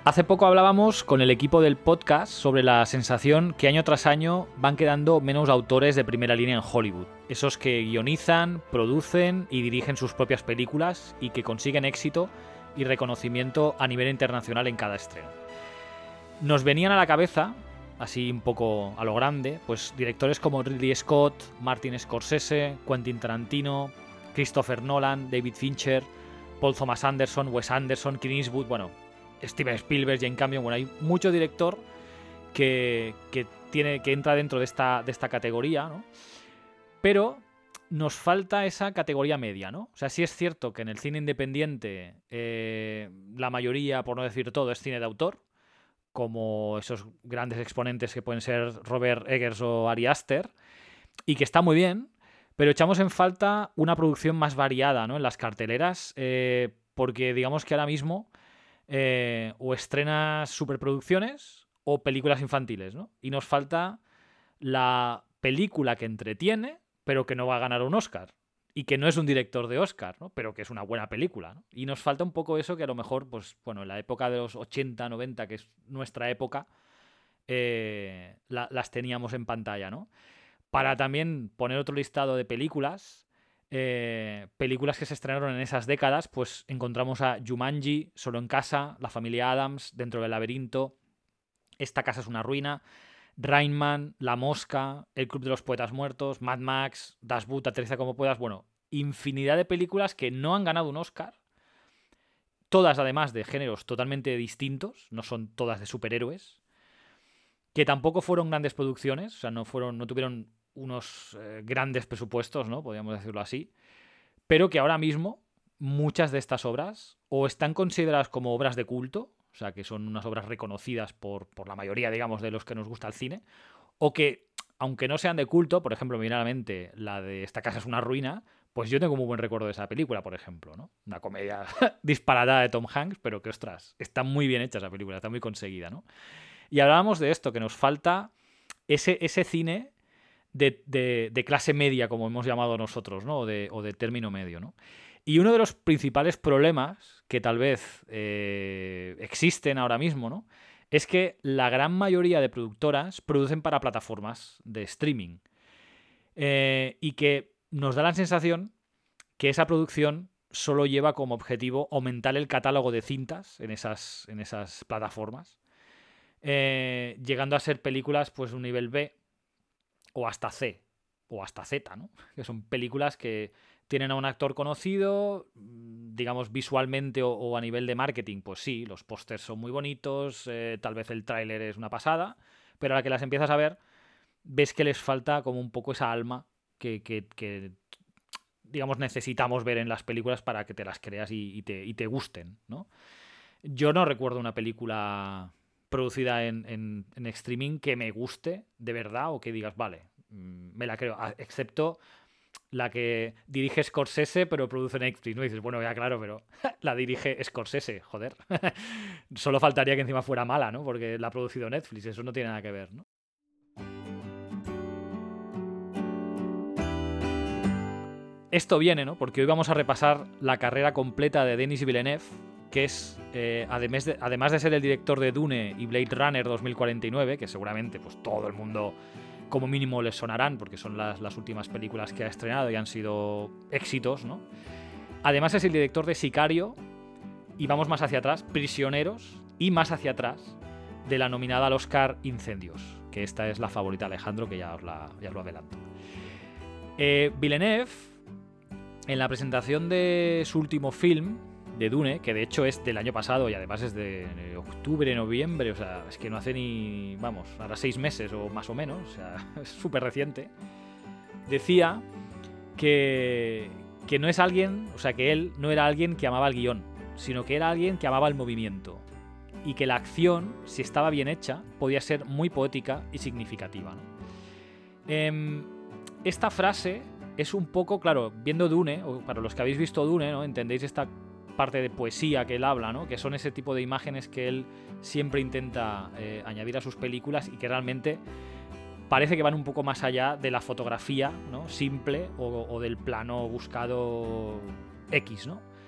Hace poco hablábamos con el equipo del podcast sobre la sensación que año tras año van quedando menos autores de primera línea en Hollywood. Esos que guionizan, producen y dirigen sus propias películas y que consiguen éxito y reconocimiento a nivel internacional en cada estreno. Nos venían a la cabeza, así un poco a lo grande, pues directores como Ridley Scott, Martin Scorsese, Quentin Tarantino, Christopher Nolan, David Fincher, Paul Thomas Anderson, Wes Anderson, Clint Eastwood, Steven Spielberg, y en cambio, hay mucho director que entra dentro de esta categoría, ¿no? Pero nos falta esa categoría media, ¿no? O sea, sí es cierto que en el cine independiente la mayoría, por no decir todo, es cine de autor, como esos grandes exponentes que pueden ser Robert Eggers o Ari Aster, y que está muy bien, pero echamos en falta una producción más variada, ¿no? En las carteleras, porque digamos que ahora mismo o estrenas superproducciones o películas infantiles, ¿no? Y nos falta la película que entretiene, pero que no va a ganar un Oscar. Y que no es un director de Oscar, ¿no? Pero que es una buena película, ¿no? Y nos falta un poco eso que a lo mejor, pues, en la época de los 80, 90, que es nuestra época, las teníamos en pantalla, ¿no? Para también poner otro listado de películas, películas que se estrenaron en esas décadas, pues encontramos a Jumanji, Solo en casa, La familia Addams, Dentro del laberinto, Esta casa es una ruina, Rain Man, La mosca, El club de los poetas muertos, Mad Max, Das Boot, Aterriza como puedas, infinidad de películas que no han ganado un Oscar, todas además de géneros totalmente distintos, no son todas de superhéroes, que tampoco fueron grandes producciones, o sea, no tuvieron unos grandes presupuestos, ¿no? Podríamos decirlo así, pero que ahora mismo muchas de estas obras o están consideradas como obras de culto, o sea, que son unas obras reconocidas por la mayoría, digamos, de los que nos gusta el cine, o que, aunque no sean de culto, por ejemplo, me viene a la mente la de Esta casa es una ruina, pues yo tengo muy buen recuerdo de esa película, por ejemplo, ¿no? Una comedia disparatada de Tom Hanks, pero que, ostras, está muy bien hecha esa película, está muy conseguida, ¿no? Y hablábamos de esto, que nos falta ese cine de clase media, como hemos llamado nosotros, ¿no? O de término medio, ¿no? Y uno de los principales problemas que tal vez existen ahora mismo, ¿no? Es que la gran mayoría de productoras producen para plataformas de streaming. Y que nos da la sensación que esa producción solo lleva como objetivo aumentar el catálogo de cintas en esas plataformas, llegando a ser películas pues un nivel B o hasta C o hasta Z, ¿no? Que son películas que tienen a un actor conocido, digamos visualmente o a nivel de marketing, pues sí, los pósters son muy bonitos, tal vez el tráiler es una pasada, pero a la que las empiezas a ver, ves que les falta como un poco esa alma que digamos, necesitamos ver en las películas para que te las creas y te gusten, ¿no? Yo no recuerdo una película producida en streaming que me guste de verdad o que digas, vale, me la creo, excepto la que dirige Scorsese pero produce Netflix, ¿no? Y dices, bueno, ya claro, pero la dirige Scorsese, joder. Solo faltaría que encima fuera mala, ¿no? Porque la ha producido Netflix, eso no tiene nada que ver, ¿no? Esto viene, ¿no? Porque hoy vamos a repasar la carrera completa de Denis Villeneuve, que es, además de ser el director de Dune y Blade Runner 2049, que seguramente pues todo el mundo como mínimo les sonarán, porque son las últimas películas que ha estrenado y han sido éxitos, ¿no? Además es el director de Sicario, y vamos más hacia atrás, Prisioneros, y más hacia atrás de la nominada al Oscar Incendios, que esta es la favorita de Alejandro, que ya os lo adelanto. Villeneuve, en la presentación de su último film, de Dune, que de hecho es del año pasado y además es de octubre, noviembre, o sea, es que no hace ni, ahora 6 meses o más o menos, o sea, es súper reciente, decía que no es alguien, o sea, que él no era alguien que amaba el guión, sino que era alguien que amaba el movimiento y que la acción, si estaba bien hecha, podía ser muy poética y significativa, ¿no? Esta frase es un poco, claro, viendo Dune, o para los que habéis visto Dune, ¿no? Entendéis esta parte de poesía que él habla, ¿no? Que son ese tipo de imágenes que él siempre intenta añadir a sus películas y que realmente parece que van un poco más allá de la fotografía, ¿no? Simple o del plano buscado X, ¿no?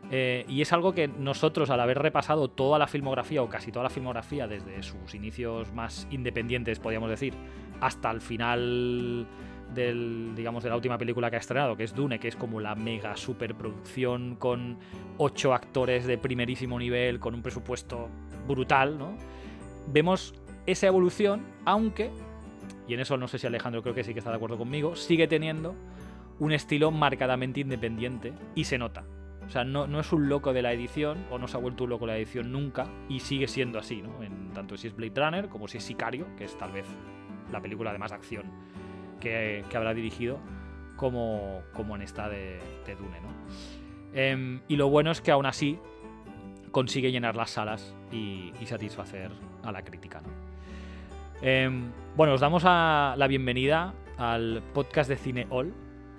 Y es algo que nosotros, al haber repasado toda la filmografía, o casi toda la filmografía, desde sus inicios más independientes, podríamos decir, hasta el final de la última película que ha estrenado, que es Dune, que es como la mega superproducción con 8 actores de primerísimo nivel, con un presupuesto brutal, ¿no? Vemos esa evolución, aunque, y en eso no sé si Alejandro creo que sí que está de acuerdo conmigo, sigue teniendo un estilo marcadamente independiente y se nota. O sea, no es un loco de la edición, o no se ha vuelto un loco de la edición nunca, y sigue siendo así, ¿no? Tanto si es Blade Runner como si es Sicario, que es tal vez la película de más acción que habrá dirigido, como en esta de Dune, ¿no? Y lo bueno es que aún así consigue llenar las salas y satisfacer a la crítica, ¿no? Bueno, os damos la bienvenida al podcast de Cine All.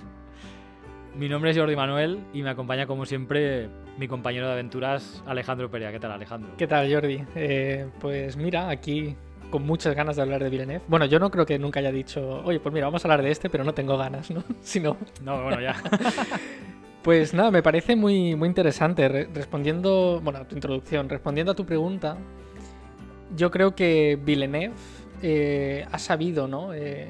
Mi nombre es Jordi Manuel y me acompaña como siempre mi compañero de aventuras Alejandro Perea. ¿Qué tal, Alejandro? ¿Qué tal, Jordi? Pues mira, aquí con muchas ganas de hablar de Villeneuve. Bueno, yo no creo que nunca haya dicho, oye, pues mira, vamos a hablar de este, pero no tengo ganas, ¿no? Sino... No, bueno, ya. Pues nada, me parece muy, muy interesante. Respondiendo, bueno, a tu introducción, respondiendo a tu pregunta, yo creo que Villeneuve ha sabido, ¿no?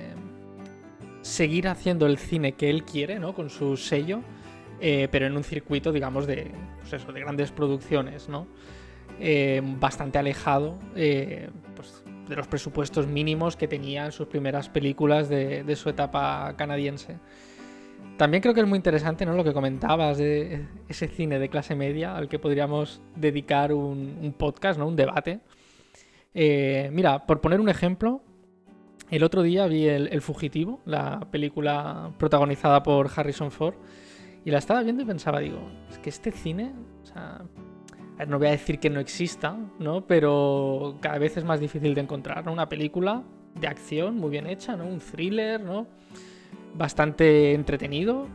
Seguir haciendo el cine que él quiere, ¿no? Con su sello, pero en un circuito, digamos, de grandes producciones, ¿no? Bastante alejado pues, de los presupuestos mínimos que tenía en sus primeras películas de su etapa canadiense. También creo que es muy interesante, ¿no? Lo que comentabas de ese cine de clase media al que podríamos dedicar un podcast, ¿no? Un debate. Mira, por poner un ejemplo, el otro día vi El Fugitivo, la película protagonizada por Harrison Ford, y la estaba viendo y pensaba, digo, es que este cine, o sea, no voy a decir que no exista, ¿no? Pero cada vez es más difícil de encontrar, ¿no? Una película de acción muy bien hecha, ¿no? Un thriller, ¿no? Bastante entretenido,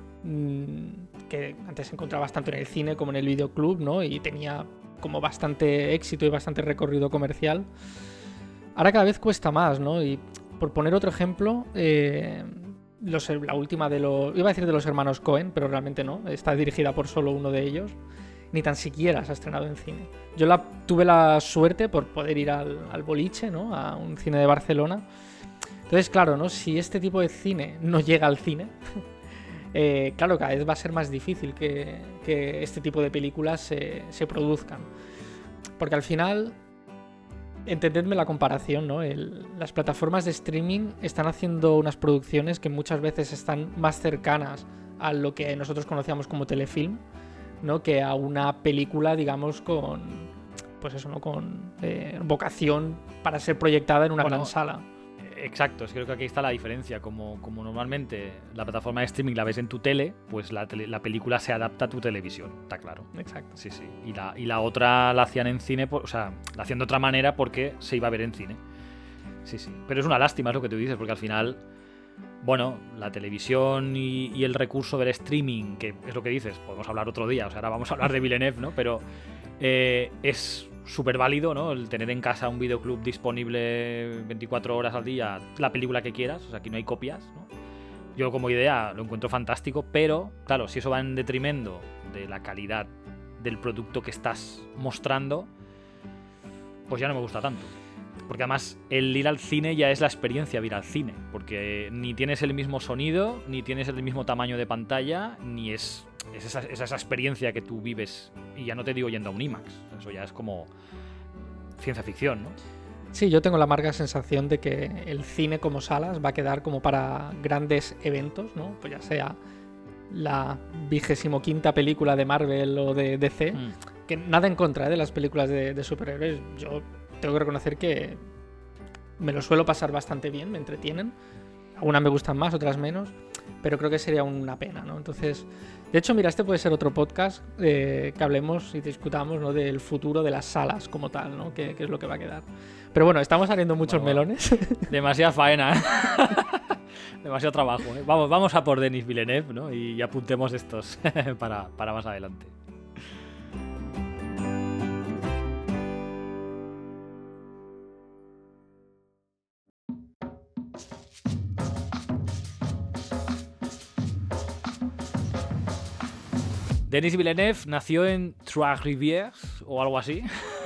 que antes se encontraba tanto en el cine como en el videoclub, ¿no? Y tenía como bastante éxito y bastante recorrido comercial. Ahora cada vez cuesta más, ¿no? Y por poner otro ejemplo, la última iba a decir de los hermanos Coen, pero realmente no, está dirigida por solo uno de ellos, ni tan siquiera se ha estrenado en cine. Yo tuve la suerte por poder ir al Boliche, ¿no? A un cine de Barcelona. Entonces, claro, ¿no? Si este tipo de cine no llega al cine, claro, cada vez va a ser más difícil que este tipo de películas se produzcan. Porque al final, entendedme la comparación, ¿no? Las plataformas de streaming están haciendo unas producciones que muchas veces están más cercanas a lo que nosotros conocíamos como telefilm, ¿no? Que a una película, digamos, con vocación para ser proyectada en una gran sala. Exacto, creo que aquí está la diferencia. Como normalmente la plataforma de streaming la ves en tu tele, pues la película se adapta a tu televisión, está claro. Exacto. Sí. Y la otra la hacían en cine, o sea, la hacían de otra manera porque se iba a ver en cine. Sí. Pero es una lástima, es lo que tú dices, porque al final, bueno, la televisión y el recurso del streaming, que es lo que dices, podemos hablar otro día, o sea, ahora vamos a hablar de Villeneuve, ¿no? Pero es súper válido, ¿no? El tener en casa un videoclub disponible 24 horas al día, la película que quieras, o sea, aquí no hay copias, ¿no? Yo como idea lo encuentro fantástico, pero claro, si eso va en detrimento de la calidad del producto que estás mostrando, pues ya no me gusta tanto. Porque además el ir al cine ya es la experiencia de ir al cine, porque ni tienes el mismo sonido, ni tienes el mismo tamaño de pantalla, ni es esa experiencia que tú vives. Y ya no te digo yendo a un IMAX, eso ya es como ciencia ficción, ¿no? Sí, yo tengo la amarga sensación de que el cine como salas va a quedar como para grandes eventos, ¿no? Pues ya sea la 25ª película de Marvel o de DC, que nada en contra de las películas de superhéroes. Yo tengo que reconocer que me lo suelo pasar bastante bien, me entretienen. Algunas me gustan más, otras menos, pero creo que sería una pena, ¿no? Entonces, de hecho, mira, este puede ser otro podcast que hablemos y discutamos, ¿no? Del futuro de las salas como tal, ¿no? ¿Qué es lo que va a quedar? Pero bueno, estamos saliendo muchos melones. Demasiada faena, ¿eh? Demasiado trabajo, ¿eh? Vamos a por Denis Villeneuve, ¿no? Y apuntemos estos para más adelante. Denis Villeneuve nació en Trois-Rivières o algo así.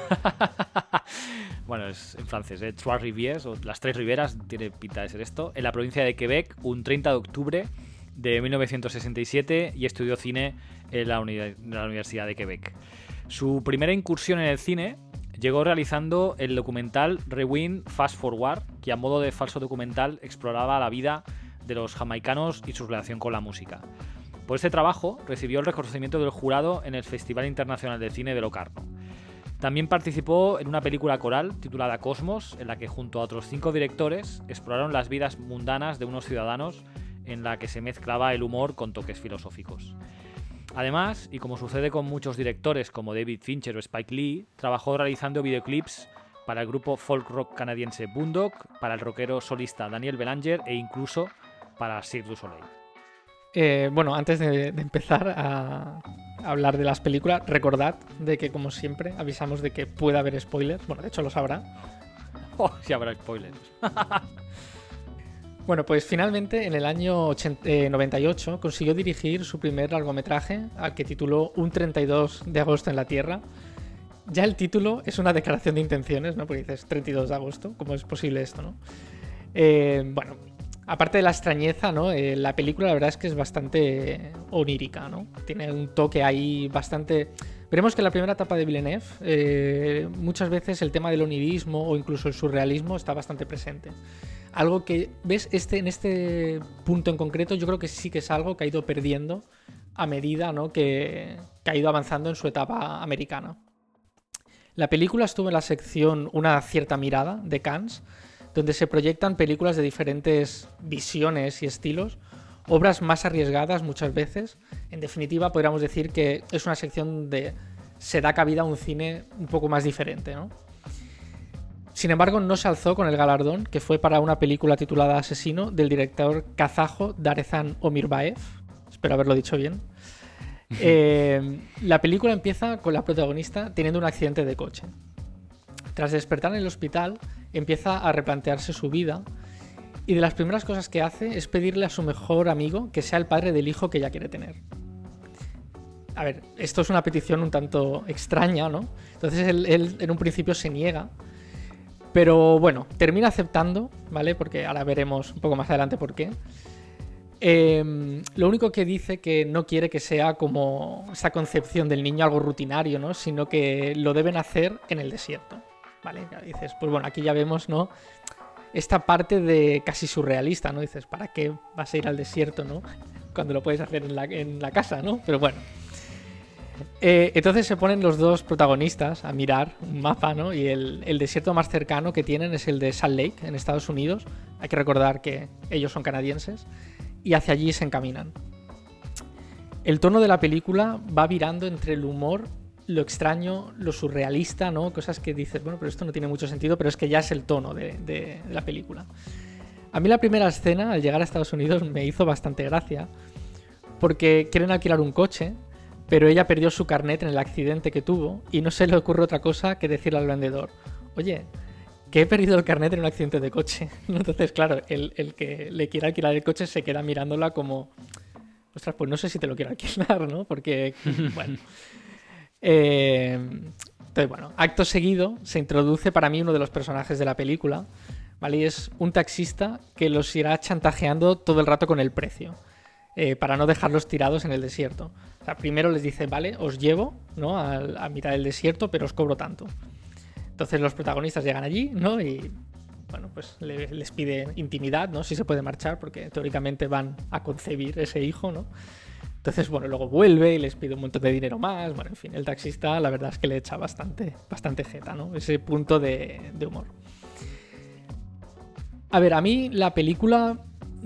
Bueno, es en francés, Trois-Rivières o las Tres Riberas, tiene pinta de ser esto, en la provincia de Quebec, un 30 de octubre de 1967, y estudió cine en la Universidad de Quebec. Su primera incursión en el cine llegó realizando el documental Rewind Fast Forward, que a modo de falso documental exploraba la vida de los jamaicanos y su relación con la música. Por este trabajo recibió el reconocimiento del jurado en el Festival Internacional de Cine de Locarno. También participó en una película coral titulada Cosmos, en la que junto a otros 5 directores exploraron las vidas mundanas de unos ciudadanos, en la que se mezclaba el humor con toques filosóficos. Además, y como sucede con muchos directores como David Fincher o Spike Lee, trabajó realizando videoclips para el grupo folk rock canadiense Boondock, para el rockero solista Daniel Belanger e incluso para Cirque du Soleil. Bueno, antes de empezar a hablar de las películas, recordad de que, como siempre, avisamos de que puede haber spoilers. Bueno, de hecho los habrá. Oh, sí habrá spoilers. Bueno, pues finalmente en el año 98 consiguió dirigir su primer largometraje, al que tituló Un 32 de agosto en la Tierra. Ya el título es una declaración de intenciones, ¿no? Porque dices 32 de agosto, ¿cómo es posible esto, no? Bueno, aparte de la extrañeza, ¿no? La película la verdad es que es bastante onírica, ¿no? Tiene un toque ahí bastante... Veremos que en la primera etapa de Villeneuve muchas veces el tema del onirismo o incluso el surrealismo está bastante presente. Algo que, ¿ves? En este punto en concreto yo creo que sí que es algo que ha ido perdiendo a medida, ¿no? que ha ido avanzando en su etapa americana. La película estuvo en la sección Una cierta mirada de Cannes, donde se proyectan películas de diferentes visiones y estilos, obras más arriesgadas muchas veces. En definitiva, podríamos decir que es una sección donde se da cabida a un cine un poco más diferente, ¿no? Sin embargo, no se alzó con el galardón, que fue para una película titulada Asesino, del director kazajo Darezan Omirbaev. Espero haberlo dicho bien. La película empieza con la protagonista teniendo un accidente de coche. Tras despertar en el hospital, empieza a replantearse su vida, y de las primeras cosas que hace es pedirle a su mejor amigo que sea el padre del hijo que ella quiere tener. A ver, esto es una petición un tanto extraña, ¿no? Entonces él en un principio se niega, pero bueno, termina aceptando, ¿vale? Porque ahora veremos un poco más adelante por qué. Lo único que dice que no quiere que sea como esa concepción del niño algo rutinario, ¿no? Sino que lo deben hacer en el desierto, ¿vale? Y dices, pues bueno, aquí ya vemos, ¿no? Esta parte de casi surrealista, ¿no? Dices, ¿para qué vas a ir al desierto, ¿no? Cuando lo puedes hacer en la casa, ¿no? Pero bueno. Entonces se ponen los dos protagonistas a mirar un mapa, ¿no? Y el desierto más cercano que tienen es el de Salt Lake, en Estados Unidos. Hay que recordar que ellos son canadienses. Y hacia allí se encaminan. El tono de la película va virando entre el humor, lo extraño, lo surrealista, ¿no? Cosas que dices, bueno, pero esto no tiene mucho sentido, pero es que ya es el tono de la película. A mí la primera escena, al llegar a Estados Unidos, me hizo bastante gracia, porque quieren alquilar un coche, pero ella perdió su carnet en el accidente que tuvo y no se le ocurre otra cosa que decirle al vendedor, oye, que he perdido el carnet en un accidente de coche. Entonces, claro, el que le quiere alquilar el coche se queda mirándola como, ostras, pues no sé si te lo quiero alquilar, ¿no? Porque, bueno... Entonces, bueno, acto seguido se introduce para mí uno de los personajes de la película, ¿vale? Y es un taxista que los irá chantajeando todo el rato con el precio, para no dejarlos tirados en el desierto. O sea, primero les dice, vale, os llevo, ¿no? a mitad del desierto, pero os cobro tanto. Entonces los protagonistas llegan allí, ¿no? Y bueno, pues les pide intimidad, ¿no? Si se puede marchar, porque teóricamente van a concebir ese hijo, ¿no? Entonces, bueno, luego vuelve y les pide un montón de dinero más. Bueno, en fin, el taxista la verdad es que le echa bastante jeta, ¿no? Ese punto de humor. A ver, a mí la película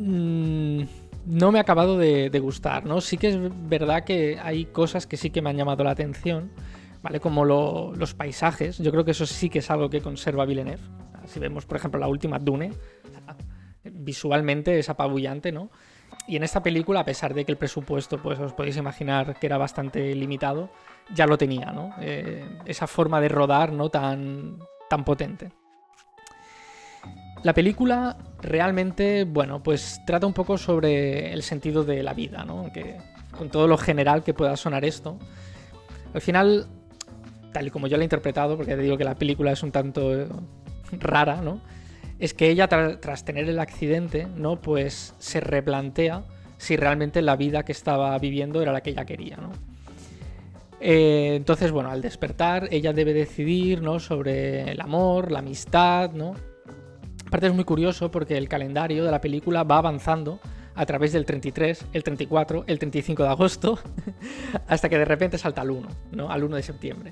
no me ha acabado de gustar, ¿no? Sí que es verdad que hay cosas que sí que me han llamado la atención, ¿vale? Como los paisajes. Yo creo que eso sí que es algo que conserva Villeneuve. Si vemos, por ejemplo, la última Dune, visualmente es apabullante, ¿no? Y en esta película, a pesar de que el presupuesto, pues os podéis imaginar que era bastante limitado, ya lo tenía, ¿no? Esa forma de rodar, ¿no? Tan potente. La película realmente, bueno, pues trata un poco sobre el sentido de la vida, ¿no? Aunque con todo lo general que pueda sonar esto, al final, tal y como yo lo he interpretado, porque te digo que la película es un tanto rara, ¿no? Es que ella tras tener el accidente, ¿no? Pues se replantea si realmente la vida que estaba viviendo era la que ella quería, ¿no? Entonces, bueno, al despertar, ella debe decidir, ¿no? Sobre el amor, la amistad, ¿no? Aparte es muy curioso porque el calendario de la película va avanzando a través del 33, el 34, el 35 de agosto, hasta que de repente salta al 1, ¿no? Al 1 de septiembre.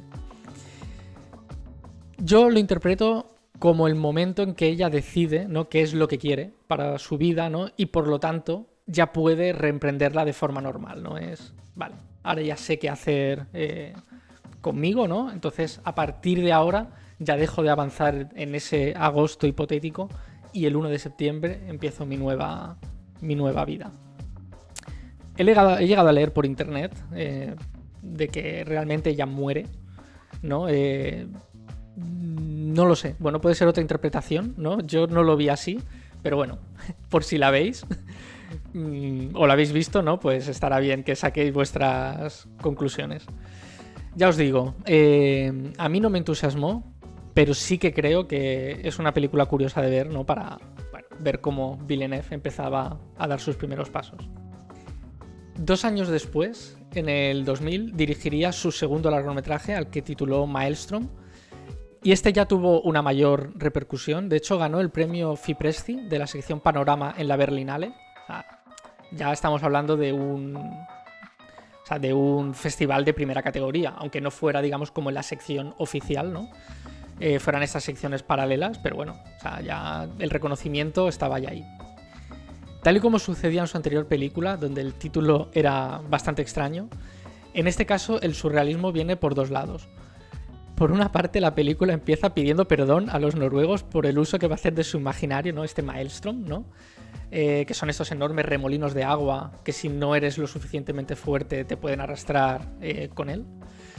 Yo lo interpreto como el momento en que ella decide, ¿no? Qué es lo que quiere para su vida, ¿no? Y por lo tanto ya puede reemprenderla de forma normal, ¿no? Es, vale, ahora ya sé qué hacer conmigo, ¿no? Entonces, a partir de ahora ya dejo de avanzar en ese agosto hipotético y el 1 de septiembre empiezo mi nueva vida. He llegado a leer por internet de que realmente ella muere, ¿no? No lo sé. Bueno, puede ser otra interpretación, ¿no? Yo no lo vi así, pero bueno, por si la veis o la habéis visto, ¿no? Pues estará bien que saquéis vuestras conclusiones. Ya os digo, a mí no me entusiasmó, pero sí que creo que es una película curiosa de ver, ¿no? Para ver cómo Villeneuve empezaba a dar sus primeros pasos. 2 años después, en el 2000, dirigiría su segundo largometraje, al que tituló Maelstrom, y este ya tuvo una mayor repercusión. De hecho, ganó el premio Fipresci de la sección Panorama en la Berlinale. O sea, ya estamos hablando de un festival de primera categoría, aunque no fuera, digamos, como en la sección oficial, ¿no? Fueran estas secciones paralelas, pero bueno, o sea, ya el reconocimiento estaba ya ahí. Tal y como sucedía en su anterior película, donde el título era bastante extraño, en este caso el surrealismo viene por 2 lados. Por una parte, la película empieza pidiendo perdón a los noruegos por el uso que va a hacer de su imaginario, ¿no? Este Maelstrom, ¿no? Que son estos enormes remolinos de agua que si no eres lo suficientemente fuerte te pueden arrastrar con él.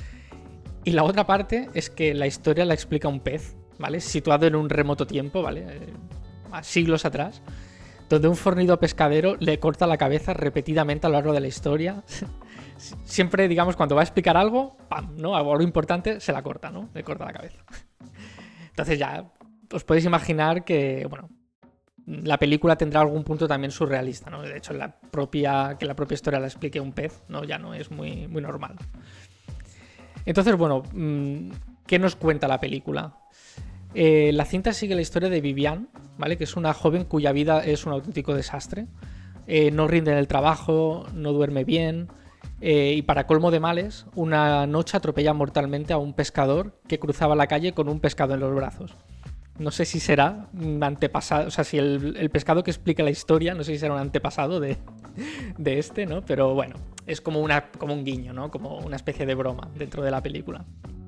Y la otra parte es que la historia la explica un pez, ¿vale? Situado en un remoto tiempo, ¿vale? A siglos atrás, donde un fornido pescadero le corta la cabeza repetidamente a lo largo de la historia. Siempre, digamos, cuando va a explicar algo, ¡pam!, ¿no? Algo importante, se la corta, ¿no? Le corta la cabeza. Entonces ya os podéis imaginar que, bueno, la película tendrá algún punto también surrealista, ¿no? De hecho, que la propia historia la explique un pez, ¿no? Ya no es muy, muy normal. Entonces, bueno, ¿qué nos cuenta la película? La cinta sigue la historia de Vivian, ¿vale? Que es una joven cuya vida es un auténtico desastre. No rinde en el trabajo, no duerme bien, y para colmo de males, una noche atropella mortalmente a un pescador que cruzaba la calle con un pescado en los brazos. No sé si será un antepasado, o sea, si el pescado que explica la historia, no sé si será un antepasado de este, ¿no? Pero bueno, es como un guiño, ¿no? Como una especie de broma dentro de la película.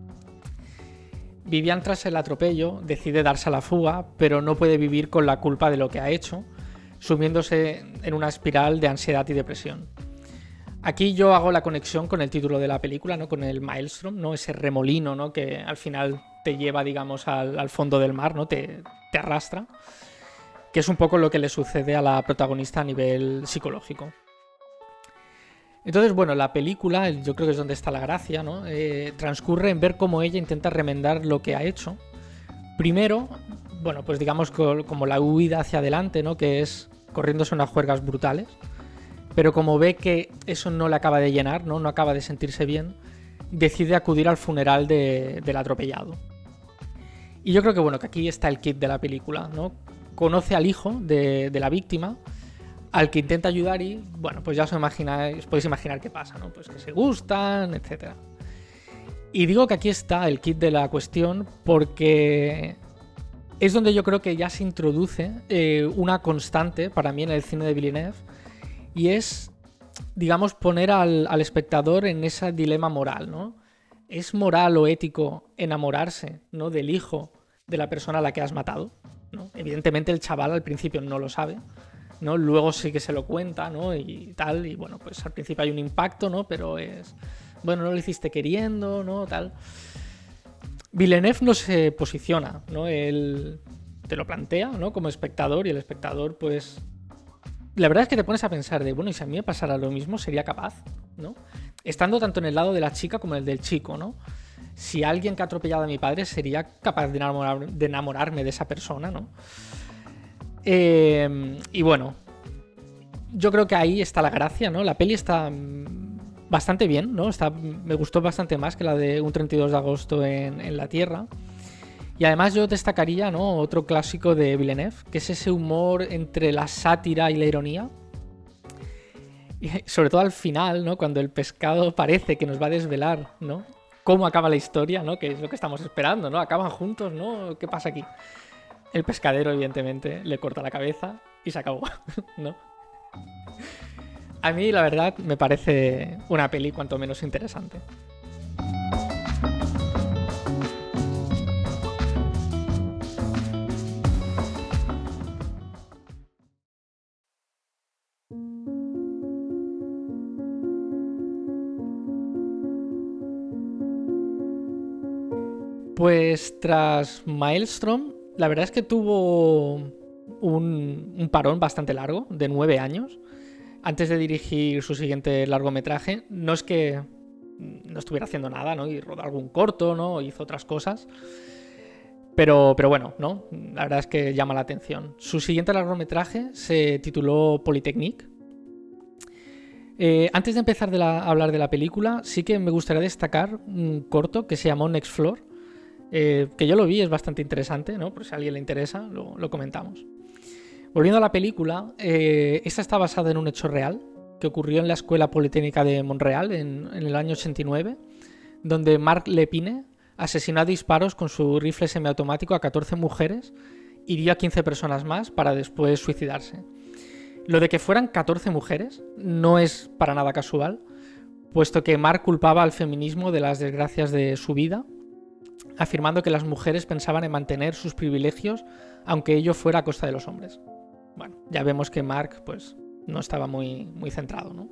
Vivian, tras el atropello, decide darse a la fuga, pero no puede vivir con la culpa de lo que ha hecho, sumiéndose en una espiral de ansiedad y depresión. Aquí yo hago la conexión con el título de la película, ¿no? Con el Maelstrom, ¿no? Ese remolino, ¿no? Que al final te lleva, digamos, al fondo del mar, ¿no? Te arrastra. Que es un poco lo que le sucede a la protagonista a nivel psicológico. Entonces, bueno, la película, yo creo que es donde está la gracia, ¿no? Transcurre en ver cómo ella intenta remendar lo que ha hecho. Primero, bueno, pues digamos como la huida hacia adelante, ¿no? Que es corriéndose unas juergas brutales. Pero como ve que eso no le acaba de llenar, no acaba de sentirse bien, decide acudir al funeral del atropellado. Y yo creo que, bueno, que aquí está el kit de la película, ¿no? Conoce al hijo de la víctima, al que intenta ayudar y, bueno, pues ya os podéis imaginar qué pasa, ¿no? Pues que se gustan, etc. Y digo que aquí está el kit de la cuestión porque es donde yo creo que ya se introduce una constante para mí en el cine de Villeneuve, y es, digamos, poner al espectador en ese dilema moral, ¿no? ¿Es moral o ético enamorarse, ¿no? del hijo de la persona a la que has matado, ¿no? Evidentemente el chaval al principio no lo sabe, ¿no? Luego sí que se lo cuenta, ¿no? Y tal, y bueno, pues al principio hay un impacto, ¿no? Pero es, bueno, no lo hiciste queriendo, ¿no? Tal. Villeneuve no se posiciona, ¿no? Él te lo plantea, ¿no? Como espectador, y el espectador, pues... La verdad es que te pones a pensar de, bueno, y si a mí me pasara lo mismo, ¿sería capaz? ¿No? Estando tanto en el lado de la chica como en el del chico, ¿no? Si alguien que ha atropellado a mi padre sería capaz de enamorarme de esa persona, ¿no? Y bueno, yo creo que ahí está la gracia, ¿no? La peli está bastante bien, ¿no? Me gustó bastante más que la de Un 32 de agosto en la Tierra. Y además yo destacaría, ¿no? Otro clásico de Villeneuve, que es ese humor entre la sátira y la ironía. Y sobre todo al final, ¿no? Cuando el pescado parece que nos va a desvelar, ¿no? Cómo acaba la historia, ¿no? Que es lo que estamos esperando, ¿no? Acaban juntos, ¿no? ¿Qué pasa aquí? El pescadero, evidentemente, le corta la cabeza y se acabó, ¿no? A mí, la verdad, me parece una peli cuanto menos interesante. Pues tras Maelstrom, la verdad es que tuvo un parón bastante largo, de 9 años, antes de dirigir su siguiente largometraje. No es que no estuviera haciendo nada, ¿no? Y rodó algún corto, ¿no? Hizo otras cosas. Pero bueno, ¿no? La verdad es que llama la atención. Su siguiente largometraje se tituló Polytechnique. Antes de empezar a hablar de la película, sí que me gustaría destacar un corto que se llamó Next Floor, que yo lo vi, es bastante interesante, ¿no? Por si a alguien le interesa, lo comentamos. Volviendo a la película, esta está basada en un hecho real que ocurrió en la Escuela Politécnica de Montreal en el año 89, donde Marc Lepine asesinó a disparos con su rifle semiautomático a 14 mujeres, hirió a 15 personas más para después suicidarse. Lo de que fueran 14 mujeres no es para nada casual, puesto que Marc culpaba al feminismo de las desgracias de su vida, afirmando que las mujeres pensaban en mantener sus privilegios aunque ello fuera a costa de los hombres. Bueno, ya vemos que Marc pues, no estaba muy centrado, ¿no?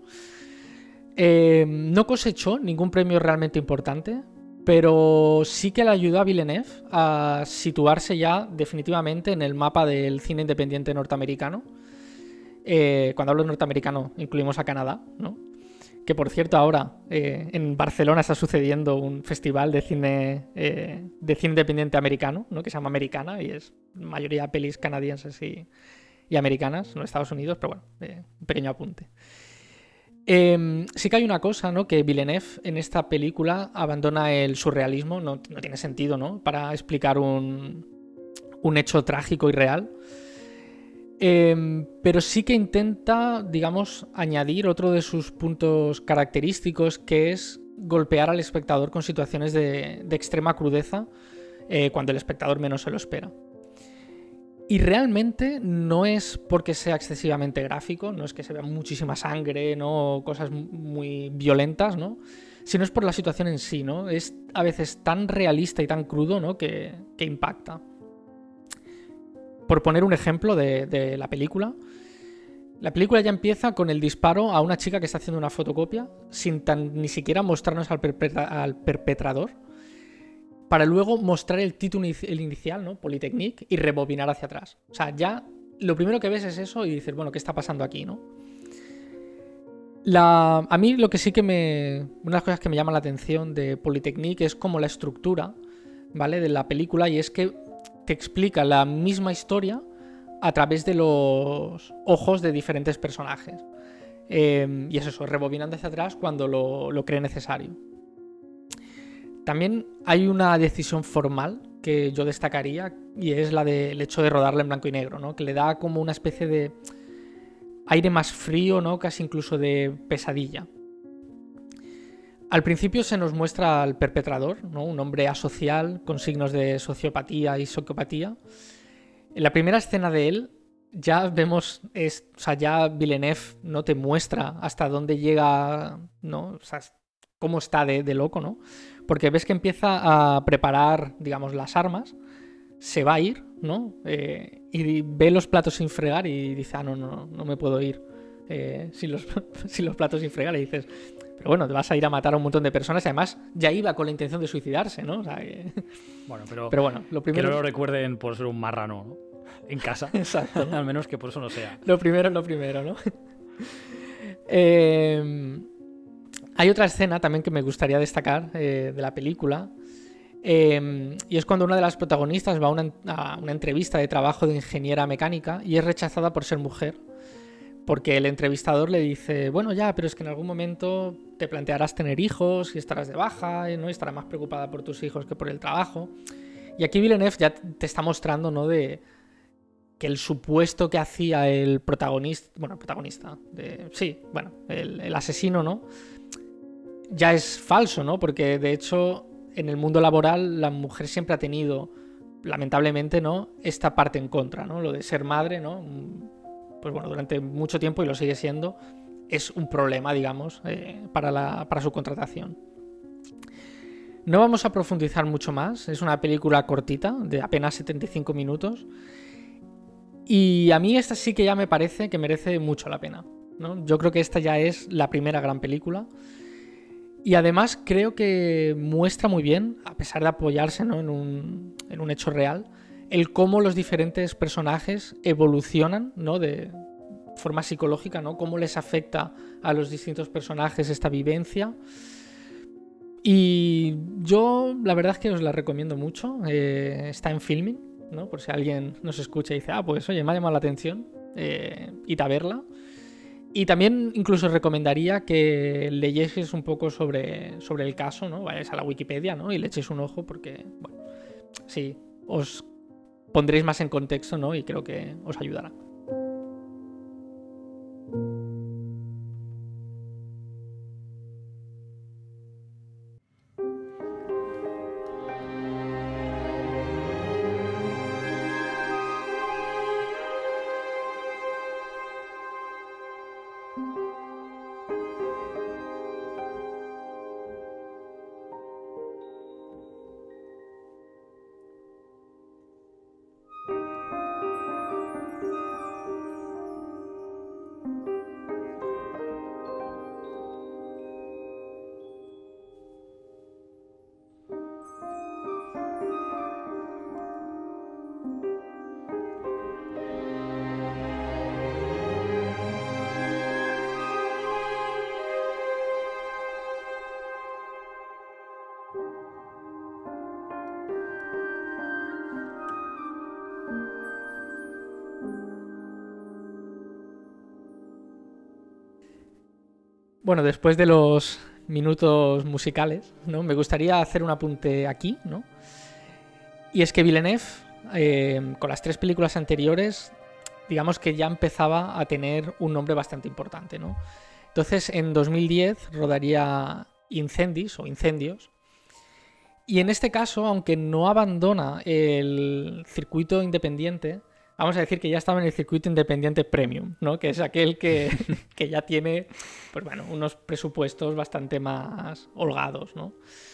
No cosechó ningún premio realmente importante, pero sí que le ayudó a Villeneuve a situarse ya definitivamente en el mapa del cine independiente norteamericano. Cuando hablo de norteamericano incluimos a Canadá, ¿no? Que por cierto ahora en Barcelona está sucediendo un festival de cine independiente americano, ¿no? Que se llama Americana y es mayoría pelis canadienses y americanas, no Estados Unidos, pero bueno, un pequeño apunte. Sí que hay una cosa, ¿no? Que Villeneuve en esta película abandona el surrealismo, no tiene sentido, ¿no? Para explicar un hecho trágico y real. Pero sí que intenta, digamos, añadir otro de sus puntos característicos, que es golpear al espectador con situaciones de extrema crudeza cuando el espectador menos se lo espera. Y realmente no es porque sea excesivamente gráfico, no es que se vea muchísima sangre, ¿no? Cosas muy violentas, ¿no? Sino es por la situación en sí, ¿no? Es a veces tan realista y tan crudo, ¿no? que impacta. Por poner un ejemplo de la película ya empieza con el disparo a una chica que está haciendo una fotocopia sin ni siquiera mostrarnos al perpetrador, para luego mostrar el título inicial, ¿no? Polytechnique, y rebobinar hacia atrás. O sea, ya lo primero que ves es eso y dices, bueno, ¿qué está pasando aquí, no? A mí lo que sí que una de las cosas que me llama la atención de Polytechnique es como la estructura, ¿vale? De la película, y es que te explica la misma historia a través de los ojos de diferentes personajes. Y es eso, rebobinando hacia atrás cuando lo cree necesario. También hay una decisión formal que yo destacaría, y es la del hecho de rodarla en blanco y negro, ¿no? Que le da como una especie de aire más frío, ¿no? Casi incluso de pesadilla. Al principio se nos muestra al perpetrador, ¿no? Un hombre asocial con signos de sociopatía y psicopatía. En la primera escena de él ya vemos, ya Villeneuve no te muestra hasta dónde llega, ¿no? O sea, cómo está de loco, ¿no? Porque ves que empieza a preparar, digamos, las armas, se va a ir, ¿no? Y ve los platos sin fregar y dice, no me puedo ir sin los platos sin fregar. Y dices, pero bueno, te vas a ir a matar a un montón de personas y además ya iba con la intención de suicidarse, ¿no? O sea, bueno, pero bueno, lo primero que no lo recuerden por ser un marrano, ¿no? en casa. Exacto. Al menos que por eso no sea. Lo primero es lo primero, ¿no? Hay otra escena también que me gustaría destacar de la película. Y es cuando una de las protagonistas va a una entrevista de trabajo de ingeniera mecánica y es rechazada por ser mujer. Porque el entrevistador le dice, bueno, ya, pero es que en algún momento te plantearás tener hijos y estarás de baja, ¿no? Y estarás más preocupada por tus hijos que por el trabajo. Y aquí Villeneuve ya te está mostrando, ¿no? De que el supuesto que hacía el protagonista, el asesino, ¿no? Ya es falso, ¿no? Porque de hecho en el mundo laboral la mujer siempre ha tenido, lamentablemente, ¿no? Esta parte en contra, ¿no? Lo de ser madre, ¿no? Pues bueno, durante mucho tiempo, y lo sigue siendo, es un problema, digamos, para su contratación. No vamos a profundizar mucho más, es una película cortita, de apenas 75 minutos, y a mí esta sí que ya me parece que merece mucho la pena, ¿no? Yo creo que esta ya es la primera gran película, y además creo que muestra muy bien, a pesar de apoyarse, ¿no? en un hecho real, el cómo los diferentes personajes evolucionan, ¿no? De forma psicológica, ¿no? Cómo les afecta a los distintos personajes esta vivencia. Y yo la verdad es que os la recomiendo mucho. Está en Filmin, ¿no? Por si alguien nos escucha y dice, pues oye, me ha llamado la atención, id a verla. Y también incluso os recomendaría que leyeseis un poco sobre el caso, ¿no? Vayáis a la Wikipedia, ¿no? Y le echéis un ojo porque, bueno, sí, os pondréis más en contexto, ¿no? Y creo que os ayudará. Bueno, después de los minutos musicales, ¿no? Me gustaría hacer un apunte aquí, ¿no? Y es que Villeneuve, con las 3 películas anteriores, digamos que ya empezaba a tener un nombre bastante importante, ¿no? Entonces, en 2010 rodaría Incendios. Y en este caso, aunque no abandona el circuito independiente, vamos a decir que ya estaba en el circuito independiente premium, ¿no? Que es aquel que ya tiene, pues bueno, unos presupuestos bastante más holgados, ¿no?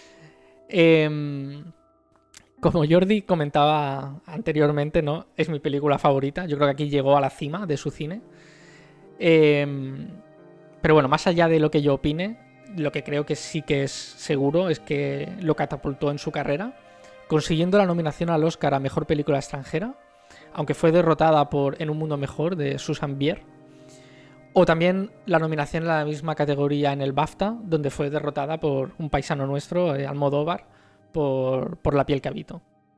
Como Jordi comentaba anteriormente, ¿no? Es mi película favorita. Yo creo que aquí llegó a la cima de su cine. Pero bueno, más allá de lo que yo opine, lo que creo que sí que es seguro es que lo catapultó en su carrera, consiguiendo la nominación al Oscar a Mejor Película Extranjera, aunque fue derrotada por En un mundo mejor, de Susan Bier, o también la nominación en la misma categoría en el BAFTA, donde fue derrotada por un paisano nuestro, Almodóvar, por La piel que habito.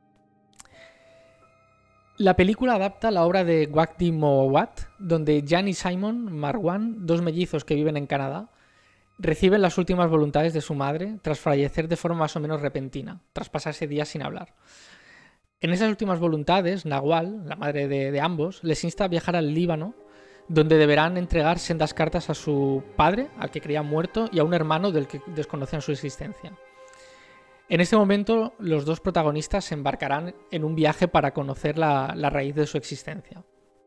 La película adapta la obra de Wajdi Mowat, donde Jan y Simon Marwan, 2 mellizos que viven en Canadá, reciben las últimas voluntades de su madre tras fallecer de forma más o menos repentina, tras pasarse días sin hablar. En esas últimas voluntades, Nagual, la madre de ambos, les insta a viajar al Líbano, donde deberán entregar sendas cartas a su padre, al que creían muerto, y a un hermano del que desconocían su existencia. En este momento, los 2 protagonistas se embarcarán en un viaje para conocer la raíz de su existencia.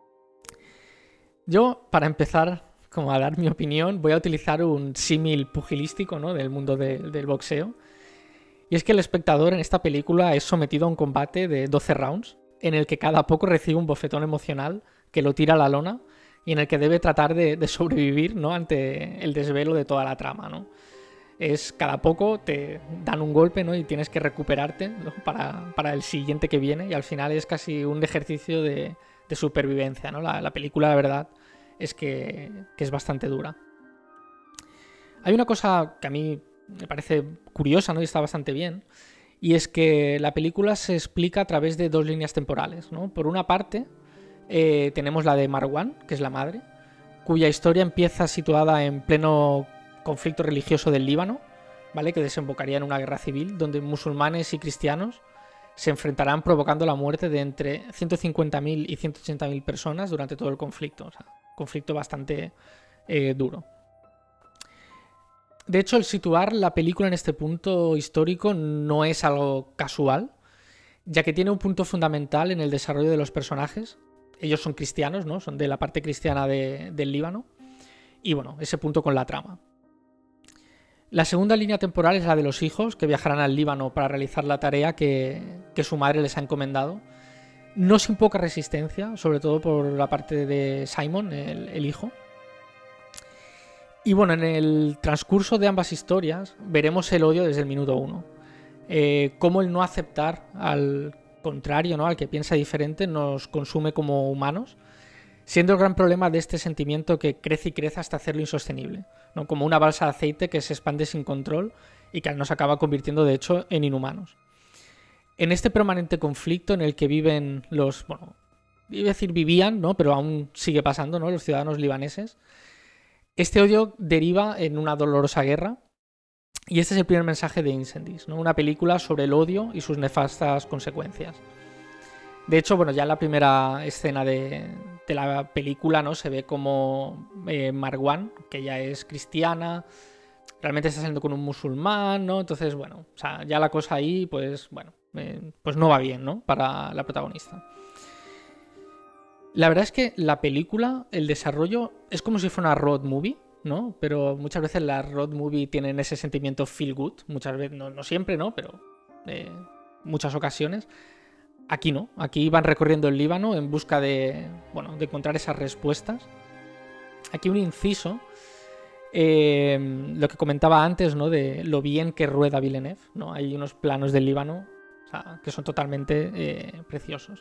Yo, para empezar como a dar mi opinión, voy a utilizar un símil pugilístico, ¿no? Del mundo del boxeo. Y es que el espectador en esta película es sometido a un combate de 12 rounds, en el que cada poco recibe un bofetón emocional que lo tira a la lona y en el que debe tratar de sobrevivir, ¿no? Ante el desvelo de toda la trama, ¿no? es cada poco te dan un golpe, ¿no? Y tienes que recuperarte, ¿no? para el siguiente que viene, y al final es casi un ejercicio de supervivencia, ¿no? La película, la verdad, es que es bastante dura. Hay una cosa que a mí me parece curiosa, ¿no? Y está bastante bien, y es que la película se explica a través de 2 líneas temporales, ¿no? Por una parte, tenemos la de Marwan, que es la madre, cuya historia empieza situada en pleno conflicto religioso del Líbano, ¿vale? Que desembocaría en una guerra civil donde musulmanes y cristianos se enfrentarán provocando la muerte de entre 150.000 y 180.000 personas durante todo el conflicto. O sea, conflicto bastante duro. De hecho, el situar la película en este punto histórico no es algo casual, ya que tiene un punto fundamental en el desarrollo de los personajes. Ellos son cristianos, ¿no? Son de la parte cristiana del Líbano. Y bueno, ese punto con la trama. La segunda línea temporal es la de los hijos que viajarán al Líbano para realizar la tarea que su madre les ha encomendado. No sin poca resistencia, sobre todo por la parte de Simon, el hijo. Y bueno, en el transcurso de ambas historias veremos el odio desde el minuto 1. Cómo el no aceptar al contrario, ¿no? Al que piensa diferente, nos consume como humanos, siendo el gran problema de este sentimiento que crece y crece hasta hacerlo insostenible, ¿no? Como una balsa de aceite que se expande sin control y que nos acaba convirtiendo de hecho en inhumanos. En este permanente conflicto en el que viven los, bueno, iba a decir vivían, ¿no? Pero aún sigue pasando, ¿no? Los ciudadanos libaneses. Este odio deriva en una dolorosa guerra, y este es el primer mensaje de Incendies, ¿no? Una película sobre el odio y sus nefastas consecuencias. De hecho, bueno, ya en la primera escena de la película, ¿no? Se ve como Marwan, que ya es cristiana, realmente está saliendo con un musulmán, ¿no? Entonces, bueno, o sea, ya la cosa ahí, pues, bueno, pues no va bien, ¿no? Para la protagonista. La verdad es que la película, el desarrollo, es como si fuera una road movie, ¿no? Pero muchas veces las road movie tienen ese sentimiento feel good, muchas veces, no siempre, ¿no? Pero muchas ocasiones. Aquí no, aquí van recorriendo el Líbano en busca de, bueno, de encontrar esas respuestas. Aquí un inciso, lo que comentaba antes, ¿no? De lo bien que rueda Villeneuve, ¿no? Hay unos planos del Líbano, o sea, que son totalmente preciosos.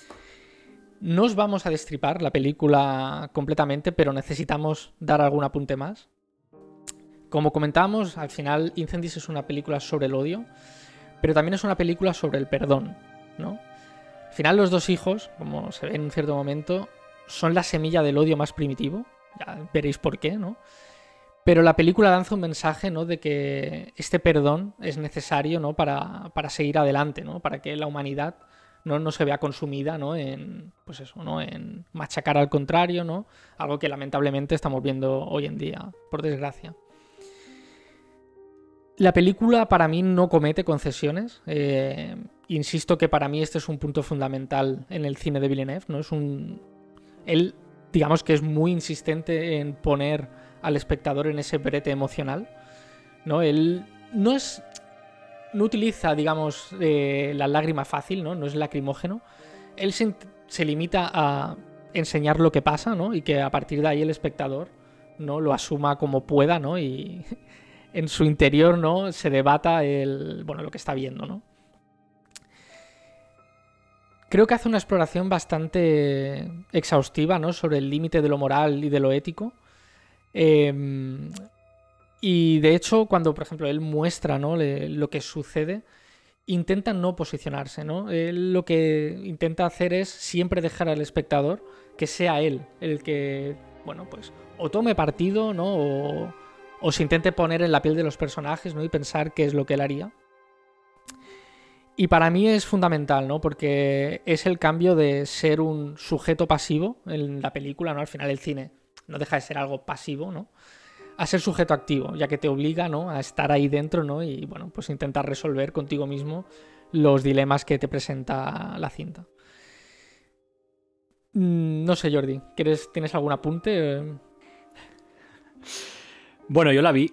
No os vamos a destripar la película completamente, pero necesitamos dar algún apunte más. Como comentábamos, al final Incendies es una película sobre el odio, pero también es una película sobre el perdón, ¿no? Al final los 2 hijos, como se ve en un cierto momento, son la semilla del odio más primitivo. Ya veréis por qué, ¿no? Pero la película lanza un mensaje, ¿no? De que este perdón es necesario, ¿no? Para seguir adelante, ¿no? Para que la humanidad no se vea consumida, ¿no? En, pues eso, ¿no? En machacar al contrario, ¿no? Algo que lamentablemente estamos viendo hoy en día, por desgracia. La película para mí no comete concesiones. Insisto que para mí este es un punto fundamental en el cine de Villeneuve, ¿no? Él, digamos que es muy insistente en poner al espectador en ese brete emocional, ¿no? Él no utiliza, digamos, la lágrima fácil, ¿no? No es lacrimógeno. Él se limita a enseñar lo que pasa, ¿no? Y que a partir de ahí el espectador, ¿no? Lo asuma como pueda, ¿no? Y en su interior, ¿no? Se debata lo que está viendo, ¿no? Creo que hace una exploración bastante exhaustiva, ¿no? Sobre el límite de lo moral y de lo ético. Y de hecho, cuando, por ejemplo, él muestra, ¿no? Lo que sucede, intenta no posicionarse, ¿no? Él lo que intenta hacer es siempre dejar al espectador que sea él el que, bueno, pues, o tome partido, ¿no? O se intente poner en la piel de los personajes, ¿no? Y pensar qué es lo que él haría. Y para mí es fundamental, ¿no? Porque es el cambio de ser un sujeto pasivo en la película, ¿no? Al final el cine no deja de ser algo pasivo, ¿no? A ser sujeto activo, ya que te obliga, ¿no? A estar ahí dentro, ¿no? Y bueno, pues intentar resolver contigo mismo los dilemas que te presenta la cinta. No sé, Jordi, ¿tienes algún apunte? Bueno, yo la vi.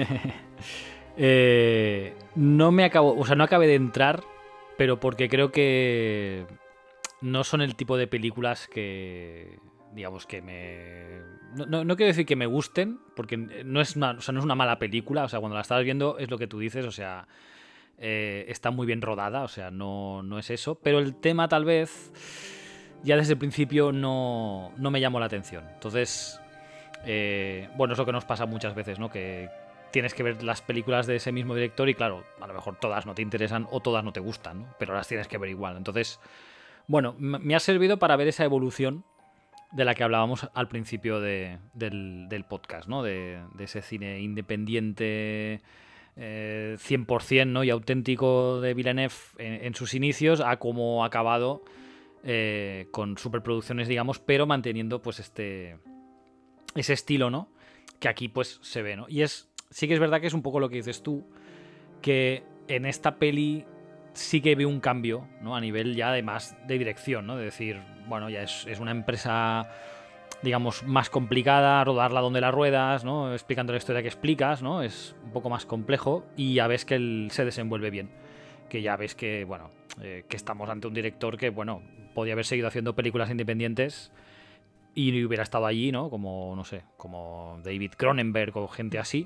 No acabé de entrar, pero porque creo que no son el tipo de películas que digamos que no quiero decir que me gusten, porque no es una mala película, o sea, cuando la estás viendo es lo que tú dices, o sea, está muy bien rodada, o sea, no es eso, pero el tema tal vez ya desde el principio no me llamó la atención. Entonces, bueno, es lo que nos pasa muchas veces, ¿no? Que tienes que ver las películas de ese mismo director y claro, a lo mejor todas no te interesan o todas no te gustan, ¿no? Pero las tienes que ver igual. Entonces, bueno, me ha servido para ver esa evolución de la que hablábamos al principio del podcast, ¿no? De ese cine independiente 100%, ¿no? Y auténtico de Villeneuve en sus inicios a cómo ha acabado con superproducciones, digamos, pero manteniendo pues ese estilo, ¿no? Que aquí pues se ve, ¿no? Y sí que es verdad que es un poco lo que dices tú, que en esta peli sí que veo un cambio, ¿no? A nivel ya además de dirección, ¿no? De decir, bueno, ya es una empresa, digamos, más complicada, rodarla donde la ruedas, ¿no? Explicando la historia que explicas, ¿no? Es un poco más complejo y ya ves que él se desenvuelve bien. Que ya ves que, bueno, que estamos ante un director que, bueno, podía haber seguido haciendo películas independientes y hubiera estado allí, ¿no? Como, no sé, como David Cronenberg o gente así.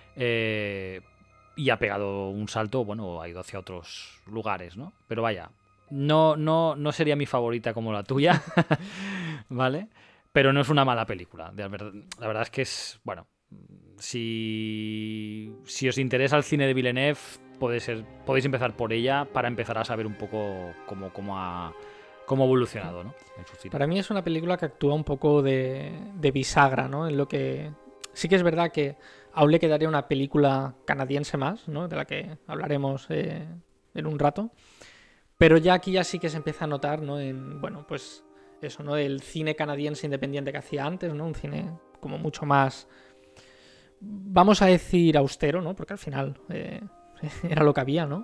Y ha pegado un salto, bueno, ha ido hacia otros lugares, ¿no? Pero vaya, no sería mi favorita como la tuya, ¿vale? Pero no es una mala película. La verdad es que es, bueno, si os interesa el cine de Villeneuve, podéis empezar por ella para empezar a saber un poco cómo ha evolucionado, ¿no? En su cine. Para mí es una película que actúa un poco de bisagra, ¿no? En lo que sí que es verdad que aún le quedaría una película canadiense más, ¿no? De la que hablaremos en un rato. Pero ya aquí ya sí que se empieza a notar, ¿no? Bueno, pues eso, ¿no? El cine canadiense independiente que hacía antes, ¿no? Un cine como mucho más, vamos a decir, austero, ¿no? Porque al final era lo que había, ¿no?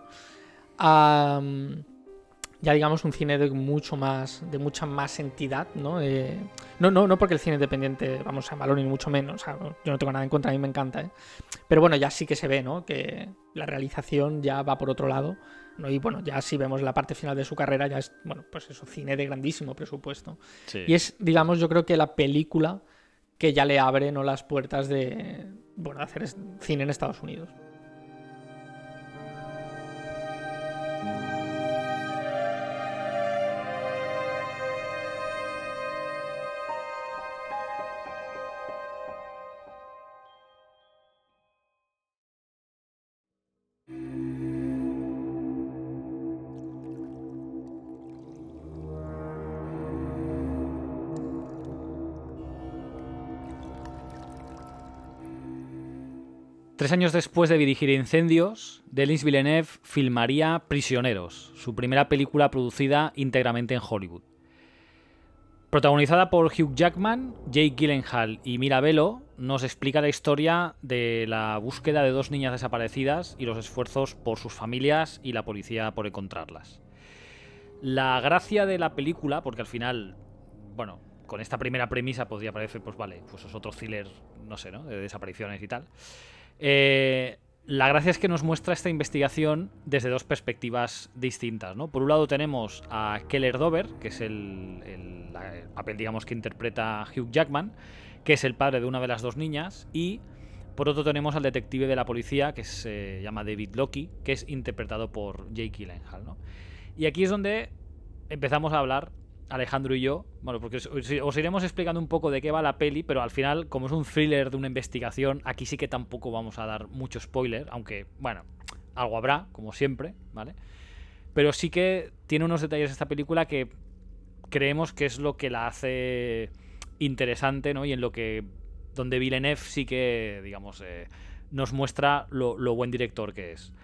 Ya digamos un cine de mucha más entidad, ¿no? No porque el cine independiente, vamos, a valor ni mucho menos, o sea, yo no tengo nada en contra, a mí me encanta, ¿eh? Pero bueno, ya sí que se ve, ¿no? Que la realización ya va por otro lado, ¿no? Y bueno, ya si vemos la parte final de su carrera, ya es, bueno, pues eso, cine de grandísimo presupuesto. Sí. Y es, digamos, yo creo que la película que ya le abre, ¿no? Las puertas de, bueno, de hacer cine en Estados Unidos. Tres años después de dirigir Incendios, Denis Villeneuve filmaría Prisioneros, su primera película producida íntegramente en Hollywood. Protagonizada por Hugh Jackman, Jake Gyllenhaal y Mira Bello, nos explica la historia de la búsqueda de dos niñas desaparecidas y los esfuerzos por sus familias y la policía por encontrarlas. La gracia de la película, porque al final, bueno, con esta primera premisa podría parecer, pues vale, pues es otro thriller, no sé, ¿no? De desapariciones y tal. La gracia es que nos muestra esta investigación desde dos perspectivas distintas, ¿no? Por un lado tenemos a Keller Dover, que es el papel, digamos, que interpreta Hugh Jackman, que es el padre de una de las dos niñas, y por otro tenemos al detective de la policía, que se llama David Loki, que es interpretado por Jake Gyllenhaal, ¿no? Y aquí es donde empezamos a hablar, Alejandro y yo, bueno, porque os iremos explicando un poco de qué va la peli, pero al final, como es un thriller de una investigación, aquí sí que tampoco vamos a dar mucho spoiler, aunque, bueno, algo habrá, como siempre, ¿vale? Pero sí que tiene unos detalles esta película que creemos que es lo que la hace interesante, ¿no? Y en lo que, donde Villeneuve sí que, digamos, nos muestra lo buen director que es.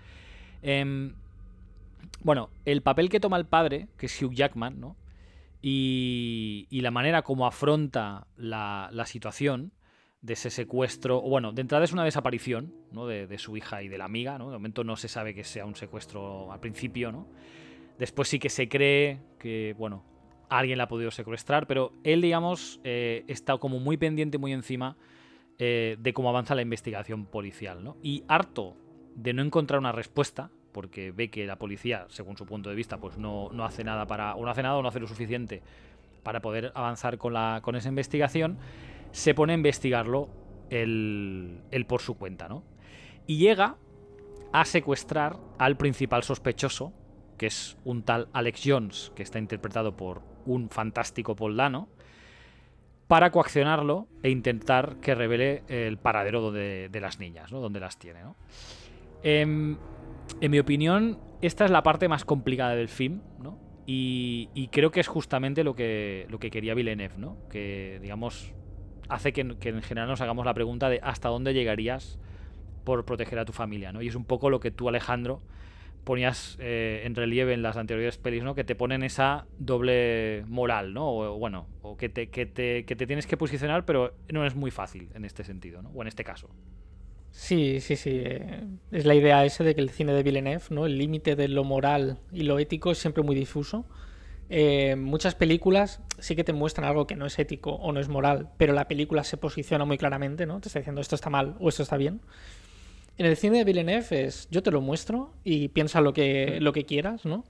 Bueno, el papel que toma el padre, que es Hugh Jackman, ¿no? Y la manera como afronta la situación de ese secuestro, o bueno, de entrada es una desaparición, ¿no? de su hija y de la amiga, ¿no? De momento no se sabe que sea un secuestro al principio, ¿no? Después sí que se cree que, bueno, alguien la ha podido secuestrar, pero él, digamos, está como muy pendiente, muy encima de cómo avanza la investigación policial, ¿no? Y harto de no encontrar una respuesta, porque ve que la policía, según su punto de vista, pues no hace nada o no hace lo suficiente para poder avanzar con esa investigación, se pone a investigarlo él por su cuenta, ¿no? Y llega a secuestrar al principal sospechoso, que es un tal Alex Jones, que está interpretado por un fantástico Paul Dano, para coaccionarlo e intentar que revele el paradero de las niñas, ¿no? Donde las tiene, ¿no? En mi opinión, esta es la parte más complicada del film, ¿no? Y creo que es justamente lo que quería Villeneuve, ¿no? Que, digamos, hace que en general nos hagamos la pregunta de hasta dónde llegarías por proteger a tu familia, ¿no? Y es un poco lo que tú, Alejandro, ponías en relieve en las anteriores pelis, ¿no? Que te ponen esa doble moral, ¿no? O que te tienes que posicionar, pero no es muy fácil en este sentido, ¿no? O en este caso. Sí. Es la idea esa de que el cine de Villeneuve, ¿no? El límite de lo moral y lo ético es siempre muy difuso. Muchas películas sí que te muestran algo que no es ético o no es moral, pero la película se posiciona muy claramente, ¿no? Te está diciendo esto está mal o esto está bien. En el cine de Villeneuve es yo te lo muestro y piensa lo que quieras, ¿no?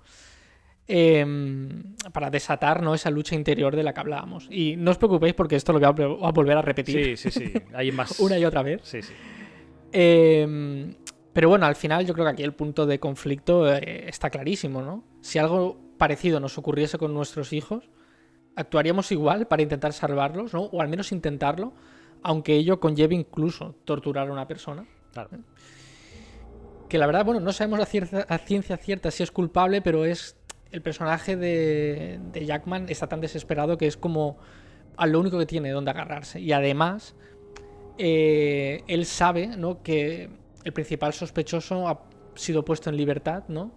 Para desatar, ¿no? Esa lucha interior de la que hablábamos. Y no os preocupéis porque esto lo voy a volver a repetir. Sí. Hay más. Una y otra vez. Sí. Pero bueno, al final yo creo que aquí el punto de conflicto está clarísimo, ¿no? Si algo parecido nos ocurriese con nuestros hijos, actuaríamos igual para intentar salvarlos, ¿no? O al menos intentarlo, aunque ello conlleve incluso torturar a una persona. Claro. Que la verdad, bueno, no sabemos a ciencia cierta si es culpable, pero es el personaje de Jackman está tan desesperado que es como a lo único que tiene donde agarrarse. Y además, él sabe, ¿no? Que el principal sospechoso ha sido puesto en libertad, ¿no?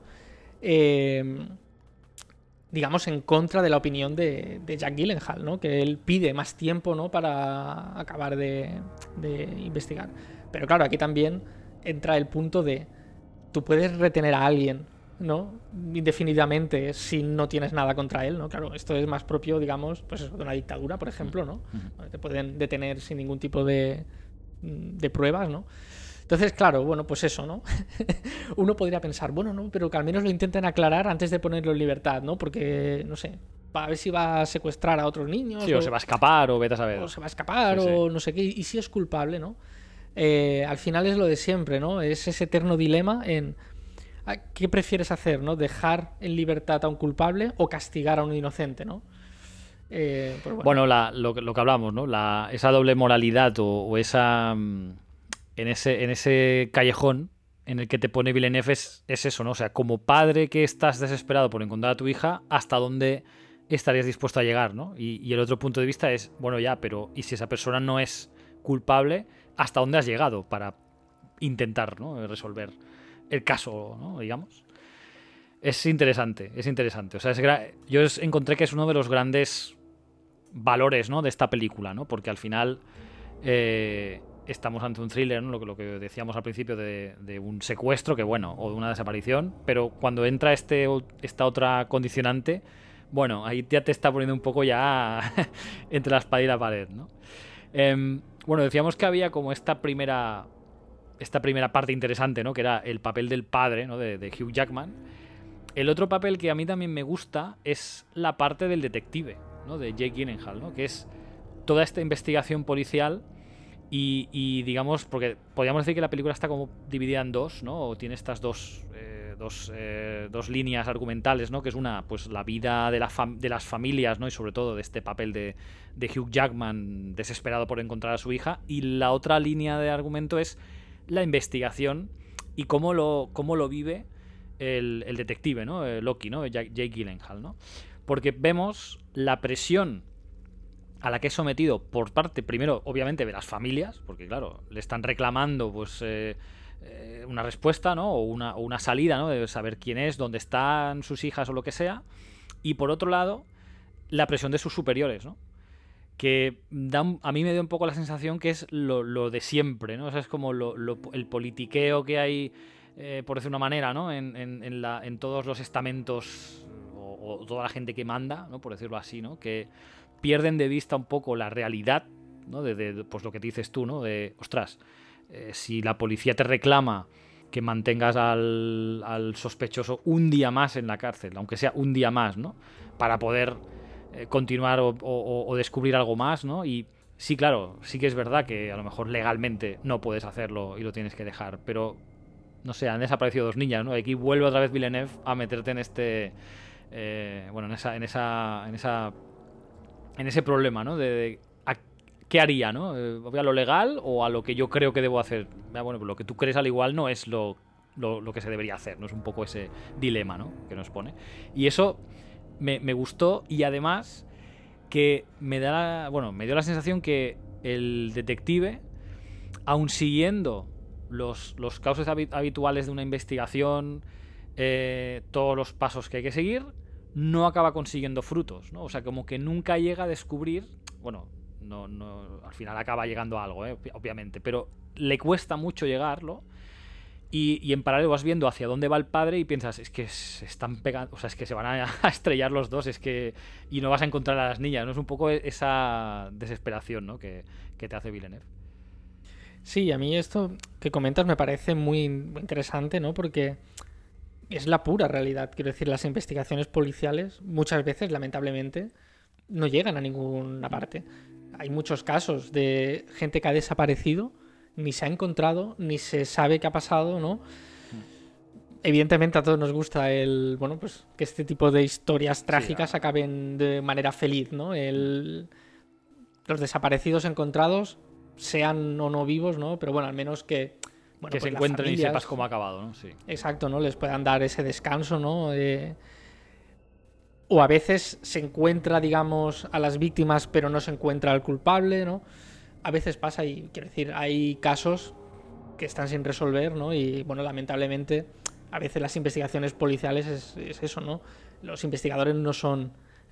Digamos, en contra de la opinión de Jack Gyllenhaal, ¿no? Que él pide más tiempo, ¿no? Para acabar de investigar. Pero claro, aquí también entra el punto de tú puedes retener a alguien, ¿no? Indefinidamente si no tienes nada contra él, ¿no? Claro, esto es más propio, digamos, pues eso, de una dictadura, por ejemplo, ¿no? Te pueden detener sin ningún tipo de pruebas, ¿no? Entonces, claro, bueno, pues eso, ¿no? Uno podría pensar, bueno, no, pero que al menos lo intenten aclarar antes de ponerlo en libertad, ¿no? Porque, no sé, para ver si va a secuestrar a otros niños. Sí, o se va a escapar, o vete a saber. O se va a escapar, o no sé qué. Y si es culpable, ¿no? Al final es lo de siempre, ¿no? Es ese eterno dilema en ¿qué prefieres hacer, ¿no? ¿Dejar en libertad a un culpable o castigar a un inocente, ¿no? Pues bueno, lo que hablamos, ¿no? Esa doble moralidad o esa... En ese callejón en el que te pone Villeneuve es eso, ¿no? O sea, como padre que estás desesperado por encontrar a tu hija, ¿hasta dónde estarías dispuesto a llegar, ¿no? Y el otro punto de vista es, bueno, ya, pero ¿y si esa persona no es culpable? ¿Hasta dónde has llegado para intentar, ¿no? Resolver el caso, ¿no? Digamos. Es interesante. O sea, yo encontré que es uno de los grandes valores, ¿no? De esta película, ¿no? Porque al final estamos ante un thriller, ¿no? Lo que decíamos al principio de un secuestro, que bueno, o de una desaparición, pero cuando entra esta otra condicionante, bueno, ahí ya te está poniendo un poco ya entre la espada y la pared, ¿no? Bueno, decíamos que había como esta primera parte interesante, ¿no? Que era el papel del padre, ¿no? de Hugh Jackman. El otro papel que a mí también me gusta es la parte del detective, ¿no? De Jake Gyllenhaal, ¿no? Que es toda esta investigación policial y digamos, porque podríamos decir que la película está como dividida en dos, ¿no? O tiene estas dos líneas argumentales, ¿no? Que es una, pues la vida de las familias, ¿no? Y sobre todo de este papel de Hugh Jackman desesperado por encontrar a su hija, y la otra línea de argumento es la investigación y cómo lo vive el detective, ¿no? Loki, ¿no? Jake Gyllenhaal, ¿no? Porque vemos la presión a la que es sometido por parte, primero, obviamente, de las familias, porque claro, le están reclamando, pues, una respuesta, ¿no? O una salida, ¿no? De saber quién es, dónde están sus hijas o lo que sea. Y por otro lado, la presión de sus superiores, ¿no? Que a mí me dio un poco la sensación que es lo de siempre, ¿no? O sea, es como el politiqueo que hay, por decir una manera, ¿no? En todos los estamentos o toda la gente que manda, ¿no? Por decirlo así, ¿no? Que pierden de vista un poco la realidad, ¿no? De pues lo que dices tú, ¿no? De, ostras, si la policía te reclama que mantengas al sospechoso un día más en la cárcel, aunque sea un día más, ¿no? Para poder continuar o descubrir algo más, ¿no? Y sí, claro, sí que es verdad que a lo mejor legalmente no puedes hacerlo y lo tienes que dejar, pero no sé, han desaparecido dos niñas, ¿no? Aquí vuelve otra vez Villeneuve a meterte en este... bueno, en ese problema, ¿no? ¿Qué haría, no? ¿Voy a lo legal o a lo que yo creo que debo hacer? Bueno, pues lo que tú crees al igual no es lo que se debería hacer, ¿no? Es un poco ese dilema, ¿no? Que nos pone. Y eso me gustó, y además que me dio la sensación que el detective, aun siguiendo los cauces habituales de una investigación, todos los pasos que hay que seguir, no acaba consiguiendo frutos, ¿no? O sea, como que nunca llega a descubrir, bueno, no, al final acaba llegando a algo, obviamente, pero le cuesta mucho llegarlo. Y en paralelo vas viendo hacia dónde va el padre y piensas, es que se están pegando, o sea, es que se van a estrellar los dos, es que... Y no vas a encontrar a las niñas, ¿no? Es un poco esa desesperación, ¿no? Que te hace Villeneuve. Sí, a mí esto que comentas me parece muy interesante, ¿no? Porque es la pura realidad. Quiero decir, las investigaciones policiales muchas veces, lamentablemente, no llegan a ninguna parte. Hay muchos casos de gente que ha desaparecido, ni se ha encontrado, ni se sabe qué ha pasado, ¿no? Evidentemente a todos nos gusta bueno, pues que este tipo de historias trágicas acaben de manera feliz, ¿no? Los desaparecidos encontrados, sean o no vivos, ¿no? Pero bueno, al menos que... Bueno, que pues se encuentren familias, y sepas cómo ha acabado, ¿no? Sí. Exacto, ¿no? Les puedan dar ese descanso, ¿no? O a veces se encuentra, digamos, a las víctimas, pero no se encuentra al culpable, ¿no? A veces pasa y, quiero decir, hay casos que están sin resolver, ¿no? Y, bueno, lamentablemente, a veces las investigaciones policiales es eso, ¿no? Los investigadores no son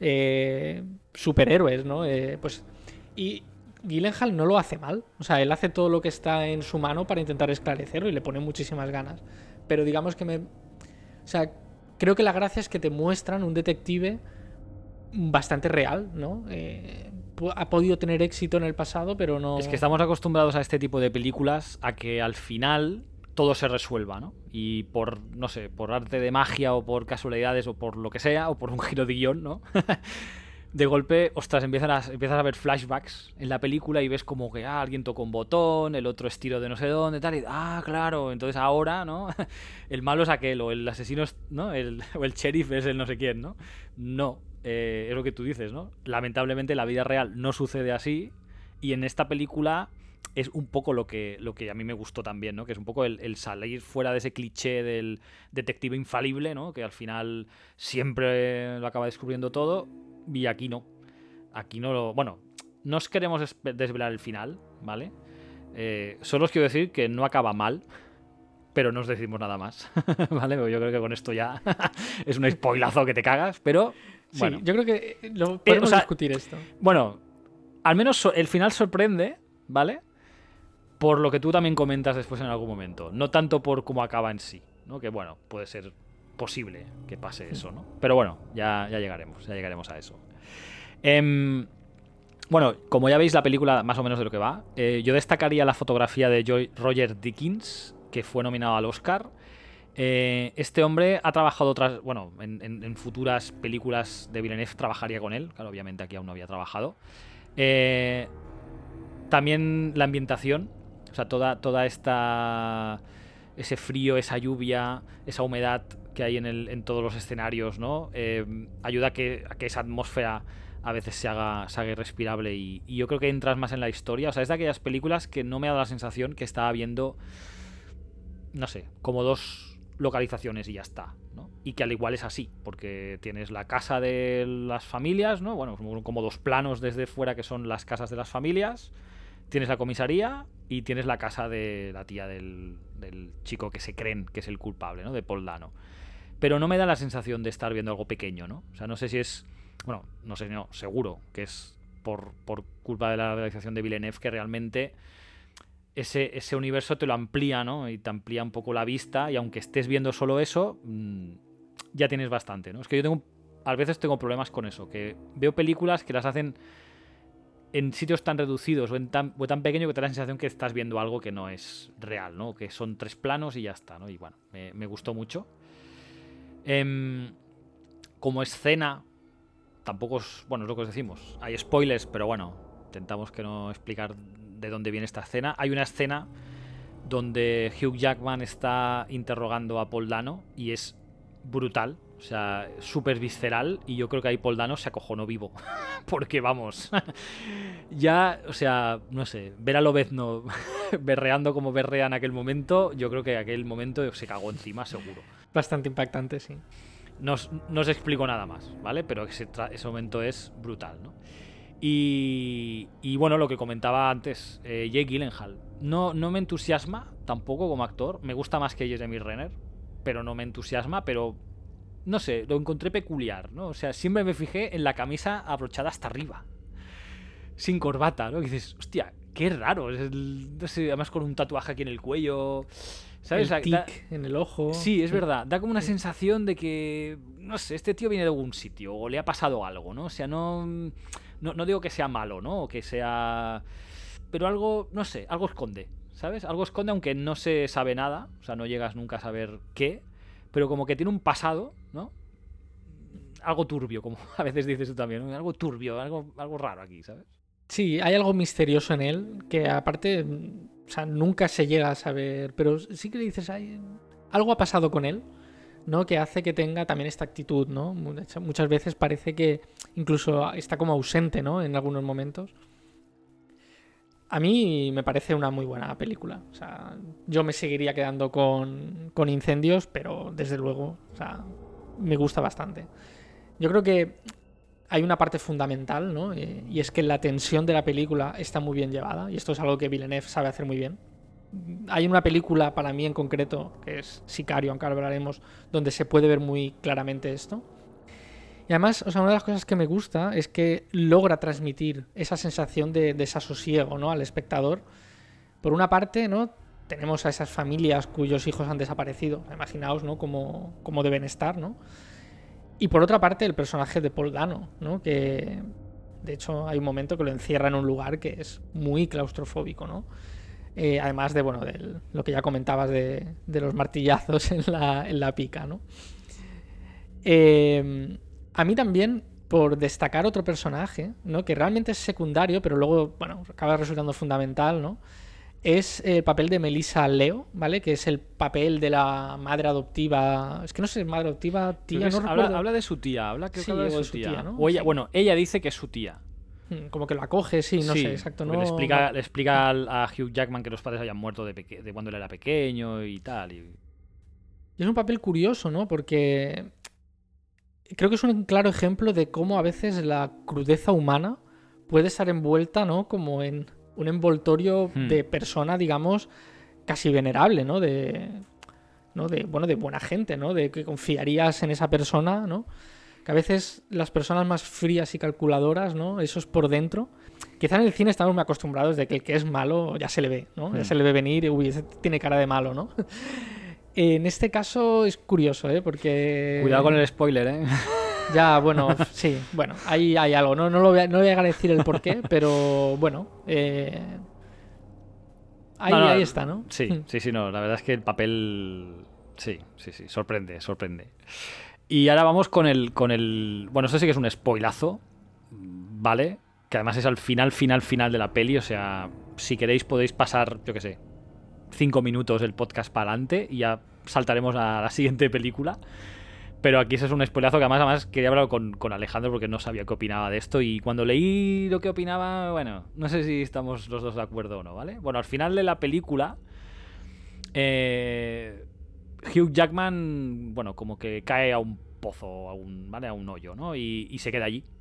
superhéroes, ¿no? Pues... Y Gyllenhaal no lo hace mal. O sea, él hace todo lo que está en su mano para intentar esclarecerlo y le pone muchísimas ganas. Pero digamos que O sea, creo que la gracia es que te muestran un detective bastante real, ¿no? Ha podido tener éxito en el pasado, pero no... Es que estamos acostumbrados a este tipo de películas a que al final todo se resuelva, ¿no? Y por, no sé, por arte de magia o por casualidades o por lo que sea, o por un giro de guión, ¿no? De golpe, ostras, empiezas a ver flashbacks en la película y ves como que alguien tocó un botón, el otro estilo de no sé dónde, tal, y claro, entonces ahora, ¿no? El malo es aquel, o el asesino es, ¿no? O el sheriff es el no sé quién, ¿no? No, es lo que tú dices, ¿no? Lamentablemente la vida real no sucede así, y en esta película es un poco lo que a mí me gustó también, ¿no? Que es un poco el salir fuera de ese cliché del detective infalible, ¿no? Que al final siempre lo acaba descubriendo todo. Y aquí no. Aquí no lo... Bueno, no os queremos desvelar el final, ¿vale? Solo os quiero decir que no acaba mal, pero no os decimos nada más, ¿vale? Yo creo que con esto ya es un spoilazo que te cagas, pero... Bueno. Sí, yo creo que podemos discutir esto. Bueno, al menos el final sorprende, ¿vale? Por lo que tú también comentas después en algún momento. No tanto por cómo acaba en sí, ¿no? Que bueno, puede ser posible que pase eso, ¿no? Pero bueno, ya llegaremos a eso. Bueno, como ya veis la película más o menos de lo que va, yo destacaría la fotografía de Roger Deakins, que fue nominado al Oscar. Este hombre ha trabajado en futuras películas de Villeneuve trabajaría con él, claro, obviamente aquí aún no había trabajado. También la ambientación, o sea, toda ese frío, esa lluvia, esa humedad que hay en todos los escenarios, ¿no? Ayuda a que esa atmósfera a veces se haga irrespirable, y yo creo que entras más en la historia. O sea, es de aquellas películas que no me ha dado la sensación que estaba viendo, no sé, como dos localizaciones y ya está, ¿no? Y que al igual es así, porque tienes la casa de las familias, ¿no? Bueno, como dos planos desde fuera que son las casas de las familias. Tienes la comisaría y tienes la casa de la tía del chico que se creen que es el culpable, ¿no? De Paul Dano. Pero no me da la sensación de estar viendo algo pequeño, ¿no? O sea, no sé si es... Bueno, no sé, no, seguro que es por culpa de la realización de Villeneuve que realmente ese universo te lo amplía, ¿no? Y te amplía un poco la vista, y aunque estés viendo solo eso, ya tienes bastante, ¿no? Es que yo a veces tengo problemas con eso, que veo películas que las hacen en sitios tan reducidos o tan pequeño que te da la sensación que estás viendo algo que no es real, ¿no? Que son 3 planos y ya está, ¿no? Y bueno, me gustó mucho. Como escena, tampoco es... Bueno, es lo que os decimos. Hay spoilers, pero bueno, intentamos que no explicar de dónde viene esta escena. Hay una escena donde Hugh Jackman está interrogando a Paul Dano y es brutal, o sea, súper visceral, y yo creo que ahí Paul Dano se acojonó vivo. Porque vamos, ya, o sea, no sé, ver a Lobezno berreando como berrea en aquel momento, yo creo que aquel momento se cagó encima, seguro. Bastante impactante, sí. No os explico nada más, ¿vale? Pero ese momento es brutal, ¿no? Y bueno, lo que comentaba antes, Jake Gyllenhaal. No me entusiasma tampoco como actor. Me gusta más que Jeremy Renner, pero no me entusiasma, pero no sé, lo encontré peculiar, ¿no? O sea, siempre me fijé en la camisa abrochada hasta arriba, sin corbata, ¿no? Y dices, hostia, qué raro. No sé, además con un tatuaje aquí en el cuello, ¿sabes? El tic en el ojo. Sí, es verdad. Da como una sensación de que, no sé, este tío viene de algún sitio o le ha pasado algo, ¿no? O sea, no digo que sea malo, ¿no? O que sea... Pero algo, no sé, algo esconde, ¿sabes? Algo esconde aunque no se sabe nada. O sea, no llegas nunca a saber qué. Pero como que tiene un pasado, ¿no? Algo turbio, como a veces dices tú también, ¿no? Algo turbio, algo raro aquí, ¿sabes? Sí, hay algo misterioso en él que aparte, o sea, nunca se llega a saber, pero sí que le dices, algo ha pasado con él, ¿no? Que hace que tenga también esta actitud, ¿no? Muchas veces parece que incluso está como ausente, ¿no? En algunos momentos. A mí me parece una muy buena película. O sea, yo me seguiría quedando con Incendios, pero desde luego, o sea, me gusta bastante. Yo creo que hay una parte fundamental, ¿no? Y es que la tensión de la película está muy bien llevada, y esto es algo que Villeneuve sabe hacer muy bien. Hay una película, para mí en concreto, que es Sicario, aunque ahora hablaremos, donde se puede ver muy claramente esto. Y además, o sea, una de las cosas que me gusta es que logra transmitir esa sensación de desasosiego, ¿no? Al espectador. Por una parte, ¿no? Tenemos a esas familias cuyos hijos han desaparecido. Imaginaos, ¿no? Cómo deben estar, ¿no? Y por otra parte, el personaje de Paul Dano, ¿no? Que de hecho hay un momento que lo encierra en un lugar que es muy claustrofóbico, ¿no? Además de, bueno, de lo que ya comentabas de los martillazos en la pica, ¿no? A mí también, por destacar otro personaje, ¿no? Que realmente es secundario, pero luego, bueno, acaba resultando fundamental, ¿no? Es el papel de Melissa Leo, ¿vale? Que es el papel de la madre adoptiva. Es que no sé, madre adoptiva, tía, no recuerdo. Habla de su tía, Sí, habla de su tía, ¿no? O ella, Sí. bueno, ella dice que es su tía. Como que lo acoge, sí, no sé, exacto. No, Le explica a Hugh Jackman que los padres hayan muerto de cuando él era pequeño y tal. Y es un papel curioso, ¿no? Porque creo que es un claro ejemplo de cómo a veces la crudeza humana puede estar envuelta, ¿no? Como en un envoltorio de persona, digamos, casi venerable, ¿no? De buena gente, ¿no? De que confiarías en esa persona, ¿no? Que a veces las personas más frías y calculadoras, ¿no? Eso es por dentro. Quizá en el cine estamos muy acostumbrados de que el que es malo ya se le ve, ¿no? Ya se le ve venir y, uy, ese tiene cara de malo, ¿no? En este caso es curioso, ¿eh? Porque... Cuidado con el spoiler, ¿eh? Ya, bueno, sí, bueno, ahí hay algo. No voy a llegar a decir el porqué, pero bueno. Ahí está, ¿no? Sí, no. La verdad es que el papel... Sí, sorprende. Y ahora vamos con el... Bueno, esto sí que es un spoilazo, ¿vale? Que además es al final de la peli. O sea, si queréis podéis pasar, yo qué sé, 5 minutos el podcast para adelante y ya saltaremos a la siguiente película. Pero aquí ese es un spoilazo que además quería hablar con Alejandro porque no sabía qué opinaba de esto. Y cuando leí lo que opinaba, bueno, no sé si estamos los dos de acuerdo o no, ¿vale? Bueno, al final de la película... Hugh Jackman, bueno, como que cae a un pozo, ¿vale? A un hoyo, ¿no? Y se queda allí.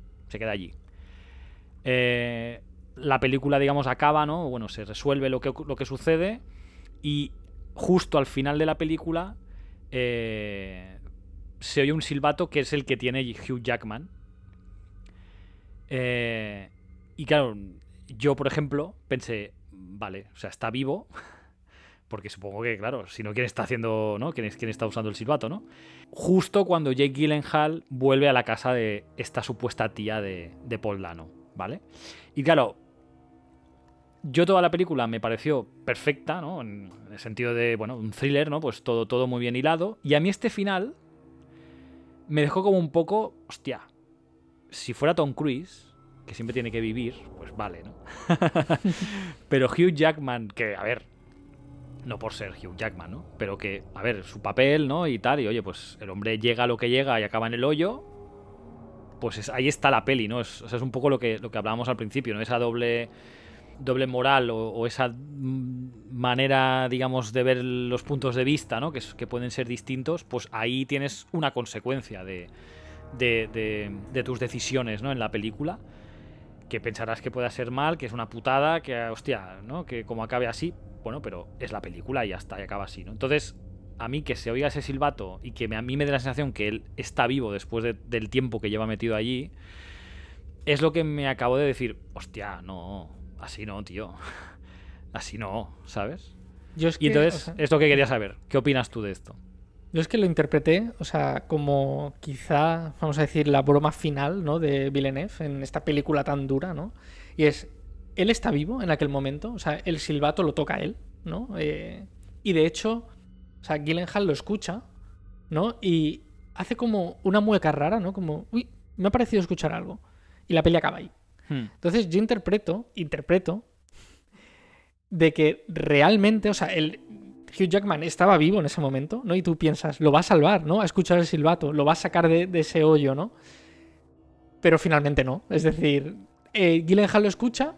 La película, digamos, acaba, ¿no? Bueno, se resuelve lo que sucede. Y justo al final de la película se oye un silbato que es el que tiene Hugh Jackman. Y claro, yo, por ejemplo, pensé, vale, o sea, está vivo. Porque supongo que, claro, si no, ¿quién está haciendo, ¿no? ¿Quién está usando el silbato, no? Justo cuando Jake Gyllenhaal vuelve a la casa de esta supuesta tía de Paul Dano, ¿vale? Y claro, yo toda la película me pareció perfecta, ¿no? En el sentido de, bueno, un thriller, ¿no? Pues todo muy bien hilado. Y a mí este final me dejó como un poco, hostia, si fuera Tom Cruise, que siempre tiene que vivir, pues vale, ¿no? Pero Hugh Jackman, que, a ver, no por ser Hugh Jackman, ¿no? Pero que, a ver, su papel, ¿no? Y tal, y oye, pues el hombre llega a lo que llega y acaba en el hoyo, pues ahí está la peli, ¿no? O sea, es un poco lo que hablábamos al principio, ¿no? Esa doble moral o esa manera, digamos, de ver los puntos de vista, ¿no? Que pueden ser distintos, pues ahí tienes una consecuencia de tus decisiones, ¿no? En la película, que pensarás que pueda ser mal, que es una putada, que, hostia, ¿no? Que como acabe así, bueno, pero es la película y ya está, y acaba así, ¿no? Entonces, a mí que se oiga ese silbato y que a mí me dé la sensación que él está vivo después del tiempo que lleva metido allí, es lo que me acabo de decir, hostia, no, así no, tío. Así no, ¿sabes? Yo es que, y entonces, es lo que quería saber. ¿Qué opinas tú de esto? Yo es que lo interpreté, o sea, como quizá, vamos a decir, la broma final, ¿no? De Villeneuve en esta película tan dura, ¿no? Y es, él está vivo en aquel momento, o sea, el silbato lo toca a él, ¿no? Y de hecho, o sea, Gyllenhaal lo escucha, ¿no? Y hace como una mueca rara, ¿no? Como, uy, me ha parecido escuchar algo. Y la peli acaba ahí. Entonces yo interpreto de que realmente, o sea, el Hugh Jackman estaba vivo en ese momento, ¿no? Y tú piensas, lo va a salvar, ¿no? A escuchar el silbato, lo va a sacar de ese hoyo, ¿no? Pero finalmente no. Es decir, Gyllenhaal lo escucha,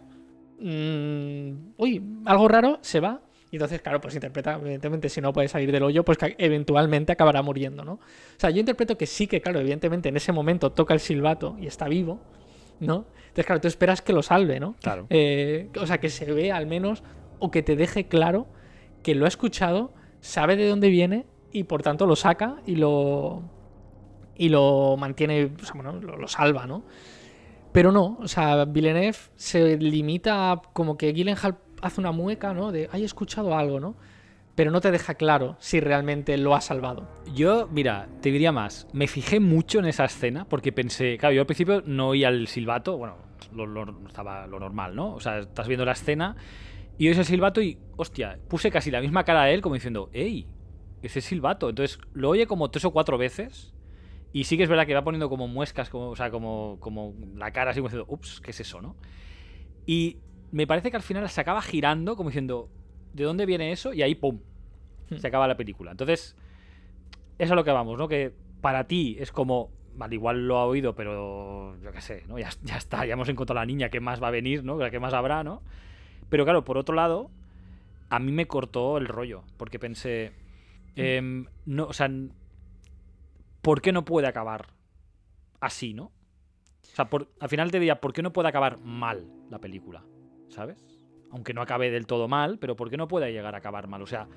uy, algo raro, se va. Y entonces, claro, pues interpreta, evidentemente, si no puede salir del hoyo, pues que eventualmente acabará muriendo, ¿no? O sea, yo interpreto que sí que, claro, evidentemente en ese momento toca el silbato y está vivo, ¿no? Entonces, claro, tú esperas que lo salve, ¿no? Claro. O sea, que se vea al menos, o que te deje claro que lo ha escuchado, sabe de dónde viene y por tanto lo saca y lo mantiene, o sea, bueno, lo salva, ¿no? Pero no, o sea, Villeneuve se limita a como que Gyllenhaal hace una mueca, ¿no? De, he escuchado algo, ¿no? Pero no te deja claro si realmente lo ha salvado. Yo, mira, te diría más. Me fijé mucho en esa escena porque pensé, claro, yo al principio no oía el silbato, bueno, estaba lo normal, ¿no? O sea, estás viendo la escena y oyes el silbato y, hostia, puse casi la misma cara a él como diciendo, ¡ey! Ese silbato. Entonces lo oye como 3 o 4 veces y sí que es verdad que va poniendo como muescas, como, o sea, como la cara así como diciendo, ups, ¿qué es eso, no? Y me parece que al final se acaba girando como diciendo, ¿de dónde viene eso? Y ahí, ¡pum!, se acaba la película. Entonces, eso es a lo que vamos, ¿no? Que para ti es como, vale, igual lo ha oído, pero yo qué sé, ¿no? Ya está, ya hemos encontrado a la niña, ¿qué más va a venir, ¿no? ¿Qué más habrá, no? Pero claro, por otro lado, a mí me cortó el rollo, porque pensé, no, o sea, ¿por qué no puede acabar así, no? O sea, al final te diría, ¿por qué no puede acabar mal la película? ¿Sabes? Aunque no acabe del todo mal, pero ¿por qué no puede llegar a acabar mal? O sea,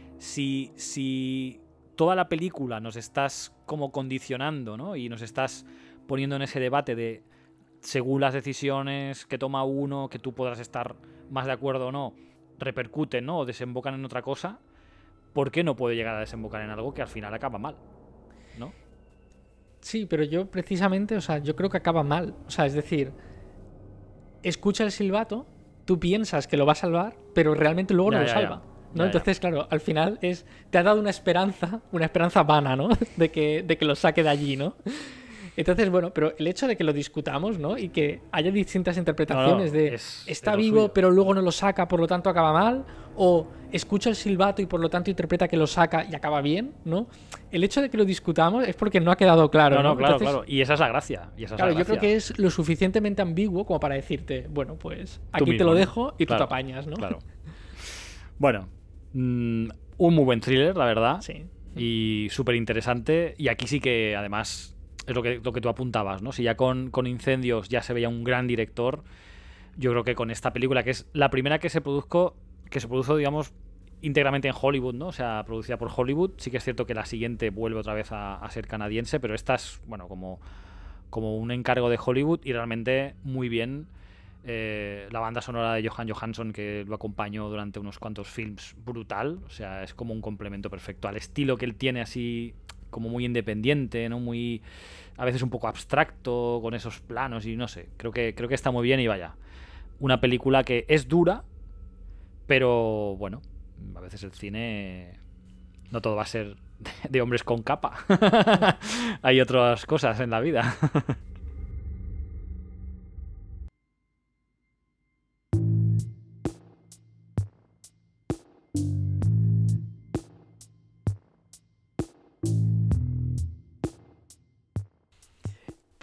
si toda la película nos estás como condicionando, ¿no? Y nos estás poniendo en ese debate de, según las decisiones que toma uno, que tú podrás estar más de acuerdo o no, repercuten, ¿no? O desembocan en otra cosa, ¿por qué no puede llegar a desembocar en algo que al final acaba mal? ¿No? Sí, pero yo precisamente, o sea, yo creo que acaba mal. O sea, es decir, escucha el silbato, tú piensas que lo va a salvar, pero realmente luego no lo salva. ¿no? Entonces, claro, al final te ha dado una esperanza vana, ¿no? de que lo saque de allí, ¿no? Entonces, bueno, pero el hecho de que lo discutamos, ¿no? Y que haya distintas interpretaciones está vivo, suyo, pero luego no lo saca, por lo tanto acaba mal, o escucha el silbato y por lo tanto interpreta que lo saca y acaba bien, ¿no? El hecho de que lo discutamos es porque no ha quedado claro, ¿no? Claro, entonces, claro. Y esa es la gracia. Claro, yo creo que es lo suficientemente ambiguo como para decirte, bueno, pues aquí mismo, te lo dejo y tú te apañas, ¿no? Claro. Bueno, un muy buen thriller, la verdad. Sí. Y súper interesante. Y aquí sí que, además, es lo que tú apuntabas, ¿no? Si ya con Incendios ya se veía un gran director, yo creo que con esta película, que es la primera que se produjo, digamos, íntegramente en Hollywood, ¿no? O sea, producida por Hollywood. Sí que es cierto que la siguiente vuelve otra vez a ser canadiense, pero esta es, bueno, como un encargo de Hollywood y realmente muy bien. La banda sonora de Johan Johansson, que lo acompañó durante unos cuantos films, brutal. O sea, es como un complemento perfecto al estilo que él tiene, así como muy independiente, ¿no? Muy, a veces un poco abstracto, con esos planos y no sé. Creo que está muy bien y vaya. Una película que es dura, pero bueno, a veces el cine no todo va a ser de hombres con capa. Hay otras cosas en la vida.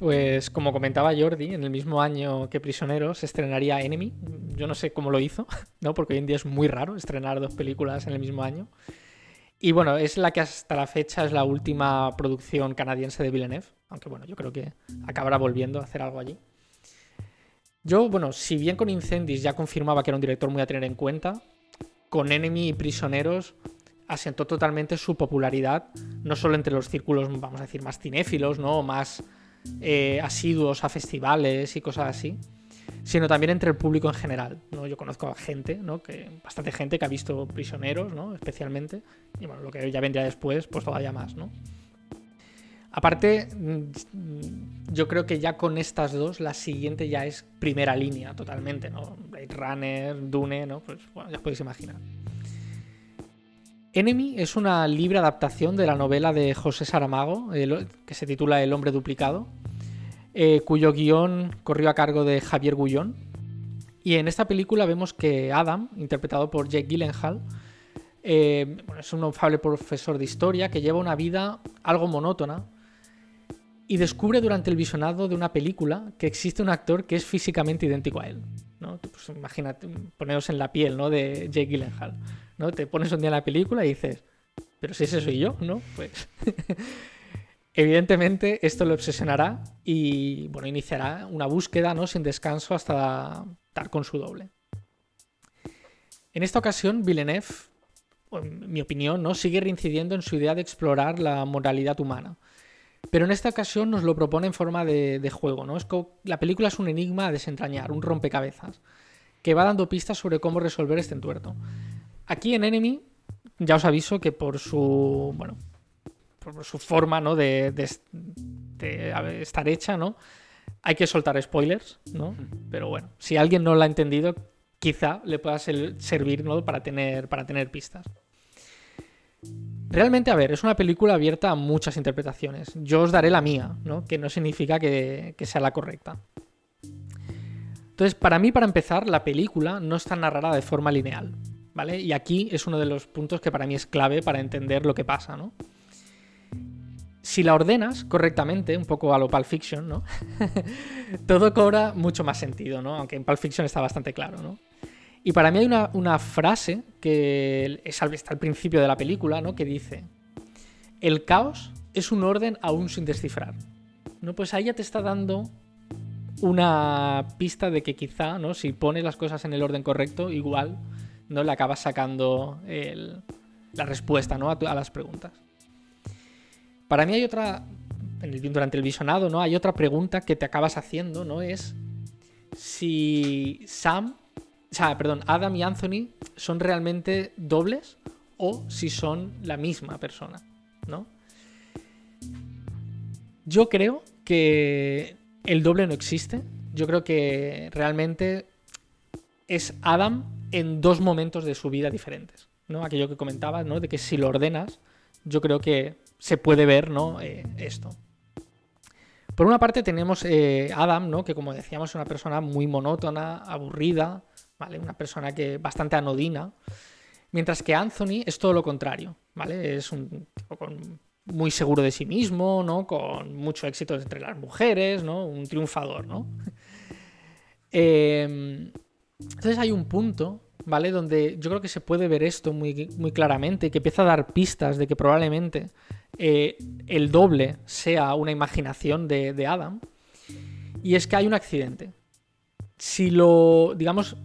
Pues como comentaba Jordi, en el mismo año que Prisioneros se estrenaría Enemy. Yo no sé cómo lo hizo, ¿no? Porque hoy en día es muy raro estrenar dos películas en el mismo año. Y bueno, es la que hasta la fecha es la última producción canadiense de Villeneuve. Aunque bueno, yo creo que acabará volviendo a hacer algo allí. Yo, bueno, si bien con Incendies ya confirmaba que era un director muy a tener en cuenta, con Enemy y Prisioneros asentó totalmente su popularidad, no solo entre los círculos, vamos a decir, más cinéfilos, ¿no? O más asiduos a festivales y cosas así, sino también entre el público en general, ¿no? Yo conozco a gente, ¿no? Bastante gente que ha visto Prisioneros, ¿no? Especialmente, y bueno, lo que ya vendría después, pues todavía más, ¿no? Aparte, yo creo que ya con estas dos, la siguiente ya es primera línea totalmente, ¿no? Blade Runner, Dune, ¿no? Pues bueno, ya os podéis imaginar. Enemy es una libre adaptación de la novela de José Saramago, que se titula El hombre duplicado, cuyo guión corrió a cargo de Javier Gullón. Y en esta película vemos que Adam, interpretado por Jake Gyllenhaal, es un notable profesor de historia que lleva una vida algo monótona y descubre durante el visionado de una película que existe un actor que es físicamente idéntico a él, ¿no? Pues imagínate, poneros en la piel, ¿no? De Jake Gyllenhaal, ¿no? Te pones un día en la película y dices, pero si ese soy yo, ¿no? Pues evidentemente esto lo obsesionará y bueno, iniciará una búsqueda, ¿no? Sin descanso hasta dar con su doble. En esta ocasión, Villeneuve, en mi opinión, ¿no? Sigue reincidiendo en su idea de explorar la moralidad humana. Pero en esta ocasión nos lo propone en forma de juego, ¿no? La película es un enigma a desentrañar, un rompecabezas, que va dando pistas sobre cómo resolver este entuerto. Aquí en Enemy, ya os aviso que por su forma, ¿no? de estar hecha, ¿no? Hay que soltar spoilers, ¿no? Pero bueno, si alguien no lo ha entendido, quizá le pueda servir, ¿no? para tener pistas. Realmente, a ver, es una película abierta a muchas interpretaciones. Yo os daré la mía, ¿no? Que no significa que sea la correcta. Entonces, para mí, para empezar, la película no está narrada de forma lineal, ¿vale? Y aquí es uno de los puntos que para mí es clave para entender lo que pasa, ¿no? Si la ordenas correctamente, un poco a lo Pulp Fiction, ¿no? Todo cobra mucho más sentido, ¿no? Aunque en Pulp Fiction está bastante claro, ¿no? Y para mí hay una frase que está al principio de la película, ¿no? Que dice: el caos es un orden aún sin descifrar, ¿no? Pues ahí ya te está dando una pista de que quizá, ¿no? Si pones las cosas en el orden correcto, igual, ¿no? Le acabas sacando la respuesta, ¿no? a las preguntas. Para mí hay otra, durante el visionado, ¿no? Hay otra pregunta que te acabas haciendo, ¿no? Es si Adam y Anthony son realmente dobles o si son la misma persona, ¿no? Yo creo que el doble no existe. Yo creo que realmente es Adam en dos momentos de su vida diferentes, ¿no? Aquello que comentabas, ¿no? De que si lo ordenas, yo creo que se puede ver, ¿no? Esto. Por una parte tenemos Adam, ¿no? Que como decíamos es una persona muy monótona, aburrida, ¿vale? Una persona que bastante anodina. Mientras que Anthony es todo lo contrario, ¿vale? Es un tipo muy seguro de sí mismo, ¿no? Con mucho éxito entre las mujeres, ¿no? Un triunfador, ¿no? Entonces hay un punto, ¿vale? Donde yo creo que se puede ver esto muy, muy claramente, que empieza a dar pistas de que probablemente el doble sea una imaginación de Adam. Y es que hay un accidente. Si lo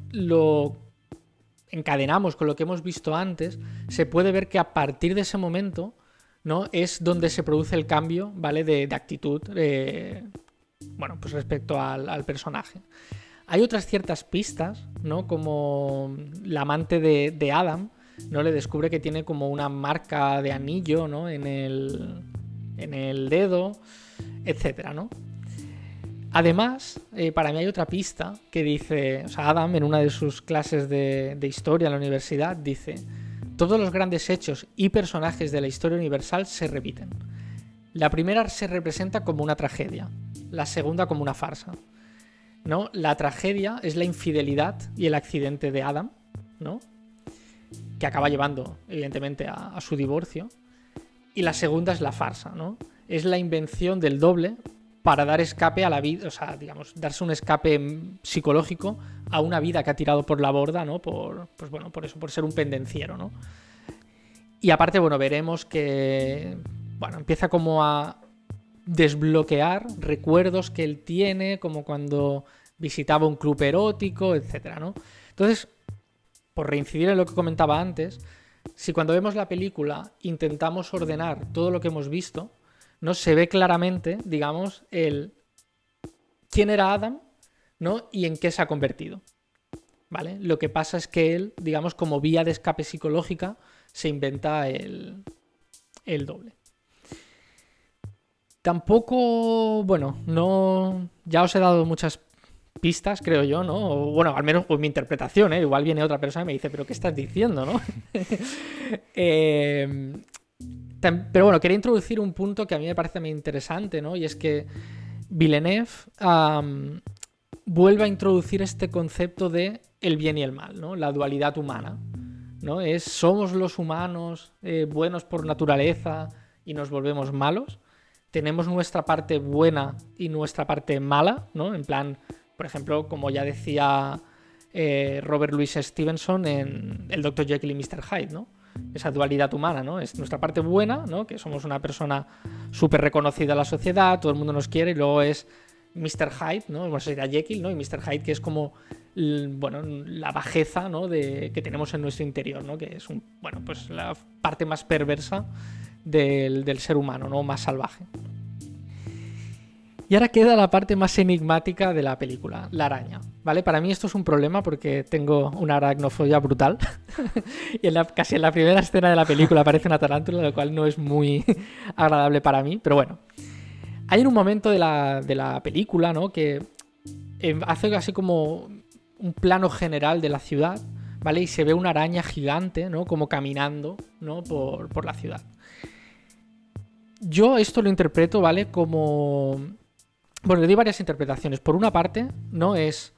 encadenamos con lo que hemos visto antes, se puede ver que a partir de ese momento, ¿no? Es donde se produce el cambio, ¿vale? De actitud, pues respecto al personaje. Hay otras ciertas pistas, ¿no? Como la amante de Adam, ¿no? Le descubre que tiene como una marca de anillo, ¿no? en el dedo, etcétera, ¿no? Además, para mí hay otra pista que dice, o sea, Adam en una de sus clases de historia en la universidad dice: todos los grandes hechos y personajes de la historia universal se repiten. La primera se representa como una tragedia, la segunda como una farsa, ¿no? La tragedia es la infidelidad y el accidente de Adam, ¿no? Que acaba llevando, evidentemente, a su divorcio. Y la segunda es la farsa, ¿no? Es la invención del doble para dar escape a la vida, o sea, digamos, darse un escape psicológico a una vida que ha tirado por la borda, ¿no? Pues bueno, por eso, por ser un pendenciero, ¿no? Y aparte, bueno, veremos que, bueno, empieza como a desbloquear recuerdos que él tiene, como cuando visitaba un club erótico, etcétera, ¿no? Entonces, por reincidir en lo que comentaba antes, si cuando vemos la película intentamos ordenar todo lo que hemos visto, ¿no? Se ve claramente, digamos, quién era Adam, ¿no? Y en qué se ha convertido, ¿vale? Lo que pasa es que él, digamos, como vía de escape psicológica, se inventa el doble. Tampoco, bueno, no, ya os he dado muchas pistas, creo yo, ¿no? O, bueno, al menos por mi interpretación, ¿eh? Igual viene otra persona y me dice, ¿pero qué estás diciendo, no? Pero bueno, quería introducir un punto que a mí me parece muy interesante, ¿no? Y es que Villeneuve vuelve a introducir este concepto de el bien y el mal, ¿no? La dualidad humana, ¿no? Somos los humanos buenos por naturaleza y nos volvemos malos. Tenemos nuestra parte buena y nuestra parte mala, ¿no? En plan, por ejemplo, como ya decía Robert Louis Stevenson en El Dr. Jekyll y Mr. Hyde, ¿no? Esa dualidad humana, ¿no? Es nuestra parte buena, ¿no? Que somos una persona súper reconocida en la sociedad, todo el mundo nos quiere, y luego es Mr. Hyde, ¿no? Bueno, sería Jekyll, ¿no? Y Mr. Hyde, que es como, bueno, la bajeza, ¿no? Que tenemos en nuestro interior, ¿no? Que es bueno, pues la parte más perversa del ser humano, ¿no? Más salvaje. Y ahora queda la parte más enigmática de la película, la araña, ¿vale? Para mí esto es un problema porque tengo una aracnofobia brutal y casi en la primera escena de la película aparece una tarántula, lo cual no es muy agradable para mí, pero bueno. Hay un momento de la película, ¿no? Que hace así como un plano general de la ciudad, ¿vale? Y se ve una araña gigante, ¿no? Como caminando, ¿no? Por la ciudad. Yo esto lo interpreto, ¿vale? Como... Bueno, le doy varias interpretaciones. Por una parte, ¿no? Es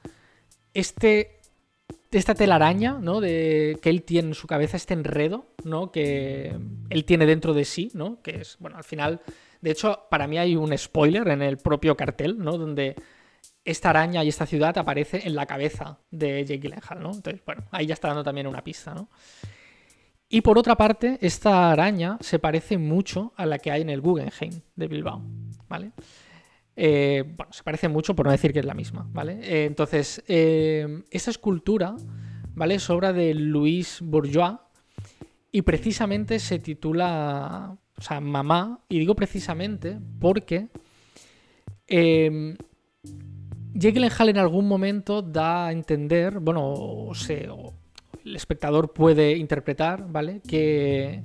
esta telaraña, ¿no? Que él tiene en su cabeza, este enredo, ¿no? Que él tiene dentro de sí, ¿no? Que es, bueno, al final... De hecho, para mí hay un spoiler en el propio cartel, ¿no? Donde esta araña y esta ciudad aparece en la cabeza de Jake Gyllenhaal, ¿no? Entonces, bueno, ahí ya está dando también una pista, ¿no? Y por otra parte, esta araña se parece mucho a la que hay en el Guggenheim de Bilbao, ¿vale? Bueno, se parece mucho por no decir que es la misma, ¿vale? Entonces, esta escultura, ¿vale? Es obra de Louis Bourgeois y precisamente se titula, o sea, Mamá, y digo precisamente porque Jake Gyllenhaal en algún momento da a entender, bueno, o el espectador puede interpretar, ¿vale? Que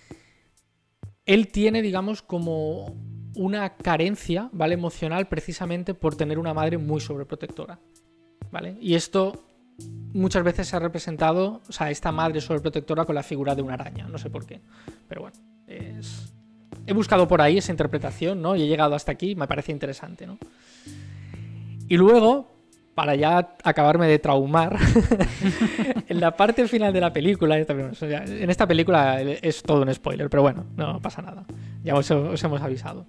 él tiene, digamos, como una carencia, ¿vale? Emocional precisamente por tener una madre muy sobreprotectora, ¿vale? Y esto muchas veces se ha representado, o sea, esta madre sobreprotectora con la figura de una araña, no sé por qué, pero bueno, he buscado por ahí esa interpretación, ¿no? Y he llegado hasta aquí, me parece interesante, ¿no? Y luego, para ya acabarme de traumar, en la parte final de la película, en esta película es todo un spoiler, pero bueno, no pasa nada, ya os hemos avisado.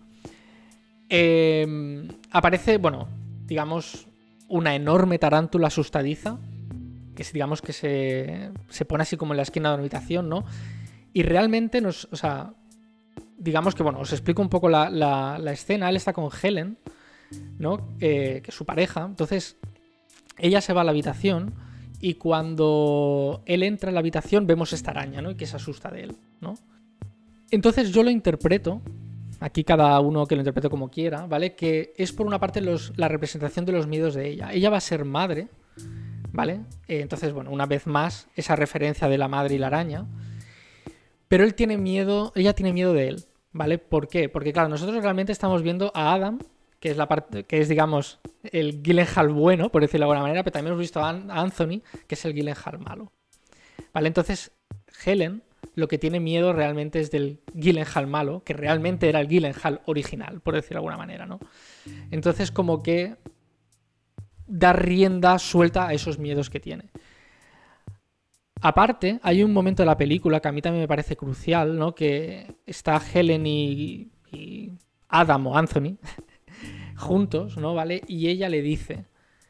Aparece, bueno, digamos, una enorme tarántula asustadiza, que digamos que se pone así como en la esquina de una habitación, ¿no? Y realmente o sea, digamos que, bueno, os explico un poco la escena. Él está con Helen, ¿no? Que es su pareja. Entonces, ella se va a la habitación y cuando él entra en la habitación vemos esta araña, ¿no? Y que se asusta de él, ¿no? Entonces yo lo interpreto, aquí cada uno que lo interprete como quiera, ¿vale? Que es por una parte la representación de los miedos de ella. Ella va a ser madre, ¿vale? Entonces, bueno, una vez más, esa referencia de la madre y la araña. Pero ella tiene miedo de él, ¿vale? ¿Por qué? Porque, claro, nosotros realmente estamos viendo a Adam, que es la parte, que es, digamos, el Gyllenhaal bueno, por decirlo de alguna manera, pero también hemos visto a Anthony, que es el Gyllenhaal malo, ¿vale? Entonces, Helen lo que tiene miedo realmente es del Gyllenhaal malo, que realmente era el Gyllenhaal original, por decirlo de alguna manera, ¿no? Entonces, como que da rienda suelta a esos miedos que tiene. Aparte, hay un momento de la película que a mí también me parece crucial, ¿no? Que está Helen y Adam o Anthony juntos, ¿no? ¿Vale? Y ella le dice,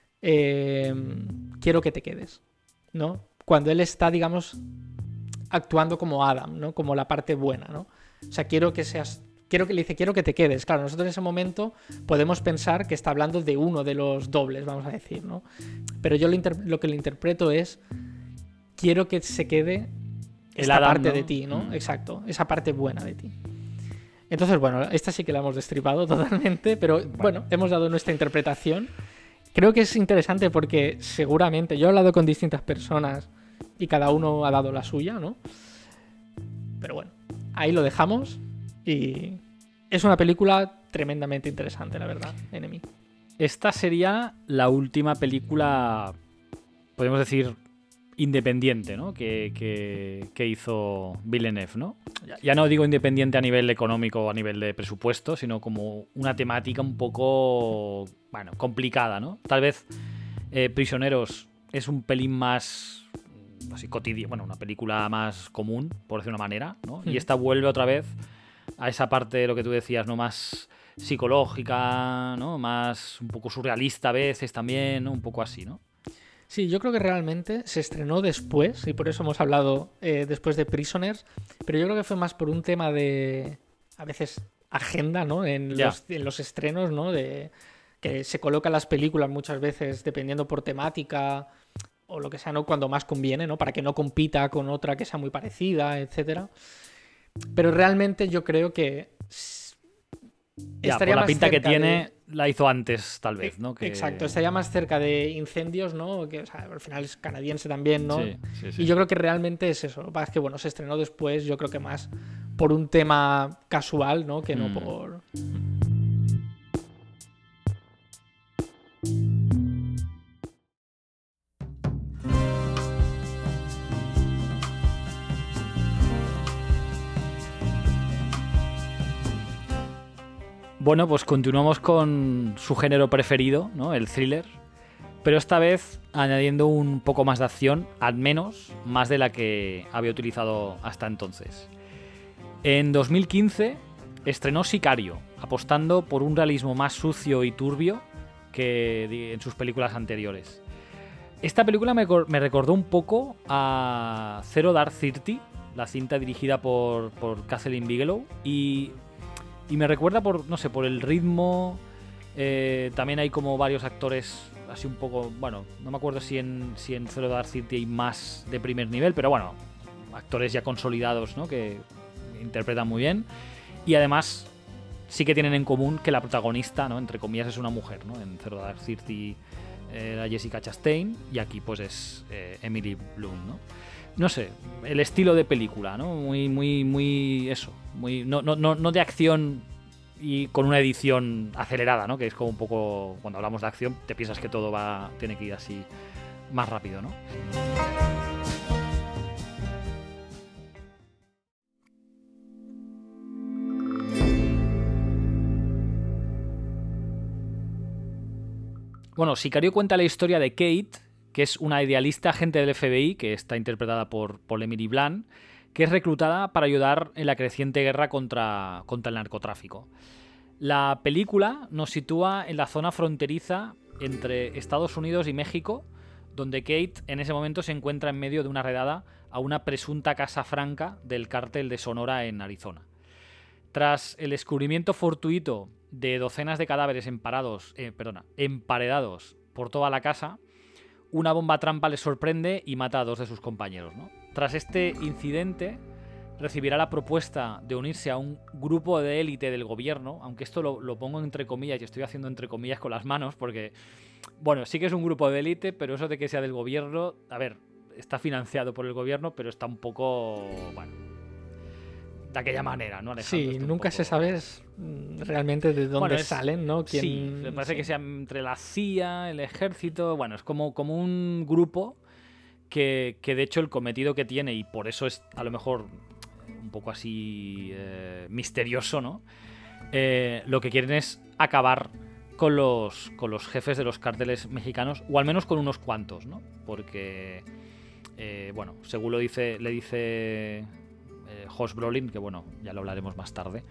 quiero que te quedes, ¿no? Cuando él está, digamos, actuando como Adam, ¿no? Como la parte buena, ¿no? O sea, quiero que le dice, quiero que te quedes. Claro, nosotros en ese momento podemos pensar que está hablando de uno de los dobles, vamos a decir, ¿no? Pero yo lo que le interpreto es, quiero que se quede esta Adam, parte, ¿no?, de ti, ¿no? Mm. Exacto, esa parte buena de ti. Entonces, bueno, esta sí que la hemos destripado totalmente, pero bueno, hemos dado nuestra interpretación. Creo que es interesante porque seguramente yo he hablado con distintas personas y cada uno ha dado la suya, ¿no? Pero bueno, ahí lo dejamos y es una película tremendamente interesante, la verdad, Enemy. Esta sería la última película, podemos decir, independiente, ¿no? que hizo Villeneuve, ¿no? Ya no digo independiente a nivel económico o a nivel de presupuesto, sino como una temática un poco, bueno, complicada, ¿no? Tal vez Prisioneros es un pelín más así cotidiano, bueno, una película más común, por decir una manera, ¿no? Y esta vuelve otra vez a esa parte de lo que tú decías, ¿no? Más psicológica, ¿no? Más un poco surrealista a veces también, ¿no? Un poco así, ¿no? Sí, yo creo que realmente se estrenó después, y por eso hemos hablado después de Prisoners, pero yo creo que fue más por un tema de, a veces, agenda, ¿no? En los estrenos, ¿no? De que se colocan las películas muchas veces dependiendo por temática o lo que sea, ¿no? Cuando más conviene, ¿no? Para que no compita con otra que sea muy parecida, etcétera. Pero realmente yo creo que por la pinta que tiene, la hizo antes, tal vez, ¿no? Exacto, estaría más cerca de Incendios, ¿no? Que, o sea, al final es canadiense también, ¿no? Sí. Y yo creo que realmente es eso. Lo que pasa es que, bueno, se estrenó después, yo creo que más por un tema casual, ¿no? Que no por... Bueno, pues continuamos con su género preferido, ¿no? El thriller. Pero esta vez añadiendo un poco más de acción, al menos más de la que había utilizado hasta entonces. En 2015 estrenó Sicario, apostando por un realismo más sucio y turbio que en sus películas anteriores. Esta película me recordó un poco a Zero Dark Thirty, la cinta dirigida por Kathryn Bigelow, y me recuerda por, no sé, por el ritmo. También hay como varios actores así un poco, bueno, no me acuerdo si en Zero Dark Thirty hay más de primer nivel, pero bueno, actores ya consolidados, ¿no? Que interpretan muy bien. Y además sí que tienen en común que la protagonista, ¿no? Entre comillas, es una mujer, ¿no? En Zero Dark Thirty era Jessica Chastain y aquí pues es Emily Blunt, ¿no? No sé, el estilo de película, ¿no? Muy eso, muy no de acción y con una edición acelerada, ¿no? Que es como un poco, cuando hablamos de acción, te piensas que todo tiene que ir así más rápido, ¿no? Bueno, Sicario cuenta la historia de Kate, que es una idealista agente del FBI, que está interpretada por Emily Blunt, que es reclutada para ayudar en la creciente guerra contra el narcotráfico. La película nos sitúa en la zona fronteriza entre Estados Unidos y México, donde Kate en ese momento se encuentra en medio de una redada a una presunta casa franca del cártel de Sonora en Arizona. Tras el descubrimiento fortuito de docenas de cadáveres emparedados por toda la casa, una bomba trampa les sorprende y mata a 2 de sus compañeros, ¿no? Tras este incidente, recibirá la propuesta de unirse a un grupo de élite del gobierno, aunque esto lo pongo entre comillas y estoy haciendo entre comillas con las manos, porque, bueno, sí que es un grupo de élite, pero eso de que sea del gobierno, a ver, está financiado por el gobierno, pero está un poco, bueno, de aquella manera, ¿no, Alejandro? Sí, nunca se sabe realmente de dónde salen, ¿no? ¿Quién... Sí, me parece que sea entre la CIA, el ejército, bueno, es como un grupo que de hecho el cometido que tiene, y por eso es a lo mejor un poco así misterioso, ¿no? Lo que quieren es acabar con los jefes de los cárteles mexicanos, o al menos con unos cuantos, ¿no? Porque, bueno, según le dice Josh Brolin, que bueno, ya lo hablaremos más tarde,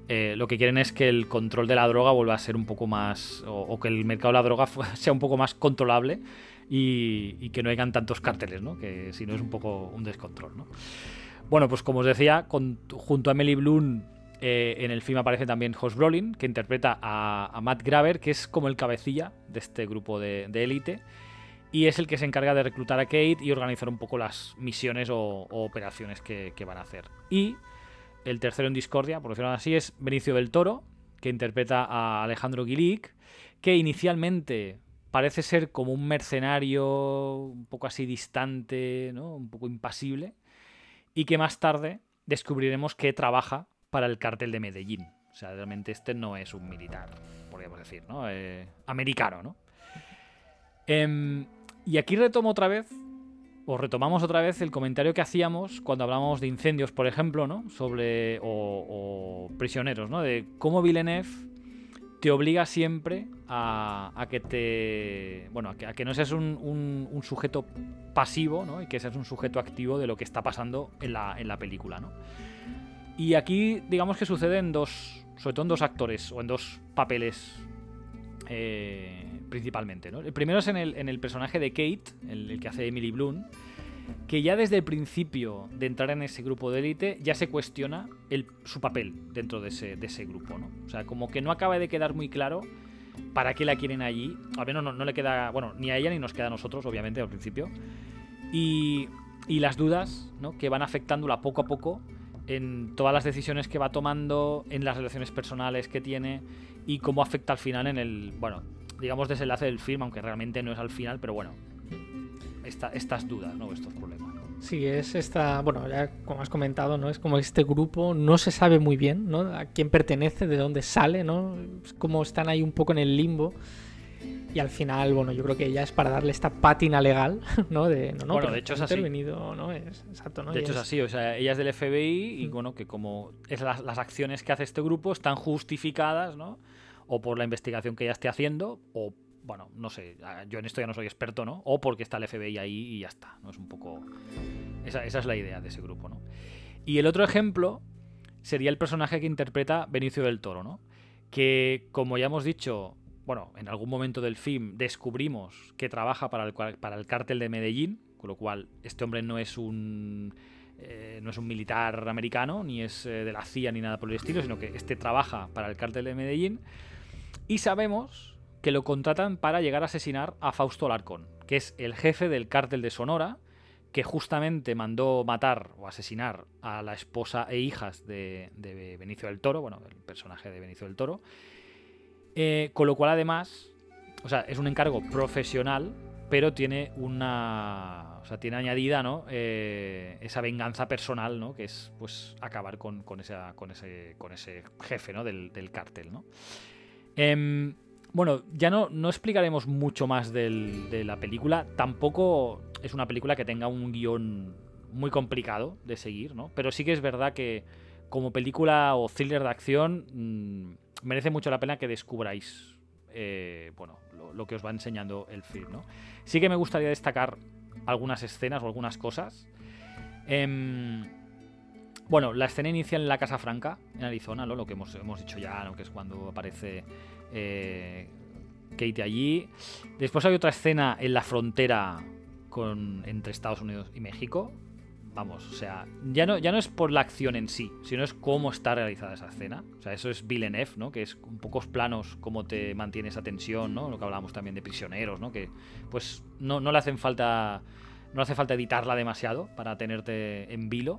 lo que quieren es que el control de la droga vuelva a ser un poco más, o que el mercado de la droga sea un poco más controlable y que no hayan tantos cárteles, ¿no? Que si no es un poco un descontrol, ¿no? Bueno, pues como os decía, junto a Emily Blunt en el film aparece también Josh Brolin, que interpreta a Matt Graver, que es como el cabecilla de este grupo de élite, y es el que se encarga de reclutar a Kate y organizar un poco las misiones o operaciones que van a hacer. Y el tercero en discordia, por decirlo así, es Benicio del Toro, que interpreta a Alejandro Guilic, que inicialmente parece ser como un mercenario un poco así distante, ¿no? Un poco impasible, y que más tarde descubriremos que trabaja para el cártel de Medellín. O sea, realmente este no es un militar, podríamos decir, ¿no? Americano, ¿no? Y aquí retomamos otra vez el comentario que hacíamos cuando hablábamos de incendios, por ejemplo, ¿no? Sobre o prisioneros, ¿no? De cómo Villeneuve te obliga siempre a que no seas un sujeto pasivo, ¿no? Y que seas un sujeto activo de lo que está pasando en la película, ¿no? Y aquí, digamos que sucede sobre todo en dos actores o en dos papeles principalmente, ¿no? El primero es en el personaje de Kate, el que hace Emily Blunt, que ya desde el principio de entrar en ese grupo de élite ya se cuestiona su papel dentro de ese grupo, ¿no? O sea, como que no acaba de quedar muy claro para qué la quieren allí. Al menos no le queda, bueno, ni a ella ni nos queda a nosotros, obviamente, al principio. Y las dudas, ¿no? Que van afectándola poco a poco en todas las decisiones que va tomando, en las relaciones personales que tiene y cómo afecta al final en el, bueno, digamos desenlace del film, aunque realmente no es al final, pero bueno, estas dudas, ¿no? Estos problemas. Sí, es esta, bueno, ya como has comentado, ¿no? Es como este grupo, no se sabe muy bien, ¿no? A quién pertenece, de dónde sale, ¿no? Es como están ahí un poco en el limbo. Y al final, bueno, yo creo que ella es para darle esta pátina legal, ¿no? Bueno, de hecho es así. ¿No? Exacto, ¿no? De hecho es así, o sea, ella es del FBI y bueno, que como las acciones que hace este grupo están justificadas, ¿no? O por la investigación que ella esté haciendo, o, bueno, no sé, yo en esto ya no soy experto, ¿no? O porque está el FBI ahí y ya está, ¿no? Es un poco... Esa es la idea de ese grupo, ¿no? Y el otro ejemplo sería el personaje que interpreta Benicio del Toro, ¿no? Que, como ya hemos dicho... Bueno, en algún momento del film descubrimos que trabaja para el cártel de Medellín, con lo cual este hombre no es un militar americano, ni es de la CIA ni nada por el estilo, sino que este trabaja para el cártel de Medellín. Y sabemos que lo contratan para llegar a asesinar a Fausto Alarcón, que es el jefe del cártel de Sonora, que justamente mandó matar o asesinar a la esposa e hijas de Benicio del Toro, bueno, el personaje de Benicio del Toro. Con lo cual, además, o sea, es un encargo profesional, pero tiene tiene añadida, ¿no? Esa venganza personal, ¿no? Que es, pues, acabar con ese jefe, ¿no? Del cártel, ¿no? Bueno, ya no explicaremos mucho más de la película. Tampoco es una película que tenga un guión muy complicado de seguir, ¿no? Pero sí que es verdad que como película o thriller de acción merece mucho la pena que descubráis lo que os va enseñando el film, ¿no? Sí que me gustaría destacar algunas escenas o algunas cosas. Bueno, la escena inicial en la Casa Franca, en Arizona, ¿no? Lo que hemos dicho ya, ¿no? Que es cuando aparece Kate allí. Después hay otra escena en la frontera entre Estados Unidos y México. Vamos, o sea, ya no es por la acción en sí, sino es cómo está realizada esa escena. O sea, eso es Villeneuve, ¿no? Que es con pocos planos cómo te mantiene esa tensión, ¿no? Lo que hablábamos también de prisioneros, ¿no? Que pues no le hacen falta... No hace falta editarla demasiado para tenerte en vilo.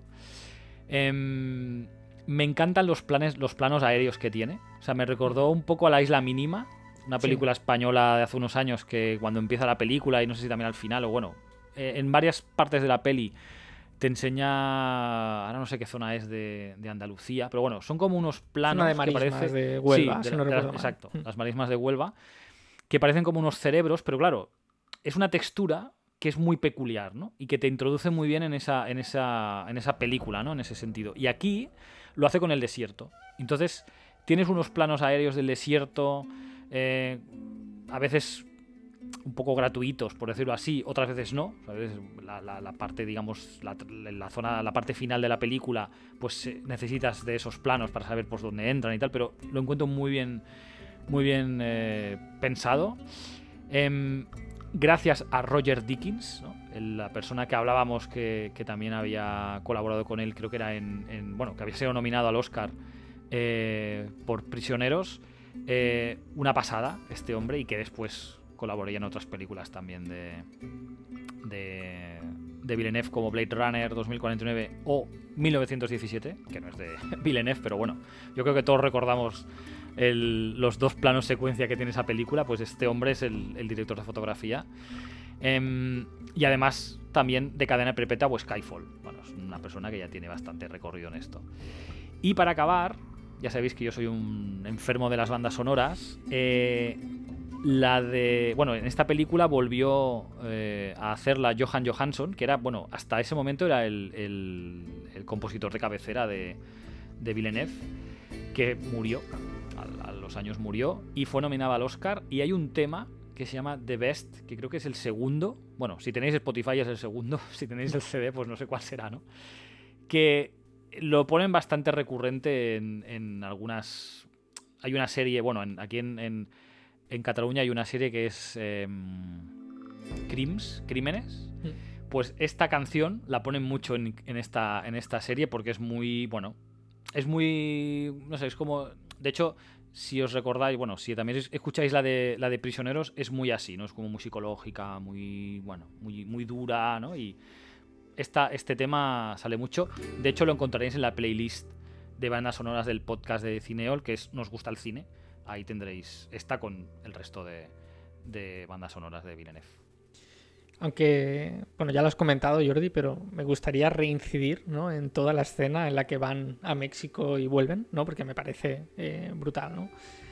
Me encantan los planos aéreos que tiene. O sea, me recordó un poco a La Isla Mínima, una película española de hace unos años que cuando empieza la película, y no sé si también al final, o bueno, en varias partes de la peli te enseña, ahora no sé qué zona es de Andalucía, pero bueno, son como unos planos zona de marismas que parece, de Huelva, sí, exacto, las marismas de Huelva, que parecen como unos cerebros, pero claro, es una textura que es muy peculiar, ¿no? Y que te introduce muy bien en esa película, ¿no? En ese sentido. Y aquí lo hace con el desierto. Entonces, tienes unos planos aéreos del desierto, a veces un poco gratuitos, por decirlo así, otras veces no, ¿sabes? La parte, digamos, la zona, la parte final de la película, pues necesitas de esos planos para saber por dónde entran y tal, pero lo encuentro muy bien pensado. Gracias a Roger Deakins, ¿no? La persona que hablábamos que también había colaborado con él, creo que era bueno, que había sido nominado al Oscar por Prisioneros. Una pasada este hombre, y que después colaboré en otras películas también de Villeneuve, como Blade Runner 2049 o 1917, que no es de Villeneuve, pero bueno, yo creo que todos recordamos los dos planos secuencia que tiene esa película. Pues este hombre es el director de fotografía, y además también de Cadena Perpetua o Skyfall. Bueno, es una persona que ya tiene bastante recorrido en esto. Y para acabar, ya sabéis que yo soy un enfermo de las bandas sonoras. Bueno, en esta película volvió a hacerla Johan Johansson, que era, bueno, hasta ese momento era el compositor de cabecera de Villeneuve, que murió, a los años murió, y fue nominado al Oscar. Y hay un tema que se llama The Best, que creo que es el segundo. Bueno, si tenéis Spotify es el segundo, si tenéis el CD pues no sé cuál será, ¿no? Que lo ponen bastante recurrente en algunas... Hay una serie, bueno, aquí en Cataluña hay una serie que es Crímenes. Pues esta canción la ponen mucho en esta serie, porque es muy, bueno, es muy, no sé, es como, de hecho, si os recordáis, bueno, si también escucháis la de Prisioneros, es muy así, ¿no? Es como muy psicológica, muy, bueno, muy dura, ¿no? Y este tema sale mucho. De hecho, lo encontraréis en la playlist de bandas sonoras del podcast de Cineol, que es Nos gusta el cine. Ahí tendréis esta con el resto de bandas sonoras de Villeneuve. Aunque, bueno, ya lo has comentado, Jordi, pero me gustaría reincidir, ¿no?, en toda la escena en la que van a México y vuelven, ¿no? Porque me parece brutal, ¿no?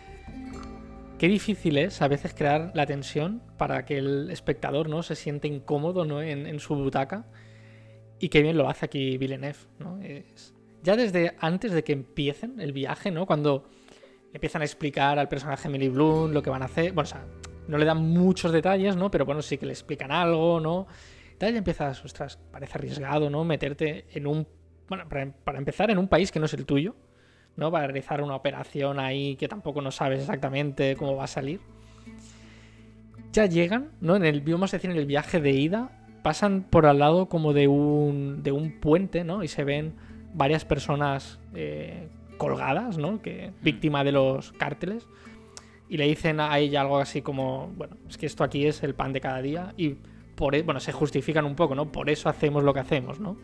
Qué difícil es a veces crear la tensión para que el espectador, ¿no?, se siente incómodo, ¿no?, en su butaca. Y qué bien lo hace aquí Villeneuve, ¿no? Ya desde antes de que empiecen el viaje, ¿no?, cuando empiezan a explicar al personaje Emily Blunt lo que van a hacer, bueno, o sea, no le dan muchos detalles, ¿no? Pero bueno, sí que le explican algo, ¿no? Entonces ya empiezas, ostras, parece arriesgado, ¿no? Meterte en un... Bueno, para empezar, en un país que no es el tuyo, ¿no? Para realizar una operación ahí que tampoco no sabes exactamente cómo va a salir. Ya llegan, ¿no? Vamos a decir, en el viaje de ida, pasan por al lado como de un puente, ¿no? Y se ven varias personas colgadas, ¿no? Víctima de los cárteles. Y le dicen a ella algo así como, bueno, es que esto aquí es el pan de cada día, y bueno, se justifican un poco, ¿no? Por eso hacemos lo que hacemos, ¿no?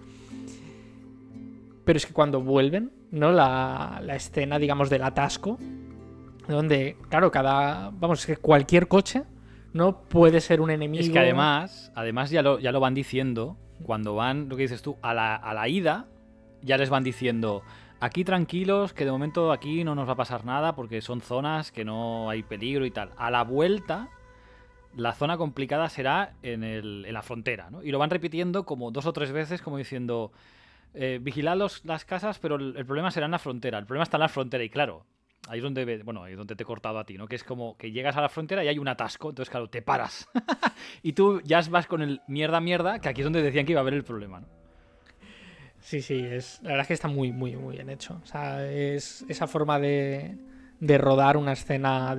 Pero es que cuando vuelven, ¿no? La escena, digamos, del atasco, donde, claro, vamos, es que cualquier coche no puede ser un enemigo. Es que además ya lo van diciendo, cuando van, lo que dices tú, a la ida, ya les van diciendo... Aquí tranquilos, que de momento aquí no nos va a pasar nada porque son zonas que no hay peligro y tal. A la vuelta, la zona complicada será en la frontera, ¿no? Y lo van repitiendo como 2 o 3 veces, como diciendo, vigilad las casas, pero el problema será en la frontera. El problema está en la frontera y claro, ahí es donde te he cortado a ti, ¿no? Que es como que llegas a la frontera y hay un atasco, entonces claro, te paras. Y tú ya vas con el mierda, que aquí es donde decían que iba a haber el problema, ¿no? Sí, la verdad es que está muy, muy, muy bien hecho. O sea, es esa forma de rodar una escena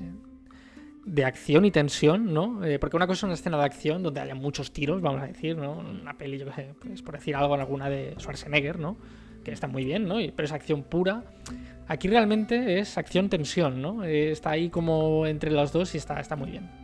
de acción y tensión, ¿no? Porque una cosa es una escena de acción donde haya muchos tiros, vamos a decir, ¿no? Una peli, yo qué sé, pues por decir algo, en alguna de Schwarzenegger, ¿no? Que está muy bien, ¿no? Pero es acción pura. Aquí realmente es acción-tensión, ¿no? Está ahí como entre los dos y está muy bien.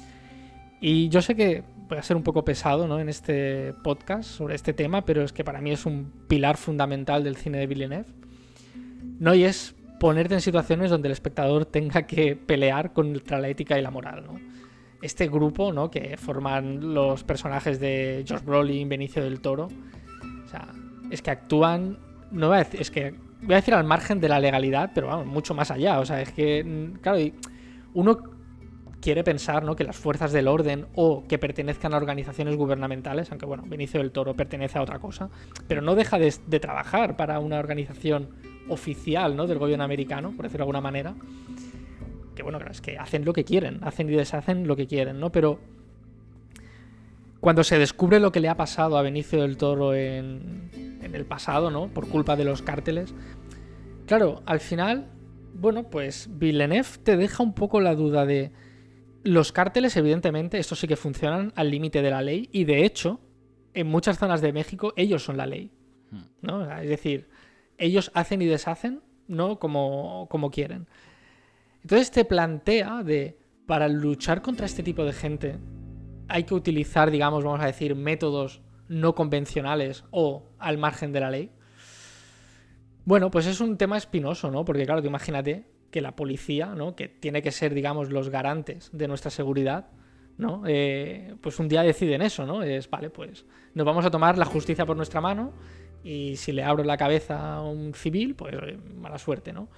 Y yo sé que voy a ser un poco pesado, ¿no?, en este podcast sobre este tema, pero es que para mí es un pilar fundamental del cine de Villeneuve, ¿no? Y es ponerte en situaciones donde el espectador tenga que pelear contra la ética y la moral, ¿no? Este grupo, ¿no?, que forman los personajes de Josh Brolin, Benicio del Toro, o sea, es que actúan, no voy a decir, es que voy a decir al margen de la legalidad, pero vamos, mucho más allá. O sea, es que, claro, uno quiere pensar, ¿no?, que las fuerzas del orden o que pertenezcan a organizaciones gubernamentales, aunque bueno, Benicio del Toro pertenece a otra cosa, pero no deja de trabajar para una organización oficial, ¿no?, del gobierno americano, por decirlo de alguna manera. que bueno, claro, es que hacen lo que quieren, hacen y deshacen lo que quieren, ¿no? Pero cuando se descubre lo que le ha pasado a Benicio del Toro en el pasado, ¿no? Por culpa de los cárteles, claro, al final, bueno, pues Villeneuve te deja un poco la duda de los cárteles, evidentemente, estos sí que funcionan al límite de la ley y de hecho, en muchas zonas de México, ellos son la ley, ¿no? Es decir, ellos hacen y deshacen, ¿no? Como quieren. Entonces te plantea para luchar contra este tipo de gente hay que utilizar, digamos, vamos a decir, métodos no convencionales o al margen de la ley. Bueno, pues es un tema espinoso, ¿no? Porque claro, tú imagínate que la policía, ¿no? Que tiene que ser, digamos, los garantes de nuestra seguridad, ¿no? Pues un día deciden eso, ¿no? Vale, pues nos vamos a tomar la justicia por nuestra mano y si le abro la cabeza a un civil, pues mala suerte, ¿no?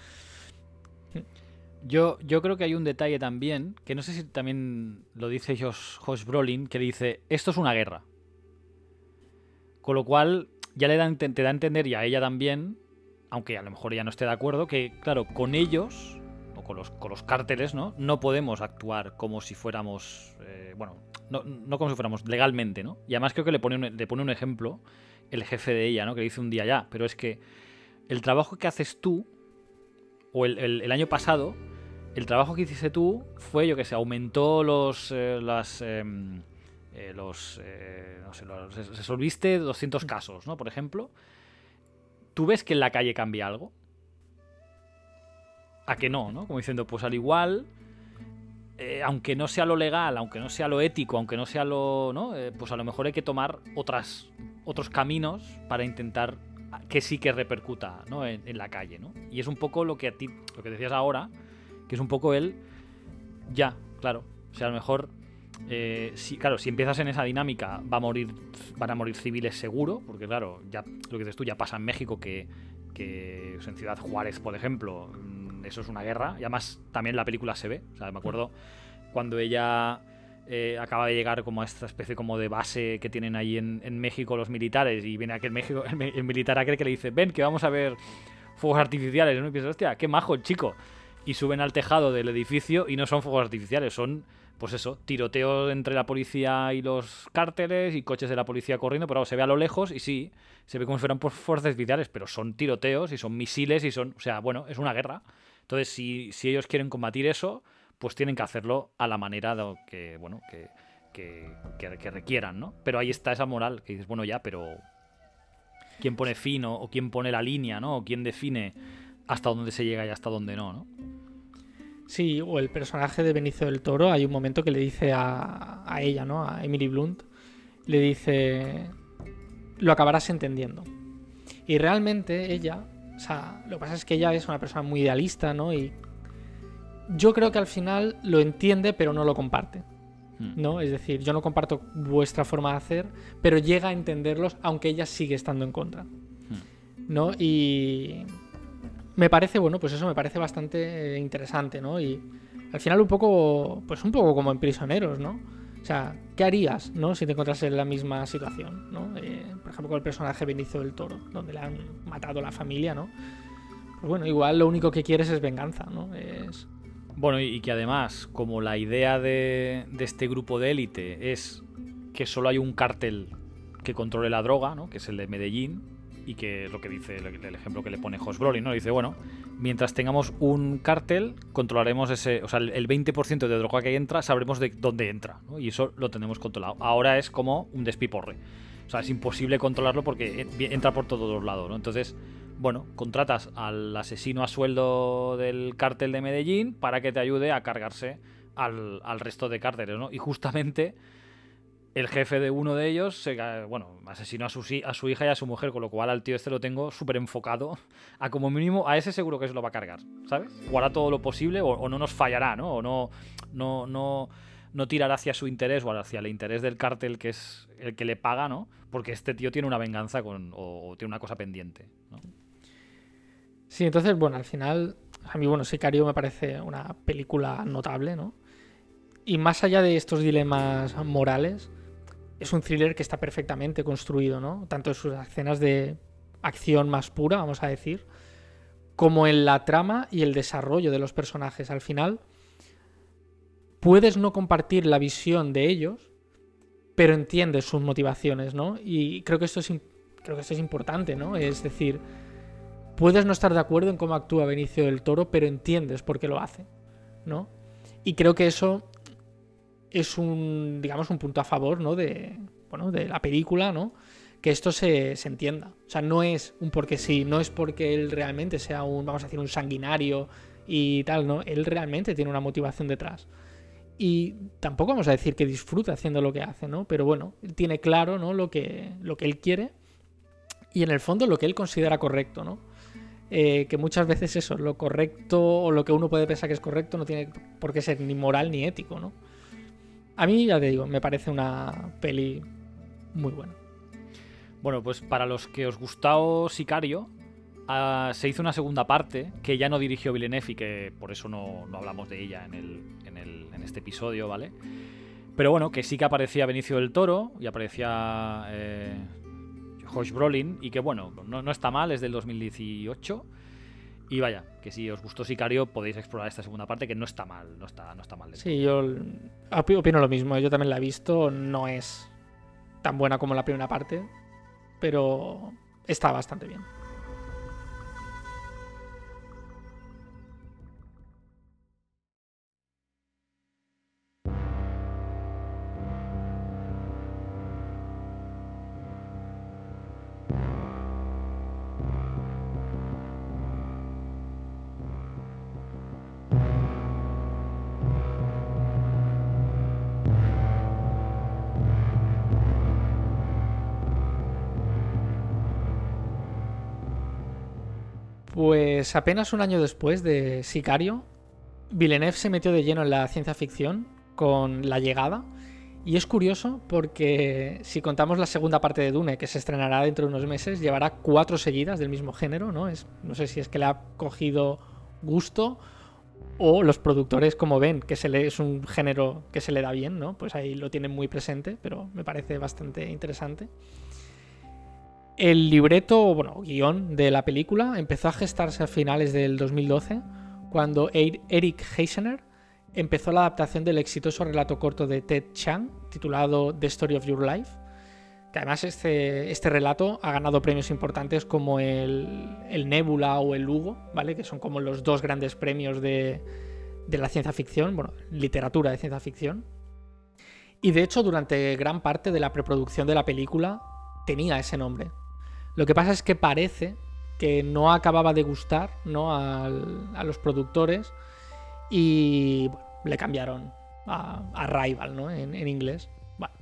Yo creo que hay un detalle también, que no sé si también lo dice Josh Brolin, que dice, esto es una guerra. Con lo cual, ya te da a entender, y a ella también, aunque a lo mejor ella no esté de acuerdo, que claro, con ellos, o con los cárteles, no podemos actuar como si fuéramos, no como si fuéramos legalmente, ¿no? Y además creo que le pone un ejemplo el jefe de ella, ¿no? Que le dice un día ya, pero es que el trabajo que haces tú, o el año pasado, el trabajo que hiciste tú fue, yo que sé, aumentó resolviste 200 casos, ¿no? Por ejemplo. ¿Tú ves que en la calle cambia algo? ¿A que no, no? Como diciendo, pues al igual, aunque no sea lo legal, aunque no sea lo ético, aunque no sea lo, ¿no? Pues a lo mejor hay que tomar otros caminos para intentar que sí que repercuta, ¿no? en la calle, ¿no? Y es un poco lo que decías ahora, que es un poco ya, claro. O sea, a lo mejor, si empiezas en esa dinámica van a morir civiles seguro, porque claro, ya lo que dices tú ya pasa en México que en Ciudad Juárez, por ejemplo, eso es una guerra, y además también la película se ve, o sea, me acuerdo cuando ella acaba de llegar como a esta especie como de base que tienen ahí en México los militares, y viene aquel México, el militar aquel que le dice, ven que vamos a ver fuegos artificiales, ¿no? Y piensas, hostia, qué majo el chico. Y suben al tejado del edificio y no son fuegos artificiales, son, pues eso, tiroteos entre la policía y los cárteles y coches de la policía corriendo, pero se ve a lo lejos y sí, se ve como si fueran fuerzas artificiales, pero son tiroteos y son misiles y son, o sea, bueno, es una guerra. Entonces, si ellos quieren combatir eso, pues tienen que hacerlo a la manera que requieran, ¿no? Pero ahí está esa moral, que dices, bueno, ya, pero ¿quién pone fin o quién pone la línea, ¿no? O quién define hasta dónde se llega y hasta dónde no? Sí, o el personaje de Benicio del Toro, hay un momento que le dice a ella, ¿no? A Emily Blunt, le dice, lo acabarás entendiendo. Y realmente ella, o sea, lo que pasa es que ella es una persona muy idealista, ¿no? Y yo creo que al final lo entiende, pero no lo comparte, ¿no? Es decir, yo no comparto vuestra forma de hacer, pero llega a entenderlos, aunque ella sigue estando en contra, ¿no? Y me parece, bueno, pues eso me parece bastante interesante, ¿no? Y al final un poco como en Prisioneros, ¿no? O sea, ¿qué harías, ¿no? Si te encontrases en la misma situación, ¿no? Por ejemplo, con el personaje Benicio del Toro, donde le han matado a la familia, ¿no? Pues bueno, igual lo único que quieres es venganza, ¿no? Bueno, y que además, como la idea de este grupo de élite es que solo hay un cártel que controle la droga, ¿no? Que es el de Medellín, y que es lo que dice el ejemplo que le pone Josh Brolin, ¿no? Dice, bueno, mientras tengamos un cártel, controlaremos el 20% de droga que entra, sabremos de dónde entra, ¿no? Y eso lo tenemos controlado. Ahora es como un despiporre. O sea, es imposible controlarlo porque entra por todos los lados, ¿no? Entonces, bueno, contratas al asesino a sueldo del cártel de Medellín para que te ayude a cargarse al resto de cárteles, ¿no? Y justamente el jefe de uno de ellos, asesinó a su hija y a su mujer, con lo cual al tío este lo tengo súper enfocado a como mínimo, a ese seguro que se lo va a cargar, ¿sabes? O hará todo lo posible o no nos fallará, ¿no? O no tirará hacia su interés o hacia el interés del cártel, que es el que le paga, ¿no? Porque este tío tiene una venganza o tiene una cosa pendiente, ¿no? Sí, entonces, bueno, al final, a mí, bueno, Sicario me parece una película notable, ¿no? Y más allá de estos dilemas morales, es un thriller que está perfectamente construido, ¿no? Tanto en sus escenas de acción más pura, vamos a decir, como en la trama y el desarrollo de los personajes. Al final, puedes no compartir la visión de ellos, pero entiendes sus motivaciones, ¿no? Y creo que esto es importante, ¿no? Es decir, puedes no estar de acuerdo en cómo actúa Benicio del Toro, pero entiendes por qué lo hace, ¿no? Y creo que eso es un punto a favor, ¿no? De la película, ¿no? Que esto se entienda. O sea, no es un porque sí, no es porque él realmente sea un sanguinario y tal, ¿no? Él realmente tiene una motivación detrás. Y tampoco vamos a decir que disfruta haciendo lo que hace, ¿no? Pero bueno, él tiene claro, ¿no? Lo que él quiere y en el fondo lo que él considera correcto, ¿no? Que muchas veces eso, lo correcto o lo que uno puede pensar que es correcto no tiene por qué ser ni moral ni ético, ¿no? A mí, ya te digo, me parece una peli muy buena. Bueno, pues para los que os gustó Sicario, se hizo una segunda parte que ya no dirigió Villeneuve y que por eso no hablamos de ella en este episodio, ¿vale? Pero bueno, que sí que aparecía Benicio del Toro y aparecía Josh Brolin y que bueno, no está mal, es del 2018 y vaya, que si os gustó Sicario podéis explorar esta segunda parte que no está mal, no está mal. Sí, yo opino lo mismo, yo también la he visto, no es tan buena como la primera parte, pero está bastante bien. Pues apenas un año después de Sicario, Villeneuve se metió de lleno en la ciencia ficción con La Llegada. Y es curioso porque si contamos la segunda parte de Dune, que se estrenará dentro de unos meses, llevará 4 seguidas del mismo género, ¿no? No sé si es que le ha cogido gusto o los productores, como ven que es un género que se le da bien, ¿no? Pues ahí lo tienen muy presente, pero me parece bastante interesante. El libreto, guión de la película empezó a gestarse a finales del 2012, cuando Eric Heisener empezó la adaptación del exitoso relato corto de Ted Chiang, titulado The Story of Your Life, que además este relato ha ganado premios importantes como el Nebula o el Hugo, ¿vale? Que son como los 2 grandes premios de la ciencia ficción, literatura de ciencia ficción. Y de hecho, durante gran parte de la preproducción de la película tenía ese nombre. Lo que pasa es que parece que no acababa de gustar, ¿no? a los productores y le cambiaron a Rival, ¿no? en inglés. Bueno.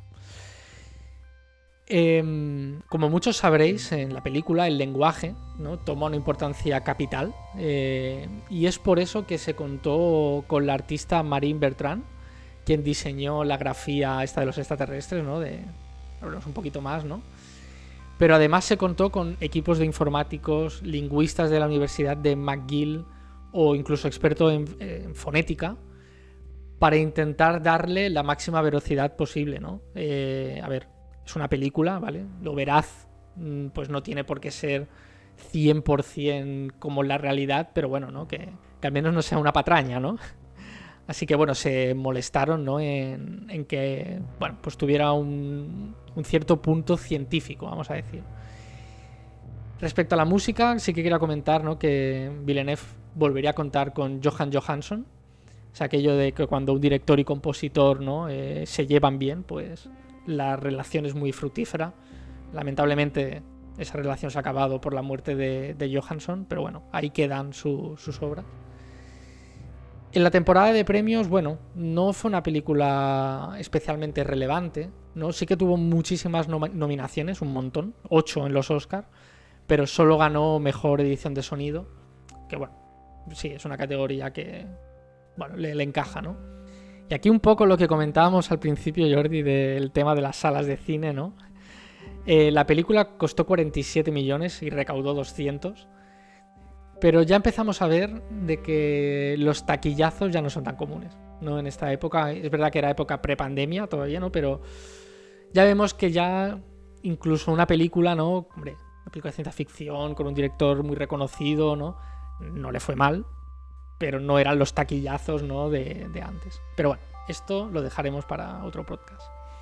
Como muchos sabréis, en la película el lenguaje, ¿no? toma una importancia capital y es por eso que se contó con la artista Marine Bertrand, quien diseñó la grafía esta de los extraterrestres, ¿no? Hablamos un poquito más, ¿no? Pero además se contó con equipos de informáticos, lingüistas de la Universidad de McGill o incluso expertos en fonética para intentar darle la máxima velocidad posible, ¿no? A ver, es una película, ¿vale? Lo veraz pues no tiene por qué ser 100% como la realidad, pero bueno, ¿no? Que al menos no sea una patraña, ¿no? Así que bueno, se molestaron, ¿no? en que, bueno, pues tuviera un cierto punto científico, vamos a decir. Respecto a la música, sí que quería comentar, ¿no? Que Villeneuve volvería a contar con Johan Johansson. O sea, aquello de que cuando un director y compositor, ¿no? Se llevan bien, pues la relación es muy fructífera. Lamentablemente esa relación se ha acabado por la muerte de Johansson, pero bueno, ahí quedan sus obras. En la temporada de premios, bueno, no fue una película especialmente relevante, ¿no? Sí que tuvo muchísimas nominaciones, un montón, 8 en los Oscars, pero solo ganó mejor edición de sonido, que bueno, sí, es una categoría que, bueno, le encaja, ¿no? Y aquí un poco lo que comentábamos al principio, Jordi, del tema de las salas de cine, ¿no? La película costó 47 millones y recaudó 200. Pero ya empezamos a ver de que los taquillazos ya no son tan comunes, ¿no? En esta época, es verdad que era época prepandemia todavía, ¿no? Pero ya vemos que ya incluso una película, ¿no? Hombre, una película de ciencia ficción con un director muy reconocido, ¿no? No le fue mal, pero no eran los taquillazos, ¿no? de antes. Pero bueno, esto lo dejaremos para otro podcast.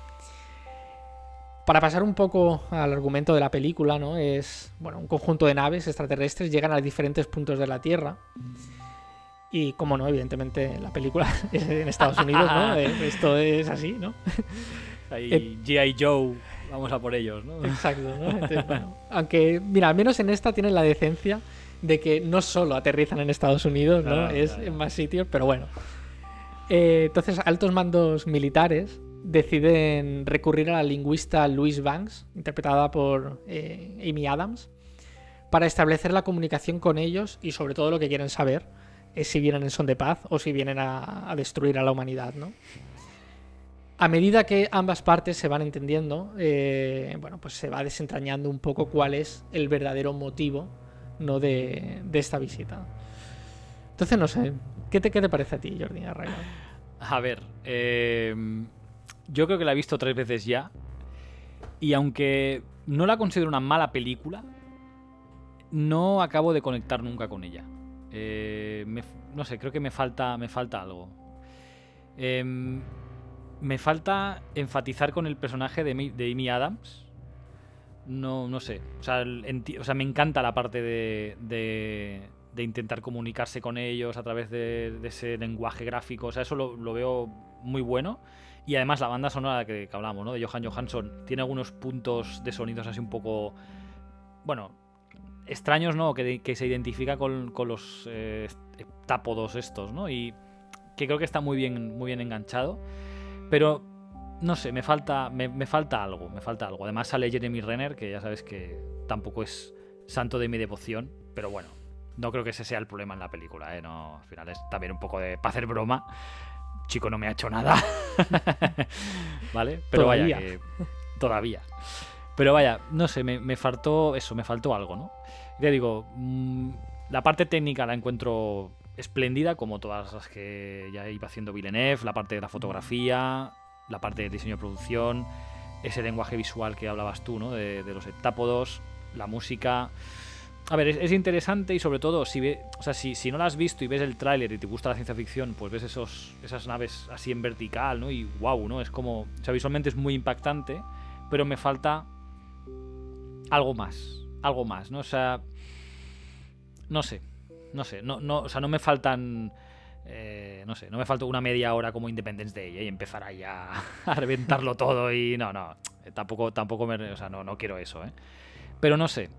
Para pasar un poco al argumento de la película, ¿no? Es, bueno, un conjunto de naves extraterrestres llegan a diferentes puntos de la Tierra. Y como no, evidentemente la película es en Estados Unidos, ¿no? Esto es así, ¿no? Ahí G.I. Joe, vamos a por ellos, ¿no? Exacto, ¿no? Entonces, bueno, aunque, mira, al menos en esta tienen la decencia de que no solo aterrizan en Estados Unidos, ¿no? Es en más sitios, pero bueno. Entonces, altos mandos militares deciden recurrir a la lingüista Louise Banks, interpretada por Amy Adams, para establecer la comunicación con ellos y sobre todo lo que quieren saber es si vienen en son de paz o si vienen a destruir a la humanidad, ¿no? A medida que ambas partes se van entendiendo, bueno, pues se va desentrañando un poco cuál es el verdadero motivo, ¿no? de esta visita. Entonces, no sé, ¿qué te parece a ti, Jordi Arrival? A ver, yo creo que la he visto 3 veces ya. Y aunque no la considero una mala película, no acabo de conectar nunca con ella. No sé, creo que me falta algo. Me falta enfatizar con el personaje de Amy Adams. No sé. O sea, me encanta la parte de intentar comunicarse con ellos a través de ese lenguaje gráfico. O sea, eso lo veo muy bueno. Y además la banda sonora que hablamos, ¿no? De Johan Johansson, tiene algunos puntos de sonidos así un poco, bueno, extraños, ¿no? Que se identifica con los heptápodos estos, ¿no? Y que creo que está muy bien enganchado. Pero, no sé, me falta algo. Además sale Jeremy Renner, que ya sabes que tampoco es santo de mi devoción. Pero bueno, no creo que ese sea el problema en la película, ¿eh? No, al final es también un poco para hacer broma. Chico no me ha hecho nada. ¿Vale? Pero todavía. Vaya, que todavía. Pero vaya, no sé, me faltó eso, me faltó algo, ¿no? Ya digo, la parte técnica la encuentro espléndida, como todas las que ya iba haciendo Villeneuve, la parte de la fotografía, la parte de diseño de producción, ese lenguaje visual que hablabas tú, ¿no? De los heptápodos, la música. A ver, es interesante y sobre todo, si no la has visto y ves el tráiler y te gusta la ciencia ficción, pues ves esas naves así en vertical, ¿no? Y wow, ¿no? Es como, o sea, visualmente es muy impactante, pero me falta algo más, ¿no? O sea, no sé, o sea, no me faltan, no sé, no me falta una media hora como Independence Day, y empezar ahí a reventarlo todo y no, tampoco o sea, no quiero eso, ¿eh? Pero no sé,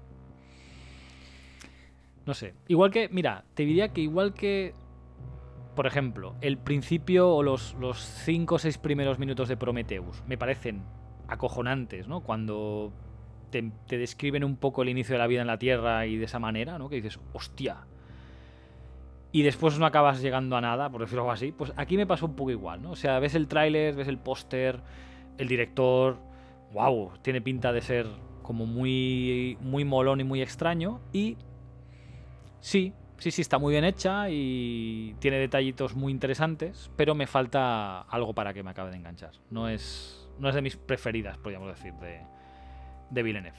igual que, mira, te diría que igual que, por ejemplo, el principio o los 5 o 6 primeros minutos de Prometheus me parecen acojonantes, ¿no? Cuando te describen un poco el inicio de la vida en la Tierra y de esa manera, ¿no? Que dices, hostia. Y después no acabas llegando a nada, por decirlo así. Pues aquí me pasó un poco igual, ¿no? O sea, ves el tráiler, ves el póster, el director, wow, tiene pinta de ser como muy molón y muy extraño. Y sí, está muy bien hecha y tiene detallitos muy interesantes, pero me falta algo para que me acabe de enganchar. No es de mis preferidas, podríamos decir, de Villeneuve.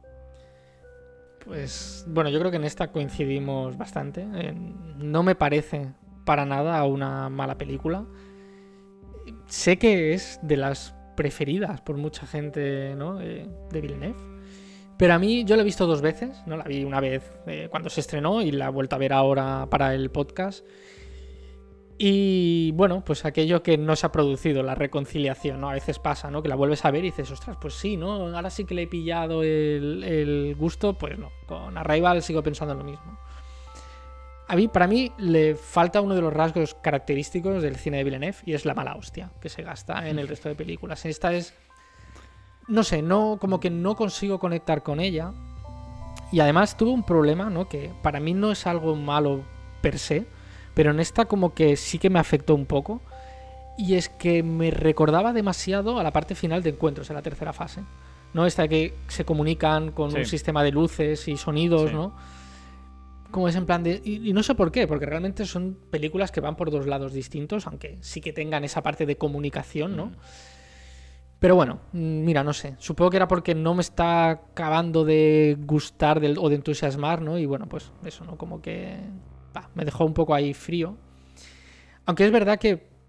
Pues bueno, yo creo que en esta coincidimos bastante. No me parece para nada una mala película. Sé que es de las preferidas por mucha gente, ¿no? De Villeneuve. Pero a mí, yo la he visto 2 veces, ¿no? La vi una vez cuando se estrenó y la he vuelto a ver ahora para el podcast. Y bueno, pues aquello que no se ha producido, la reconciliación, ¿no? A veces pasa, ¿no? Que la vuelves a ver y dices, ostras, pues sí, ¿no? Ahora sí que le he pillado el gusto, pues no. Con Arrival sigo pensando lo mismo. Para mí le falta uno de los rasgos característicos del cine de Villeneuve y es la mala hostia que se gasta en el resto de películas. Esta es, no sé, como que no consigo conectar con ella. Y además tuve un problema, ¿no? Que para mí no es algo malo per se, pero en esta como que sí que me afectó un poco. Y es que me recordaba demasiado a la parte final de Encuentros, en la tercera fase, ¿no? Esta que se comunican con un sistema de luces y sonidos, ¿no? Como es en plan de... Y no sé por qué, porque realmente son películas que van por 2 lados distintos, aunque sí que tengan esa parte de comunicación, ¿no? Pero bueno, mira, no sé. Supongo que era porque no me está acabando de gustar o de entusiasmar, ¿no? Y bueno, pues eso, ¿no? Como que me dejó un poco ahí frío. Aunque es verdad que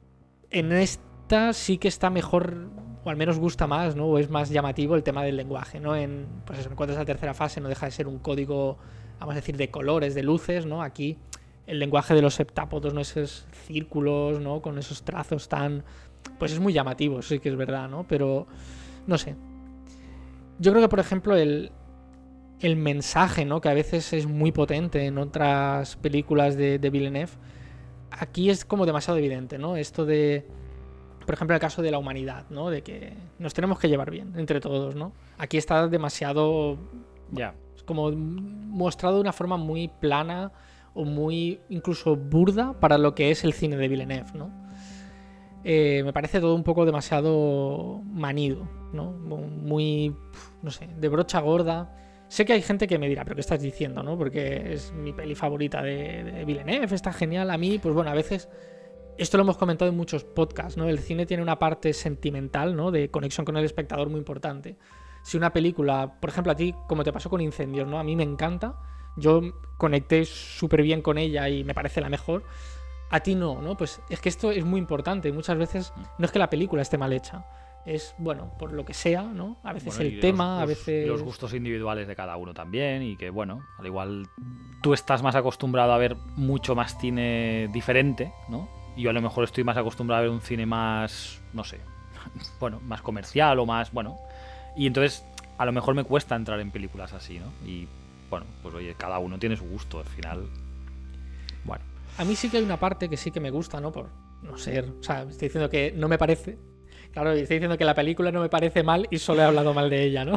en esta sí que está mejor, o al menos gusta más, ¿no? O es más llamativo el tema del lenguaje, ¿no? Pues eso, en cuanto a esa tercera fase no deja de ser un código, vamos a decir, de colores, de luces, ¿no? Aquí el lenguaje de los septápodos, ¿no? Esos círculos, ¿no? Con esos trazos tan... Pues es muy llamativo, sí que es verdad, ¿no? Pero, no sé. Yo creo que, por ejemplo, el mensaje, ¿no? Que a veces es muy potente en otras películas de Villeneuve, aquí es como demasiado evidente, ¿no? Esto de, por ejemplo, el caso de la humanidad, ¿no? De que nos tenemos que llevar bien entre todos, ¿no? Aquí está demasiado... Ya. Es como mostrado de una forma muy plana o muy incluso burda para lo que es el cine de Villeneuve, ¿no? Me parece todo un poco demasiado manido, ¿no? Muy, no sé, de brocha gorda. Sé que hay gente que me dirá, ¿pero qué estás diciendo, no? Porque es mi peli favorita de Villeneuve, está genial. A mí, pues bueno, a veces... Esto lo hemos comentado en muchos podcasts, ¿no? El cine tiene una parte sentimental, ¿no? De conexión con el espectador muy importante. Si una película, por ejemplo, a ti, como te pasó con Incendios, ¿no? A mí me encanta. Yo conecté súper bien con ella y me parece la mejor. A ti no, ¿no? Pues es que esto es muy importante. Muchas veces no es que la película esté mal hecha. Es, bueno, por lo que sea, ¿no? A veces Bueno, el tema, a veces... los gustos individuales de cada uno también, y que, bueno, al igual tú estás más acostumbrado a ver mucho más cine diferente, ¿no? Y yo a lo mejor estoy más acostumbrado a ver un cine más, no sé, bueno, más comercial o más, bueno. Y entonces a lo mejor me cuesta entrar en películas así, ¿no? Y, bueno, pues oye, cada uno tiene su gusto, al final, bueno. A mí sí que hay una parte que sí que me gusta, ¿no? Por no ser... O sea, estoy diciendo que no me parece... Claro, estoy diciendo que la película no me parece mal y solo he hablado mal de ella, ¿no?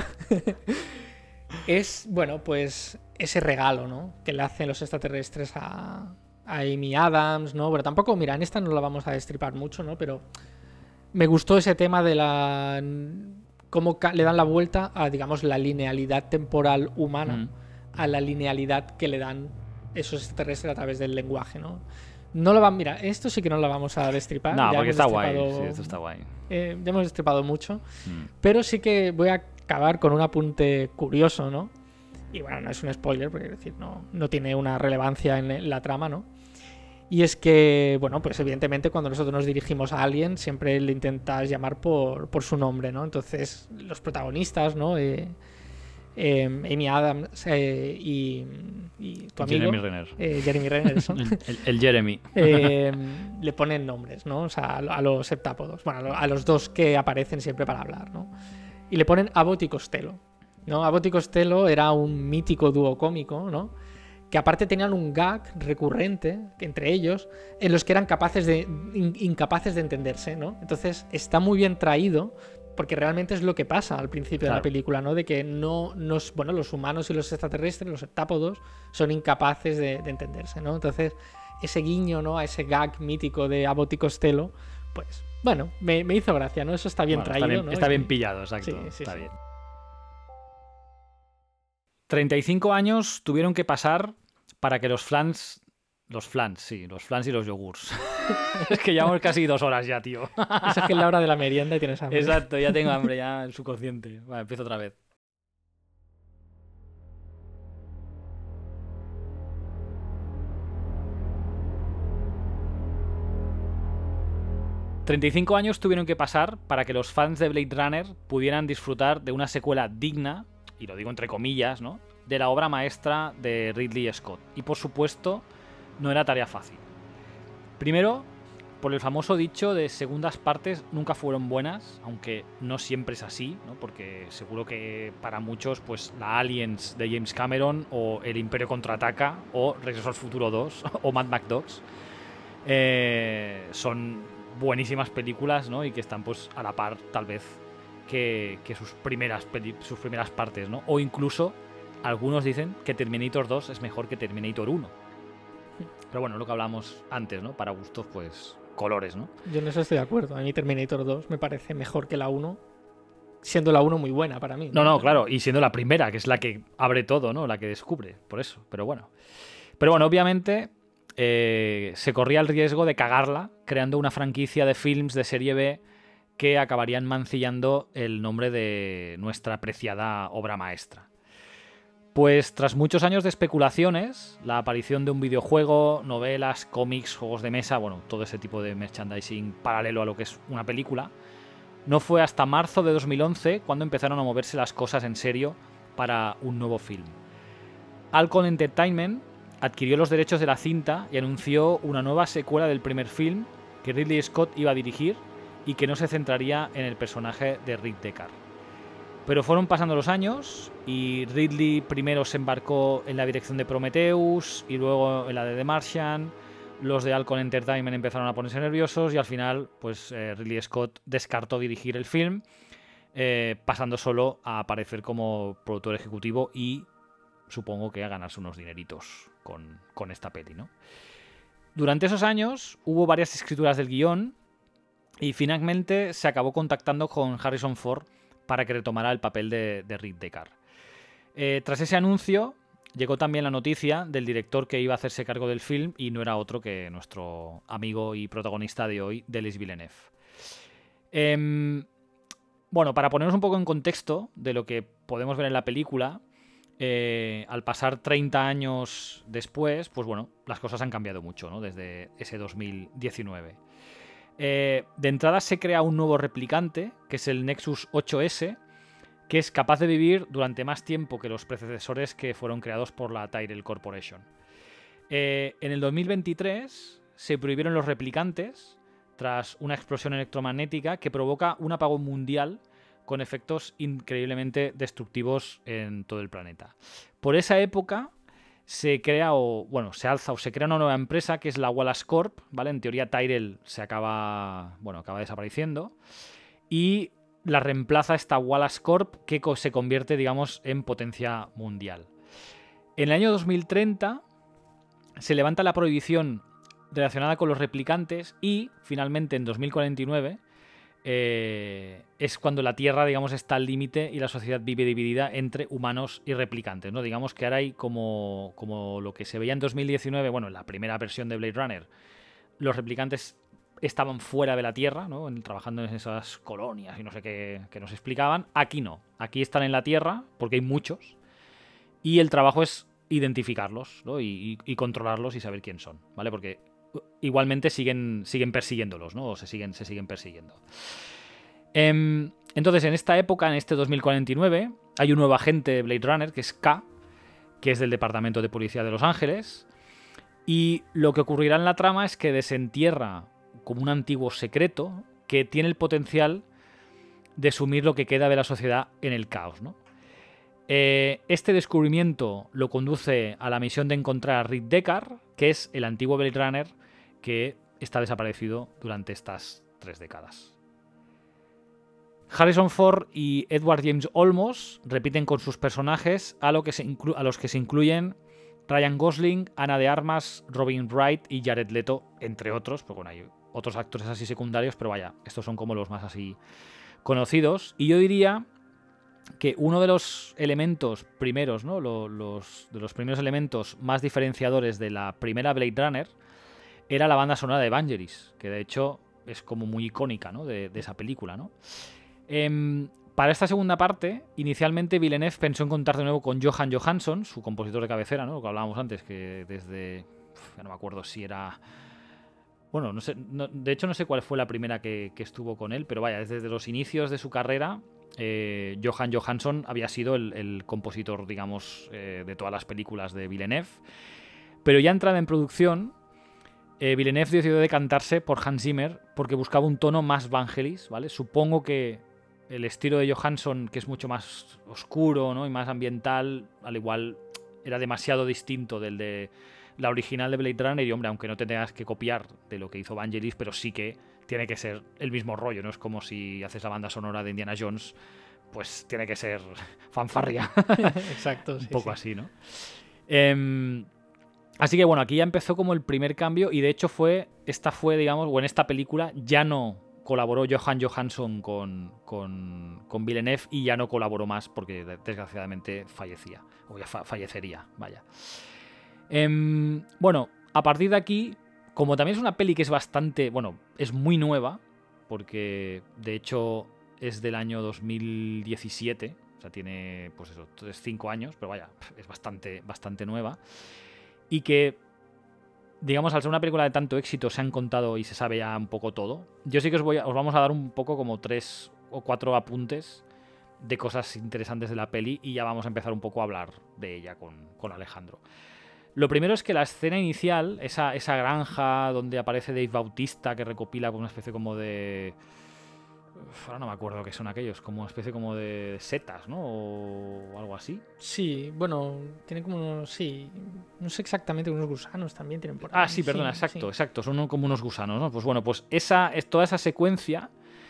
Es, bueno, pues ese regalo, ¿no? Que le hacen los extraterrestres a Amy Adams, ¿no? Bueno, tampoco, mira, en esta no la vamos a destripar mucho, ¿no? Pero me gustó ese tema de la... cómo le dan la vuelta a, digamos, la linealidad temporal humana a la linealidad que le dan esos extraterrestres a través del lenguaje, ¿no? No lo van, mira, esto sí que no lo vamos a destripar. No, ya porque está guay. Sí, esto está guay. Ya hemos destripado mucho. Pero sí que voy a acabar con un apunte curioso, ¿no? Y bueno, no es un spoiler, porque es decir, no tiene una relevancia en la trama, ¿no? Y es que, bueno, pues evidentemente cuando nosotros nos dirigimos a alguien, siempre le intentas llamar por su nombre, ¿no? Entonces, los protagonistas, ¿no? Amy Adams y tu amigo Jeremy Renner eso. el Jeremy le ponen nombres, ¿no? O sea, a los septápodos, bueno, a los dos que aparecen siempre para hablar, ¿no? Y le ponen Abbott y Costello, ¿no? Abbott y Costello era un mítico dúo cómico, ¿no? Que aparte tenían un gag recurrente entre ellos en los que eran incapaces de entenderse, ¿no? Entonces está muy bien traído, porque realmente es lo que pasa al principio de la película, ¿no? De que bueno, los humanos y los extraterrestres, los septápodos, son incapaces de entenderse, ¿no? Entonces, ese guiño, ¿no? A ese gag mítico de Abbott y Costello, pues, bueno, me hizo gracia, ¿no? Eso está bien traído, está bien, ¿no? Está bien pillado, exacto. Sí, está bien. 35 años tuvieron que pasar para que los flans y los yogures. Es que llevamos casi 2 horas ya, tío. Esa es que es la hora de la merienda y tienes hambre. Exacto, ya tengo hambre, ya el subconsciente. Vale, empiezo otra vez. «35 años tuvieron que pasar para que los fans de Blade Runner pudieran disfrutar de una secuela digna, y lo digo entre comillas, ¿no?, de la obra maestra de Ridley Scott. Y por supuesto, no era tarea fácil. Primero, por el famoso dicho de segundas partes nunca fueron buenas, aunque no siempre es así, ¿no? Porque seguro que para muchos, pues la Aliens de James Cameron, o El Imperio Contraataca, o Regreso al Futuro 2, o Mad Max 2, son buenísimas películas, ¿no? Y que están pues a la par, tal vez, que sus primeras partes, ¿no? O incluso algunos dicen que Terminator 2 es mejor que Terminator 1. Pero bueno, lo que hablamos antes, ¿no? Para gustos, pues, colores, ¿no? Yo en eso estoy de acuerdo. A mí Terminator 2 me parece mejor que la 1, siendo la 1 muy buena para mí. No, claro, y siendo la primera, que es la que abre todo, ¿no? La que descubre, por eso, pero bueno. Obviamente, se corría el riesgo de cagarla creando una franquicia de films de serie B que acabarían mancillando el nombre de nuestra apreciada obra maestra. Pues tras muchos años de especulaciones, la aparición de un videojuego, novelas, cómics, juegos de mesa, bueno, todo ese tipo de merchandising paralelo a lo que es una película, no fue hasta marzo de 2011 cuando empezaron a moverse las cosas en serio para un nuevo film. Alcon Entertainment adquirió los derechos de la cinta y anunció una nueva secuela del primer film que Ridley Scott iba a dirigir y que no se centraría en el personaje de Rick Deckard. Pero fueron pasando los años y Ridley primero se embarcó en la dirección de Prometheus y luego en la de The Martian. Los de Alcon Entertainment empezaron a ponerse nerviosos y al final pues Ridley Scott descartó dirigir el film, pasando solo a aparecer como productor ejecutivo y supongo que a ganarse unos dineritos con esta peli, ¿no? Durante esos años hubo varias escrituras del guión y finalmente se acabó contactando con Harrison Ford para que retomara el papel de Rick Deckard. Tras ese anuncio llegó también la noticia del director que iba a hacerse cargo del film y no era otro que nuestro amigo y protagonista de hoy, Denis Villeneuve. Bueno, para ponernos un poco en contexto de lo que podemos ver en la película, al pasar 30 años después, pues bueno, las cosas han cambiado mucho, ¿no? Desde ese 2019. De entrada se crea un nuevo replicante, que es el Nexus 8S, que es capaz de vivir durante más tiempo que los predecesores que fueron creados por la Tyrell Corporation. En el 2023 se prohibieron los replicantes tras una explosión electromagnética que provoca un apagón mundial con efectos increíblemente destructivos en todo el planeta. Por esa época se crea se crea una nueva empresa que es la Wallace Corp, ¿vale? En teoría Tyrell acaba desapareciendo y la reemplaza esta Wallace Corp que se convierte, digamos, en potencia mundial. En el año 2030 se levanta la prohibición relacionada con los replicantes y finalmente en 2049 es cuando la Tierra, digamos, está al límite y la sociedad vive dividida entre humanos y replicantes, ¿no? Digamos que ahora hay como lo que se veía en 2019, bueno, en la primera versión de Blade Runner, los replicantes estaban fuera de la Tierra, ¿no? Trabajando en esas colonias y no sé qué que nos explicaban. Aquí no, aquí están en la Tierra porque hay muchos y el trabajo es identificarlos, ¿no? y controlarlos y saber quién son, ¿vale? Porque igualmente siguen persiguiéndolos, ¿no? O se siguen persiguiendo. Entonces, en esta época, en este 2049, hay un nuevo agente de Blade Runner, que es K, que es del Departamento de Policía de Los Ángeles. Y lo que ocurrirá en la trama es que desentierra como un antiguo secreto que tiene el potencial de sumir lo que queda de la sociedad en el caos, ¿no? Este descubrimiento lo conduce a la misión de encontrar a Rick Deckard, que es el antiguo Blade Runner que está desaparecido durante estas 3 décadas. Harrison Ford y Edward James Olmos repiten con sus personajes a los que se incluyen Ryan Gosling, Ana de Armas, Robin Wright y Jared Leto, entre otros, porque bueno, hay otros actores así secundarios, pero vaya, estos son como los más así conocidos. Y yo diría que uno de los elementos primeros, ¿no? de los primeros elementos más diferenciadores de la primera Blade Runner era la banda sonora de Vangelis, que de hecho es como muy icónica, ¿no? de esa película, ¿no? Para esta segunda parte, inicialmente Villeneuve pensó en contar de nuevo con Johan Johansson, su compositor de cabecera, ¿no? Lo que hablábamos antes, que desde... ya no me acuerdo si era... Bueno, no sé, de hecho no sé cuál fue la primera que estuvo con él, pero vaya, desde los inicios de su carrera, Johan Johansson había sido el compositor, digamos, de todas las películas de Villeneuve. Pero ya entrada en producción, Villeneuve decidió decantarse por Hans Zimmer porque buscaba un tono más Vangelis, ¿vale? Supongo que el estilo de Johansson, que es mucho más oscuro, ¿no? Y más ambiental, al igual era demasiado distinto del de la original de Blade Runner. Y hombre, aunque no te tengas que copiar de lo que hizo Vangelis, pero sí que tiene que ser el mismo rollo, ¿no? Es como si haces la banda sonora de Indiana Jones, pues tiene que ser fanfarria. Exacto, sí, un poco sí. así, ¿no? Así que bueno, aquí ya empezó como el primer cambio y de hecho esta fue, digamos, o en esta película ya no colaboró Johan Johansson con Villeneuve y ya no colaboró más porque desgraciadamente fallecería, vaya. Bueno, a partir de aquí, como también es una peli que es bastante, bueno, es muy nueva, porque de hecho es del año 2017, o sea, tiene, pues eso, 5 años, pero vaya, es bastante nueva. Y que, digamos, al ser una película de tanto éxito, se han contado y se sabe ya un poco todo. Yo sí que os vamos a dar un poco como 3 o 4 apuntes de cosas interesantes de la peli y ya vamos a empezar un poco a hablar de ella con Alejandro. Lo primero es que la escena inicial, esa granja donde aparece Dave Bautista, que recopila con una especie como de... ahora no me acuerdo qué son aquellos, como una especie como de setas, ¿no? O algo así. Sí, bueno, tiene como unos... Sí, no sé exactamente, unos gusanos también tienen por ahí. Sí, perdona, sí. exacto. Son como unos gusanos, ¿no? Pues bueno, pues toda esa secuencia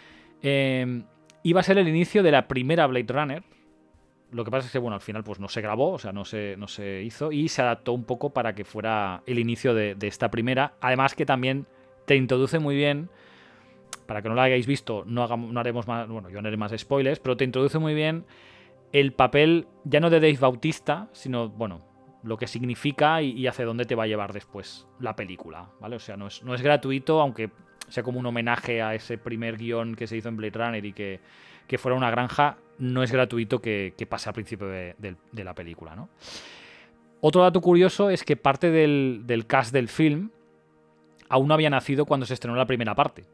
iba a ser el inicio de la primera Blade Runner. Lo que pasa es que, bueno, al final pues no se grabó, o sea, no se hizo y se adaptó un poco para que fuera el inicio de esta primera. Además que también te introduce muy bien, para que no lo hayáis visto, no haremos más, bueno, yo no haré más spoilers, pero te introduce muy bien el papel, ya no de Dave Bautista, sino, bueno, lo que significa y hacia dónde te va a llevar después la película, ¿vale? O sea, no es gratuito, aunque sea como un homenaje a ese primer guión que se hizo en Blade Runner y que fuera una granja, no es gratuito que pase al principio de la película, ¿no? Otro dato curioso es que parte del cast del film aún no había nacido cuando se estrenó la primera parte.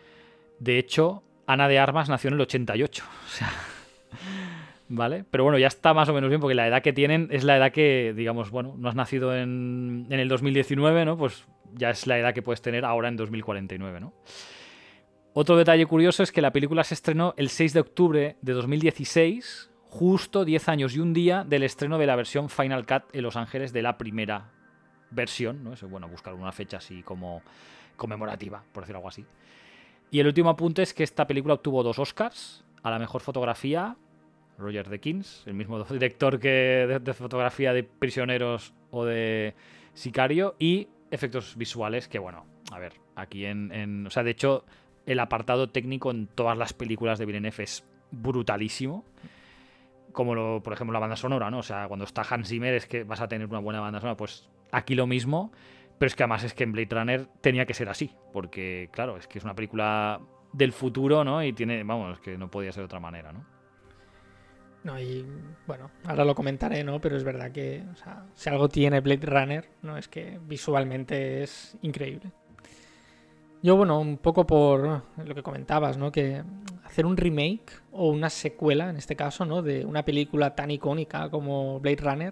De hecho, Ana de Armas nació en el 88. O sea, ¿vale? Pero bueno, ya está más o menos bien porque la edad que tienen es la edad que, digamos, bueno, no has nacido en el 2019, ¿no? Pues ya es la edad que puedes tener ahora en 2049, ¿no? Otro detalle curioso es que la película se estrenó el 6 de octubre de 2016, justo 10 años y un día del estreno de la versión Final Cut en Los Ángeles de la primera versión, ¿no? Eso, bueno, buscar una fecha así como conmemorativa, por decirlo algo así. Y el último apunte es que esta película obtuvo 2 Oscars a la mejor fotografía, Roger Deakins, el mismo director que de fotografía de Prisioneros o de Sicario, y efectos visuales que, bueno, a ver, aquí o sea, de hecho, el apartado técnico en todas las películas de Villeneuve es brutalísimo. Como, por ejemplo, la banda sonora, ¿no? O sea, cuando está Hans Zimmer es que vas a tener una buena banda sonora. Pues aquí lo mismo, pero es que además es que en Blade Runner tenía que ser así. Porque, claro, es que es una película del futuro, ¿no? Y tiene, vamos, es que no podía ser de otra manera, ¿no? No, y bueno, ahora lo comentaré, ¿no? Pero es verdad que, o sea, si algo tiene Blade Runner, ¿no? Es que visualmente es increíble. Yo, bueno, un poco por lo que comentabas, ¿no? Que hacer un remake o una secuela, en este caso, ¿no? De una película tan icónica como Blade Runner,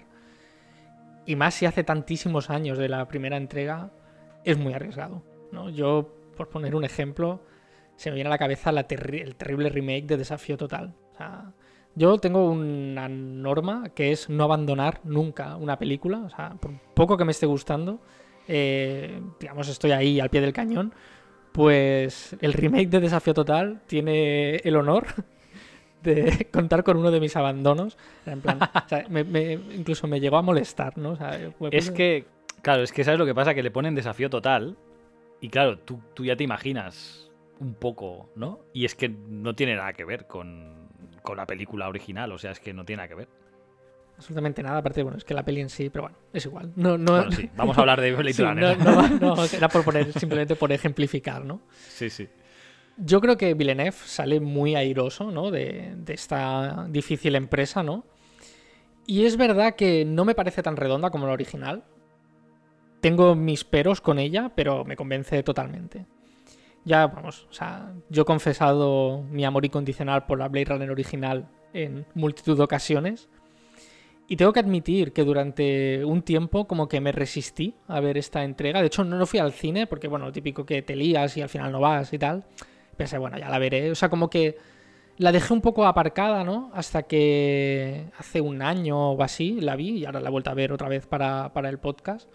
y más si hace tantísimos años de la primera entrega, es muy arriesgado, ¿no? Yo, por poner un ejemplo, se me viene a la cabeza el terrible remake de Desafío Total. O sea, yo tengo una norma que es no abandonar nunca una película, o sea, por poco que me esté gustando, digamos, estoy ahí al pie del cañón. Pues el remake de Desafío Total tiene el honor de contar con uno de mis abandonos. En plan, o sea, incluso me llegó a molestar, ¿no? O sea, es que, claro, es que ¿sabes lo que pasa? Que le ponen Desafío Total y claro, tú ya te imaginas un poco, ¿no? Y es que no tiene nada que ver con la película original, o sea, es que no tiene nada que ver. Absolutamente nada, aparte, bueno, es que la peli en sí, pero bueno, es igual. Bueno, sí, vamos a hablar de Blade Runner. No, era por poner, simplemente por ejemplificar, ¿no? Sí, sí. Yo creo que Villeneuve sale muy airoso, ¿no? De esta difícil empresa, ¿no? Y es verdad que no me parece tan redonda como la original. Tengo mis peros con ella, pero me convence totalmente. Ya, vamos, o sea, yo he confesado mi amor incondicional por la Blade Runner original en multitud de ocasiones. Y tengo que admitir que durante un tiempo como que me resistí a ver esta entrega. De hecho, no fui al cine porque, bueno, lo típico que te lías y al final no vas y tal. Pensé, bueno, ya la veré. O sea, como que la dejé un poco aparcada, ¿no? Hasta que hace un año o así la vi y ahora la he vuelto a ver otra vez para el podcast.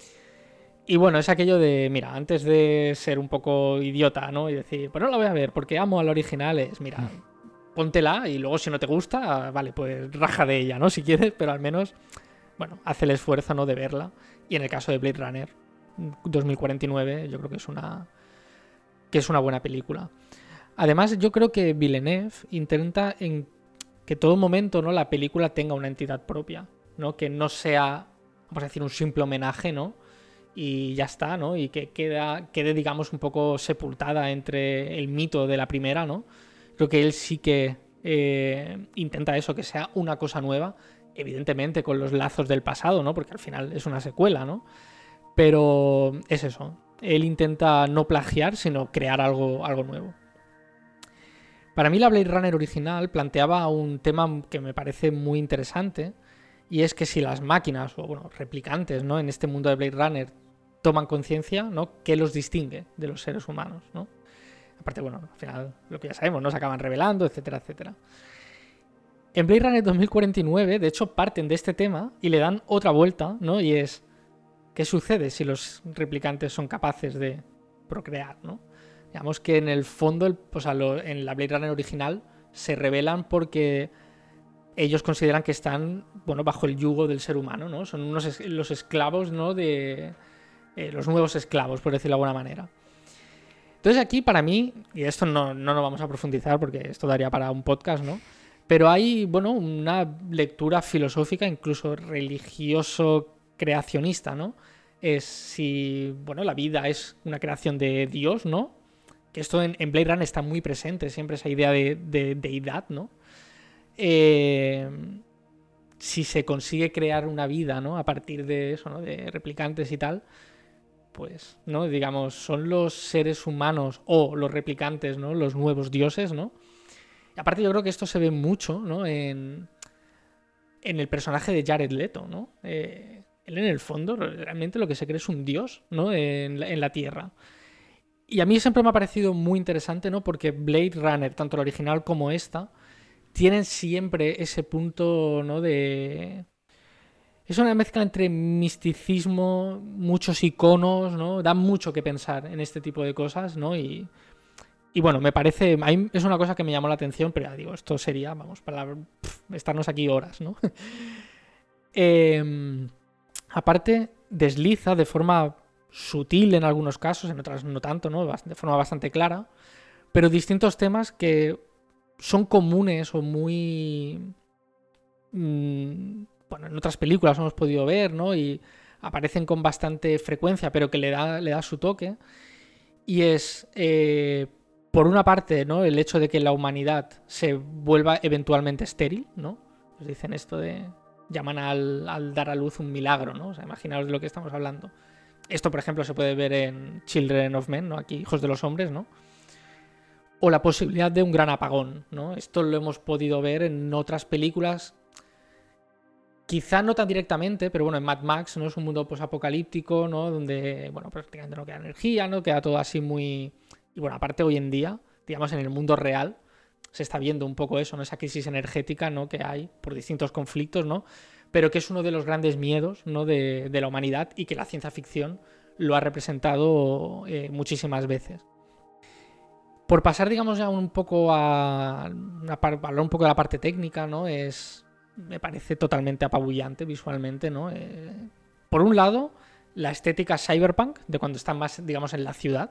Y bueno, es aquello de, mira, antes de ser un poco idiota, ¿no? Y decir, pues no la voy a ver porque amo al original, es, mira, póntela y luego si no te gusta, vale, pues raja de ella, ¿no? Si quieres, pero al menos, bueno, hace el esfuerzo, ¿no? De verla. Y en el caso de Blade Runner 2049, yo creo que es una buena película. Además, yo creo que Villeneuve intenta en que todo momento, ¿no? La película tenga una entidad propia, ¿no? Que no sea, vamos a decir, un simple homenaje, ¿no? Y ya está, ¿no? Y que quede, digamos, un poco sepultada entre el mito de la primera, ¿no? Creo que él sí que intenta eso, que sea una cosa nueva, evidentemente con los lazos del pasado, ¿no? Porque al final es una secuela, ¿no? Pero es eso. Él intenta no plagiar, sino crear algo nuevo. Para mí la Blade Runner original planteaba un tema que me parece muy interesante, y es que si las máquinas, o bueno, replicantes, ¿no? En este mundo de Blade Runner toman conciencia, ¿no? ¿Qué los distingue de los seres humanos, ¿no? Aparte, bueno, al final lo que ya sabemos, ¿no? Se acaban revelando, etcétera, etcétera. En Blade Runner 2049, de hecho, parten de este tema y le dan otra vuelta, ¿no? Y es, ¿qué sucede si los replicantes son capaces de procrear, ¿no? Digamos que en el fondo, en la Blade Runner original, se revelan porque ellos consideran que están, bueno, bajo el yugo del ser humano, ¿no? Son los esclavos, ¿no? Los nuevos esclavos, por decirlo de alguna manera. Entonces aquí, para mí, y esto no lo vamos a profundizar porque esto daría para un podcast, ¿no? Pero hay, bueno, una lectura filosófica, incluso religioso-creacionista, ¿no? Es si, bueno, la vida es una creación de Dios, ¿no? Que esto en Blade Runner está muy presente, siempre esa idea de deidad, ¿no? Si se consigue crear una vida, ¿no? A partir de eso, ¿no? De replicantes y tal, pues, ¿no? Digamos, son los seres humanos o los replicantes, ¿no? Los nuevos dioses, ¿no? Y aparte yo creo que esto se ve mucho, ¿no? En el personaje de Jared Leto, ¿no? Él en el fondo realmente lo que se cree es un dios, ¿no? En la Tierra. Y a mí siempre me ha parecido muy interesante, ¿no? Porque Blade Runner, tanto la original como esta, tienen siempre ese punto, ¿no? Es una mezcla entre misticismo, muchos iconos, ¿no? Da mucho que pensar en este tipo de cosas, ¿no? Y bueno, me parece... A mí es una cosa que me llamó la atención, pero ya digo, esto sería, vamos, para estarnos aquí horas, ¿no? Aparte, desliza de forma sutil en algunos casos, en otras no tanto, ¿no? De forma bastante clara, pero distintos temas que son comunes o muy... bueno, en otras películas hemos podido ver, ¿no? Y aparecen con bastante frecuencia, pero que le da su toque. Y es... por una parte, ¿no? El hecho de que la humanidad se vuelva eventualmente estéril, ¿no? Nos dicen esto de... Llaman al dar a luz un milagro, ¿no? O sea, imaginaos de lo que estamos hablando. Esto, por ejemplo, se puede ver en Children of Men, ¿no? Aquí, Hijos de los Hombres, ¿no? O la posibilidad de un gran apagón, ¿no? Esto lo hemos podido ver en otras películas, quizá no tan directamente, pero bueno, en Mad Max, ¿no? Es un mundo posapocalíptico, ¿no? Donde, bueno, prácticamente no queda energía, ¿no? Queda todo así muy... Y bueno, aparte hoy en día, digamos, en el mundo real, se está viendo un poco eso, ¿no? Esa crisis energética, ¿no? Que hay por distintos conflictos, ¿no? Pero que es uno de los grandes miedos, ¿no? de la humanidad, y que la ciencia ficción lo ha representado muchísimas veces. Por pasar, digamos, ya un poco a hablar un poco de la parte técnica, ¿no? Me parece totalmente apabullante visualmente, ¿no? Por un lado, la estética cyberpunk, de cuando están más, digamos, en la ciudad.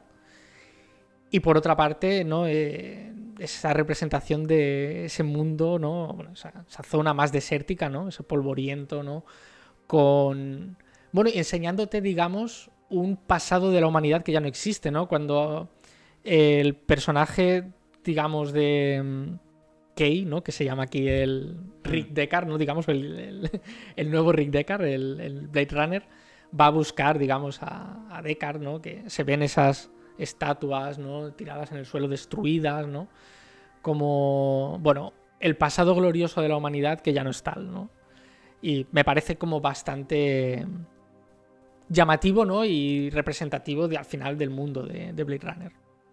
Y por otra parte, ¿no? Esa representación de ese mundo, ¿no? Bueno, esa zona más desértica, ¿no? Ese polvoriento, ¿no? Con... Bueno, enseñándote, digamos, un pasado de la humanidad que ya no existe, ¿no? Cuando el personaje, digamos, de Kay, ¿no? Que se llama aquí el Rick Deckard, ¿no? Digamos, el nuevo Rick Deckard, el Blade Runner, va a buscar, digamos, a Deckard, ¿no? Que se ven esas estatuas, ¿no? Tiradas en el suelo, destruidas, ¿no? Como, bueno, el pasado glorioso de la humanidad que ya no es tal, ¿no? Y me parece como bastante llamativo, ¿no? Y representativo al final del mundo de Blade Runner.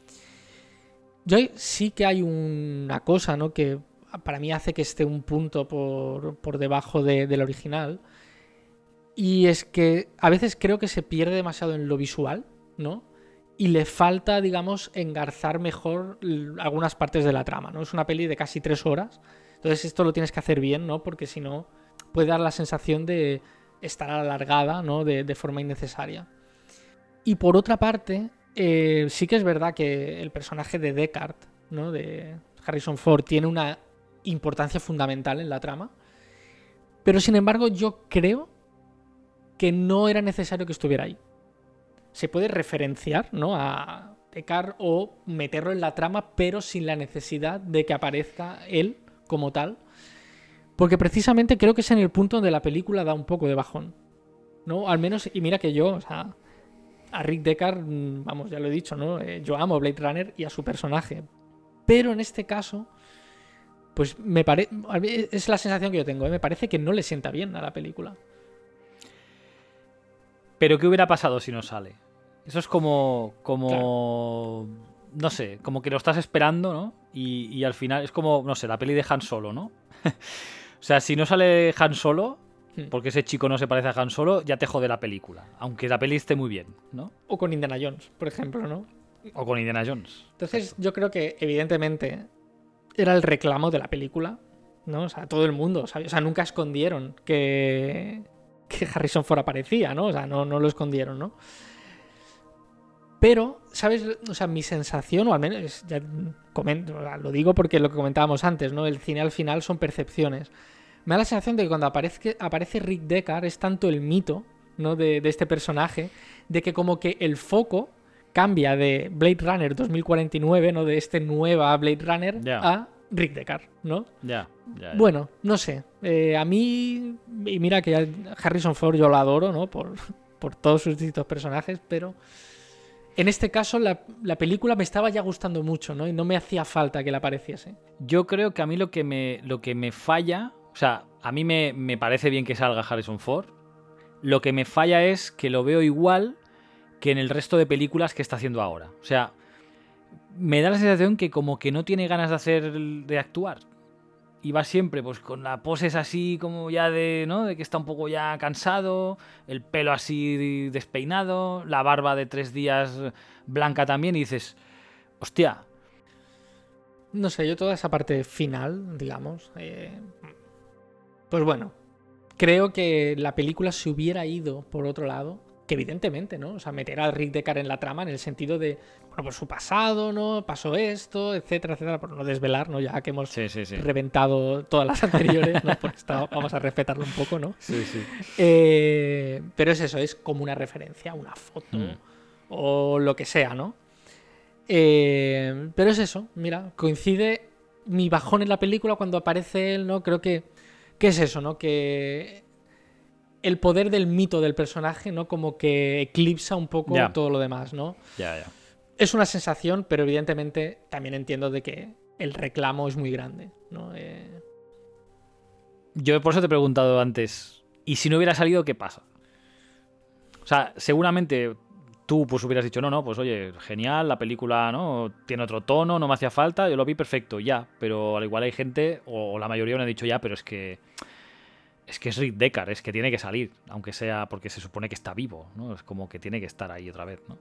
Yo sí que hay una cosa, ¿no? Que para mí hace que esté un punto por debajo del original. Y es que a veces creo que se pierde demasiado en lo visual, ¿no? Y le falta, digamos, engarzar mejor algunas partes de la trama, ¿no? Es una peli de casi 3 horas. Entonces esto lo tienes que hacer bien, ¿no? Porque si no, puede dar la sensación de estar alargada, ¿no? De forma innecesaria. Y por otra parte, sí que es verdad que el personaje de Deckard, ¿no? De Harrison Ford, tiene una importancia fundamental en la trama. Pero sin embargo, yo creo que no era necesario que estuviera ahí. Se puede referenciar, ¿no? A Deckard o meterlo en la trama, pero sin la necesidad de que aparezca él como tal, porque precisamente creo que es en el punto donde la película da un poco de bajón, ¿no? Al menos, y mira que yo, o sea, a Rick Deckard, vamos, ya lo he dicho, ¿no? Yo amo a Blade Runner y a su personaje, pero en este caso, pues es la sensación que yo tengo, ¿eh? Me parece que no le sienta bien a la película. Pero ¿qué hubiera pasado si no sale? Eso es como Claro. no sé, como que lo estás esperando, ¿no? Y al final es como, no sé, la peli de Han Solo, ¿no? O sea, si no sale Han Solo, porque ese chico no se parece a Han Solo, ya te jode la película. Aunque la peli esté muy bien, ¿no? O con Indiana Jones, por ejemplo, ¿no? O con Indiana Jones. Entonces, Exacto. yo creo que, evidentemente, era el reclamo de la película, ¿no? O sea, todo el mundo, ¿sabes? O sea, nunca escondieron que Harrison Ford aparecía, ¿no? O sea, no lo escondieron, ¿no? Pero, ¿sabes? O sea, mi sensación, o al menos, ya comento, o sea, lo digo porque lo que comentábamos antes, ¿no? El cine al final son percepciones. Me da la sensación de que cuando aparece Rick Deckard es tanto el mito, ¿no? De este personaje, de que como que el foco cambia de Blade Runner 2049, ¿no? De este nueva Blade Runner Ya, a Rick Deckard, ¿no? ya. Bueno, no sé. A mí, y mira que Harrison Ford yo lo adoro, ¿no? Por todos sus distintos personajes, pero en este caso la película me estaba ya gustando mucho, ¿no? Y no me hacía falta que la apareciese. Yo creo que a mí lo que me falla, o sea, a mí me parece bien que salga Harrison Ford. Lo que me falla es que lo veo igual que en el resto de películas que está haciendo ahora. O sea, me da la sensación que como que no tiene ganas de actuar. Y va siempre pues con la poses así como ya de, ¿no? De que está un poco ya cansado, el pelo así despeinado, la barba de 3 días blanca también y dices, hostia. No sé, yo toda esa parte final, digamos, pues bueno, creo que la película se hubiera ido por otro lado, que evidentemente, ¿no? O sea, meter a Rick Deckard en la trama en el sentido de, bueno, por su pasado, ¿no? Pasó esto, etcétera, etcétera, por no desvelar, ¿no? Ya que hemos Sí. reventado todas las anteriores, ¿no? Pues vamos a respetarlo un poco, ¿no? Sí. Pero es eso, es como una referencia, una foto Mm. o lo que sea, ¿no? Pero es eso, mira, coincide mi bajón en la película cuando aparece él, ¿no? Creo que es eso, ¿no? Que el poder del mito del personaje, ¿no? Como que eclipsa un poco Ya. todo lo demás, ¿no? Ya. Es una sensación, pero evidentemente también entiendo de que el reclamo es muy grande, ¿no? Yo por eso te he preguntado antes, ¿y si no hubiera salido, qué pasa? O sea, seguramente tú pues hubieras dicho, no, pues oye, genial, la película, ¿no? Tiene otro tono, no me hacía falta, yo lo vi perfecto, ya. Pero al igual hay gente, o la mayoría me ha dicho ya, pero es que es Rick Deckard, es que tiene que salir, aunque sea porque se supone que está vivo, ¿no? Es como que tiene que estar ahí otra vez, ¿no?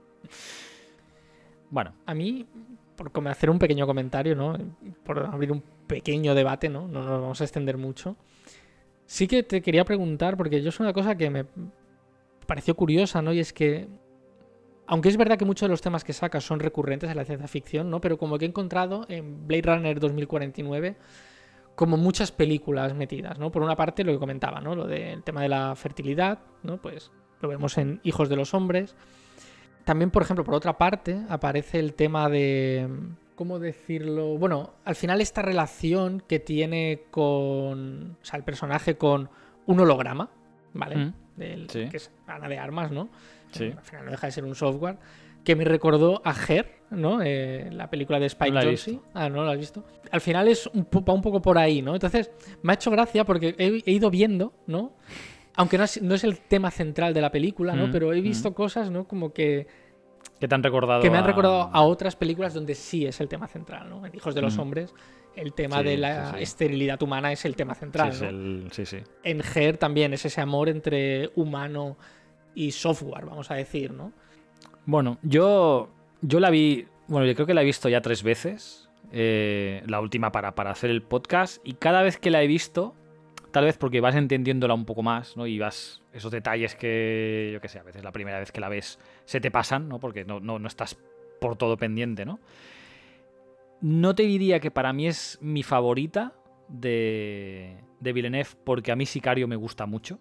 Bueno. A mí, por hacer un pequeño comentario, ¿no? Por abrir un pequeño debate, ¿no? No nos vamos a extender mucho. Sí que te quería preguntar, porque yo es una cosa que me pareció curiosa, ¿no? Y es que, aunque es verdad que muchos de los temas que sacas son recurrentes en la ciencia ficción, ¿no? Pero como que he encontrado en Blade Runner 2049 como muchas películas metidas, ¿no? Por una parte, lo que comentaba, ¿no? Lo del tema de la fertilidad, ¿no? Pues lo vemos en Hijos de los Hombres. También, por ejemplo, por otra parte, aparece el tema de... ¿Cómo decirlo? Bueno, al final esta relación que tiene con... O sea, el personaje con un holograma, ¿vale? Sí. Que es Ana de Armas, ¿no? Sí. Al final no deja de ser un software. Que me recordó a Her, ¿no? La película de Spike No la he Jonze. visto. Ah, ¿no la has visto? Al final es va un poco por ahí, ¿no? Entonces, me ha hecho gracia porque he ido viendo, ¿no? Aunque no es el tema central de la película, ¿no? Pero he visto cosas, ¿no? Como que te han recordado me han recordado a otras películas donde sí es el tema central, ¿no? En Hijos de los Hombres, el tema Sí, de la sí. esterilidad humana es el tema central, Sí, ¿no? sí. En Her también es ese amor entre humano y software, vamos a decir, ¿no? Bueno, yo la vi, bueno, yo creo que la he visto ya 3 veces, la última para hacer el podcast, y cada vez que la he visto, tal vez porque vas entendiéndola un poco más, ¿no? Y vas, esos detalles que, yo qué sé, a veces la primera vez que la ves se te pasan, ¿no? Porque no estás por todo pendiente, ¿no? No te diría que para mí es mi favorita de Villeneuve, porque a mí Sicario me gusta mucho,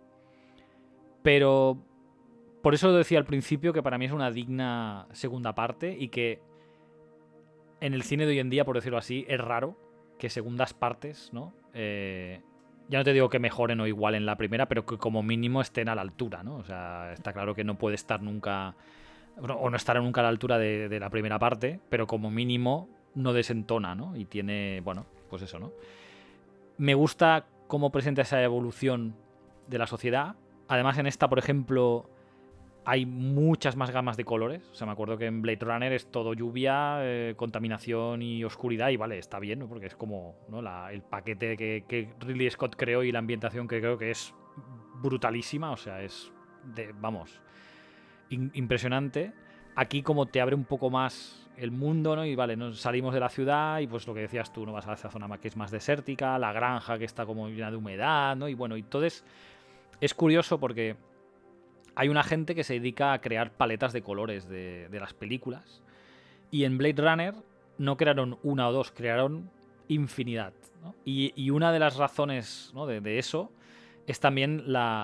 pero... Por eso lo decía al principio, que para mí es una digna segunda parte y que en el cine de hoy en día, por decirlo así, es raro que segundas partes, ¿no? Ya no te digo que mejoren o igualen la primera, pero que como mínimo estén a la altura, ¿no? O sea, está claro que no puede estar nunca, o no estará nunca a la altura de la primera parte, pero como mínimo no desentona, ¿no? Y tiene, bueno, pues eso, ¿no? Me gusta cómo presenta esa evolución de la sociedad. Además, en esta, por ejemplo, hay muchas más gamas de colores. O sea, me acuerdo que en Blade Runner es todo lluvia, contaminación y oscuridad. Y vale, está bien, ¿no? Porque es como, ¿no? El paquete que Ridley Scott creó y la ambientación que creo que es brutalísima. O sea, es, vamos, impresionante. Aquí como te abre un poco más el mundo, ¿no? Y vale, nos salimos de la ciudad y pues lo que decías tú, ¿no? Vas a esa zona que es más desértica, la granja que está como llena de humedad, ¿no? Y bueno, y entonces es curioso porque hay una gente que se dedica a crear paletas de colores de las películas. Y en Blade Runner no crearon una o dos, crearon infinidad, ¿no? Y una de las razones, ¿no? de eso es también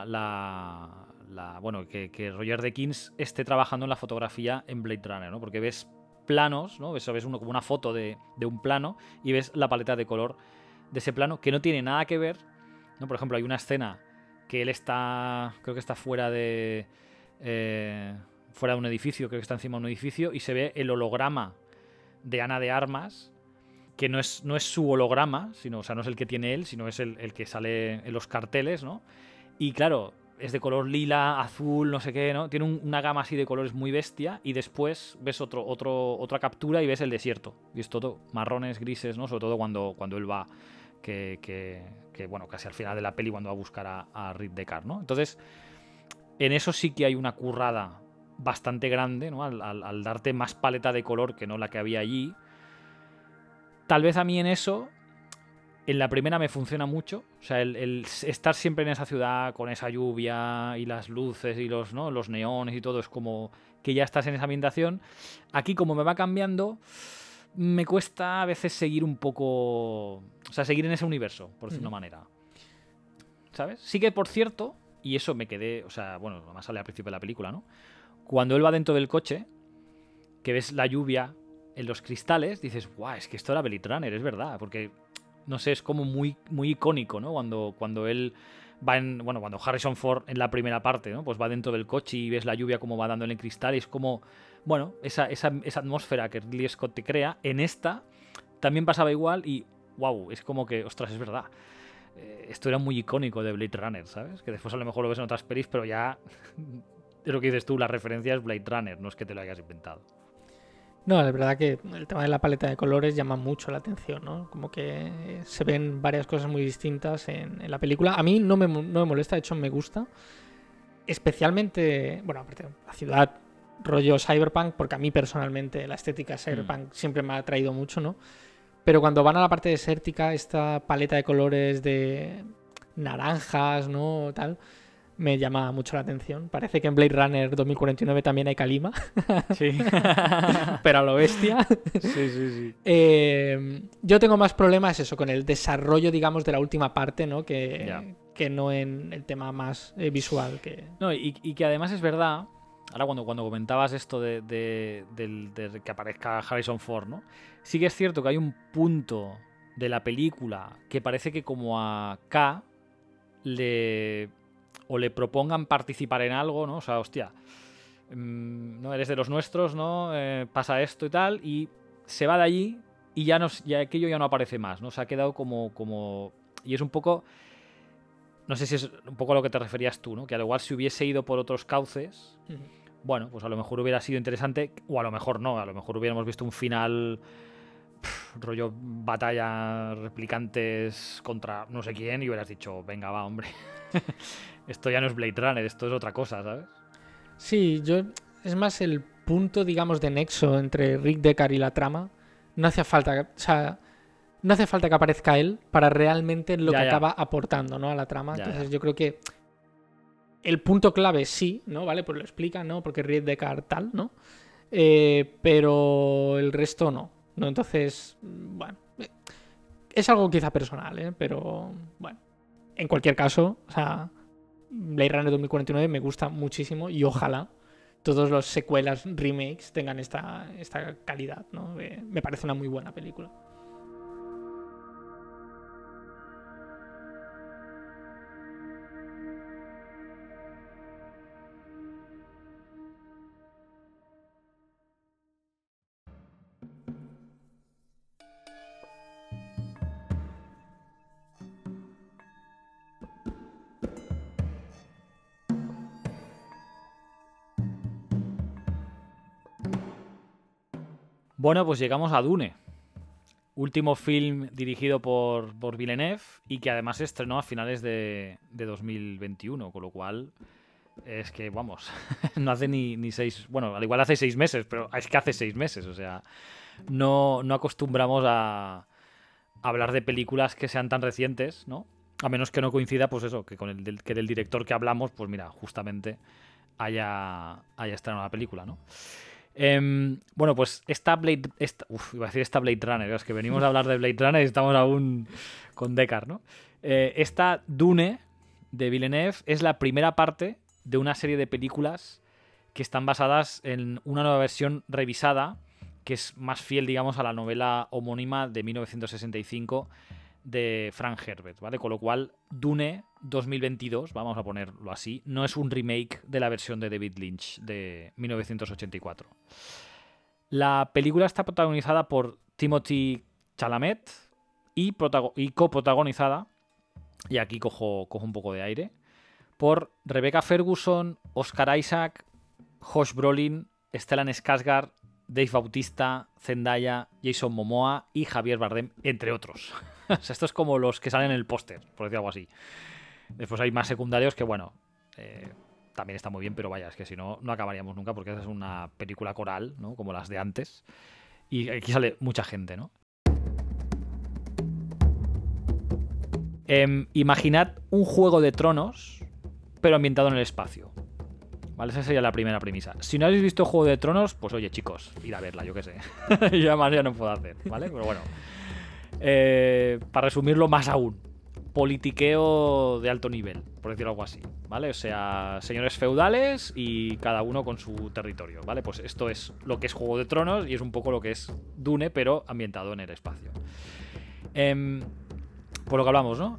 bueno, que Roger Deakins esté trabajando en la fotografía en Blade Runner, ¿no? Porque ves planos, ¿no? Ves como una foto de un plano y ves la paleta de color de ese plano que no tiene nada que ver, ¿no? Por ejemplo, hay una escena que él está, creo que está fuera de un edificio, creo que está encima de un edificio y se ve el holograma de Ana de Armas, que no es su holograma, sino, o sea, no es el que tiene él, sino es el que sale en los carteles, ¿no? Y claro, es de color lila, azul, no sé qué, ¿no? Tiene una gama así de colores muy bestia y después ves otra captura y ves el desierto. Y es todo marrones, grises, ¿no? Sobre todo cuando él va, bueno, casi al final de la peli cuando va a buscar a Rick Deckard, ¿no? Entonces, en eso sí que hay una currada bastante grande, ¿no? Al darte más paleta de color que no la que había allí. Tal vez a mí en eso, en la primera me funciona mucho. O sea, el estar siempre en esa ciudad con esa lluvia y las luces y los neones y todo, es como que ya estás en esa ambientación. Aquí, como me va cambiando, me cuesta a veces seguir un poco... O sea, seguir en ese universo, por decirlo de una manera. ¿Sabes? Sí que, por cierto, y eso me quedé... O sea, bueno, además sale al principio de la película, ¿no? Cuando él va dentro del coche, que ves la lluvia en los cristales, dices, guau, es que esto era Blade Runner, es verdad, porque, no sé, es como muy, muy icónico, ¿no? Cuando él va cuando Harrison Ford en la primera parte, ¿no? Pues va dentro del coche y ves la lluvia como va dando en el cristal y es como, bueno, esa atmósfera que Ridley Scott te crea, en esta también pasaba igual y, wow, es como que, ostras, es verdad. Esto era muy icónico de Blade Runner, ¿sabes? Que después a lo mejor lo ves en otras pelis, pero ya... Es lo que dices tú, la referencia es Blade Runner, no es que te lo hayas inventado. No, es verdad que el tema de la paleta de colores llama mucho la atención, ¿no? Como que se ven varias cosas muy distintas en la película. A mí no me molesta, de hecho me gusta. Especialmente, bueno, aparte, la ciudad, rollo cyberpunk, porque a mí personalmente la estética cyberpunk siempre me ha atraído mucho, ¿no? Pero cuando van a la parte desértica, esta paleta de colores de naranjas, ¿no? Tal... me llama mucho la atención. Parece que en Blade Runner 2049 también hay Kalima. Sí. Pero a lo bestia. Sí. Yo tengo más problemas eso, con el desarrollo, digamos, de la última parte, ¿no? Que no en el tema más visual. No, y que además es verdad, ahora cuando comentabas esto de que aparezca Harrison Ford, ¿no? Sí que es cierto que hay un punto de la película que parece que como a K le propongan participar en algo, ¿no? O sea, hostia, no eres de los nuestros, ¿no? Pasa esto y tal, y se va de allí y ya aquello ya no aparece más, ¿no? Se ha quedado como... Y es un poco... No sé si es un poco a lo que te referías tú, ¿no? Que al igual si hubiese ido por otros cauces, bueno, pues a lo mejor hubiera sido interesante, o a lo mejor no, a lo mejor hubiéramos visto un final... rollo batalla replicantes contra no sé quién y hubieras dicho, venga, va, hombre. Esto ya no es Blade Runner, esto es otra cosa, ¿sabes? Sí, es más el punto, digamos, de nexo entre Rick Deckard y la trama. No hace falta, o sea, no hace falta que aparezca él para realmente lo que acaba aportando, ¿no? A la trama. Entonces yo creo que el punto clave sí, ¿no? Vale, pues lo explica, ¿no? Porque Rick Deckard tal, ¿no? Pero el resto no. ¿No? Entonces, bueno, es algo quizá personal, ¿eh? Pero bueno, en cualquier caso, o sea, Blade Runner 2049 me gusta muchísimo y ojalá todos los secuelas, remakes tengan esta calidad, ¿no? Me parece una muy buena película. Bueno, pues llegamos a Dune. Último film dirigido por Villeneuve y que además se estrenó a finales de 2021, con lo cual es que, vamos, no hace ni 6... Bueno, al igual hace 6 meses, pero es que hace 6 meses, o sea, no acostumbramos a hablar de películas que sean tan recientes, ¿no? A menos que no coincida, pues eso, que con que del director que hablamos, pues mira, justamente haya estrenado la película, ¿no? Bueno, pues iba a decir esta Blade Runner, es que venimos a hablar de Blade Runner y estamos aún con Deckard, ¿no? Esta Dune de Villeneuve es la primera parte de una serie de películas que están basadas en una nueva versión revisada que es más fiel, digamos, a la novela homónima de 1965 de Frank Herbert, ¿vale? Con lo cual, Dune 2022, vamos a ponerlo así, no es un remake de la versión de David Lynch de 1984. La película está protagonizada por Timothée Chalamet y coprotagonizada, y aquí cojo un poco de aire, por Rebecca Ferguson, Oscar Isaac, Josh Brolin, Stellan Skarsgård, Dave Bautista, Zendaya, Jason Momoa y Javier Bardem, entre otros. O sea, esto es como los que salen en el póster, por decir algo así. Después hay más secundarios que, bueno, también está muy bien, pero vaya, es que si no, no acabaríamos nunca porque esa es una película coral, ¿no? Como las de antes. Y aquí sale mucha gente, ¿no? Imaginad un Juego de Tronos, pero ambientado en el espacio. ¿Vale? Esa sería la primera premisa. Si no habéis visto Juego de Tronos, pues oye, chicos, ir a verla, yo qué sé. Yo además ya no puedo hacer, ¿vale? Pero bueno. Para resumirlo más aún. Politiqueo de alto nivel, por decirlo algo así, ¿vale? O sea, señores feudales y cada uno con su territorio, ¿vale? Pues esto es lo que es Juego de Tronos y es un poco lo que es Dune, pero ambientado en el espacio. Por lo que hablamos, ¿no?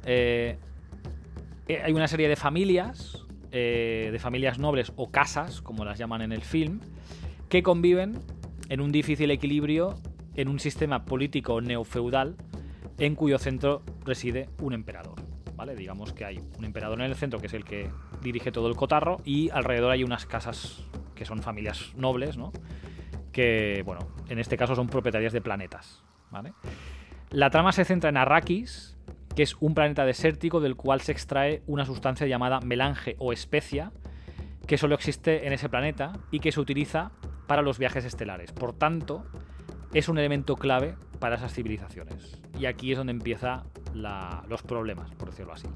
Hay una serie de familias nobles o casas, como las llaman en el film, que conviven en un difícil equilibrio en un sistema político neofeudal en cuyo centro reside un emperador, ¿vale? Digamos que hay un emperador en el centro que es el que dirige todo el cotarro y alrededor hay unas casas que son familias nobles, ¿no? Que, bueno, en este caso son propietarias de planetas, ¿vale? La trama se centra en Arrakis, que es un planeta desértico del cual se extrae una sustancia llamada melange o especia, que solo existe en ese planeta y que se utiliza para los viajes estelares. Por tanto, es un elemento clave para esas civilizaciones. Y aquí es donde empiezan los problemas, por decirlo así.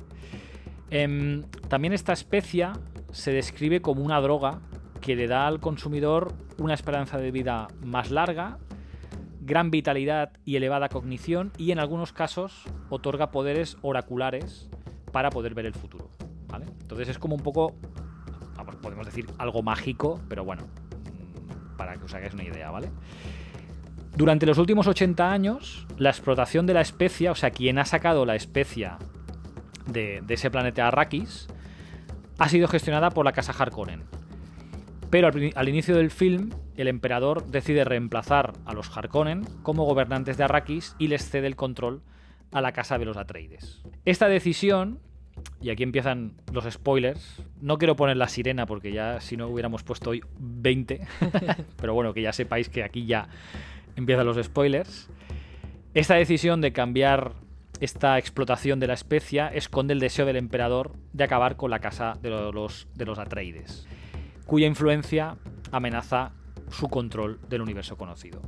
También esta especia se describe como una droga que le da al consumidor una esperanza de vida más larga, gran vitalidad y elevada cognición, y en algunos casos otorga poderes oraculares para poder ver el futuro, ¿vale? Entonces es como un poco, podemos decir algo mágico, pero bueno, para que os hagáis una idea, ¿vale? Durante los últimos 80 años, la explotación de la especia, o sea, quien ha sacado la especia de ese planeta Arrakis, ha sido gestionada por la casa Harkonnen. Pero al inicio del film, el emperador decide reemplazar a los Harkonnen como gobernantes de Arrakis y les cede el control a la casa de los Atreides. Esta decisión, y aquí empiezan los spoilers, no quiero poner la sirena porque ya si no hubiéramos puesto hoy 20, pero bueno, que ya sepáis que aquí ya empiezan los spoilers. Esta decisión de cambiar esta explotación de la especia esconde el deseo del emperador de acabar con la casa de los Atreides, cuya influencia amenaza su control del universo conocido.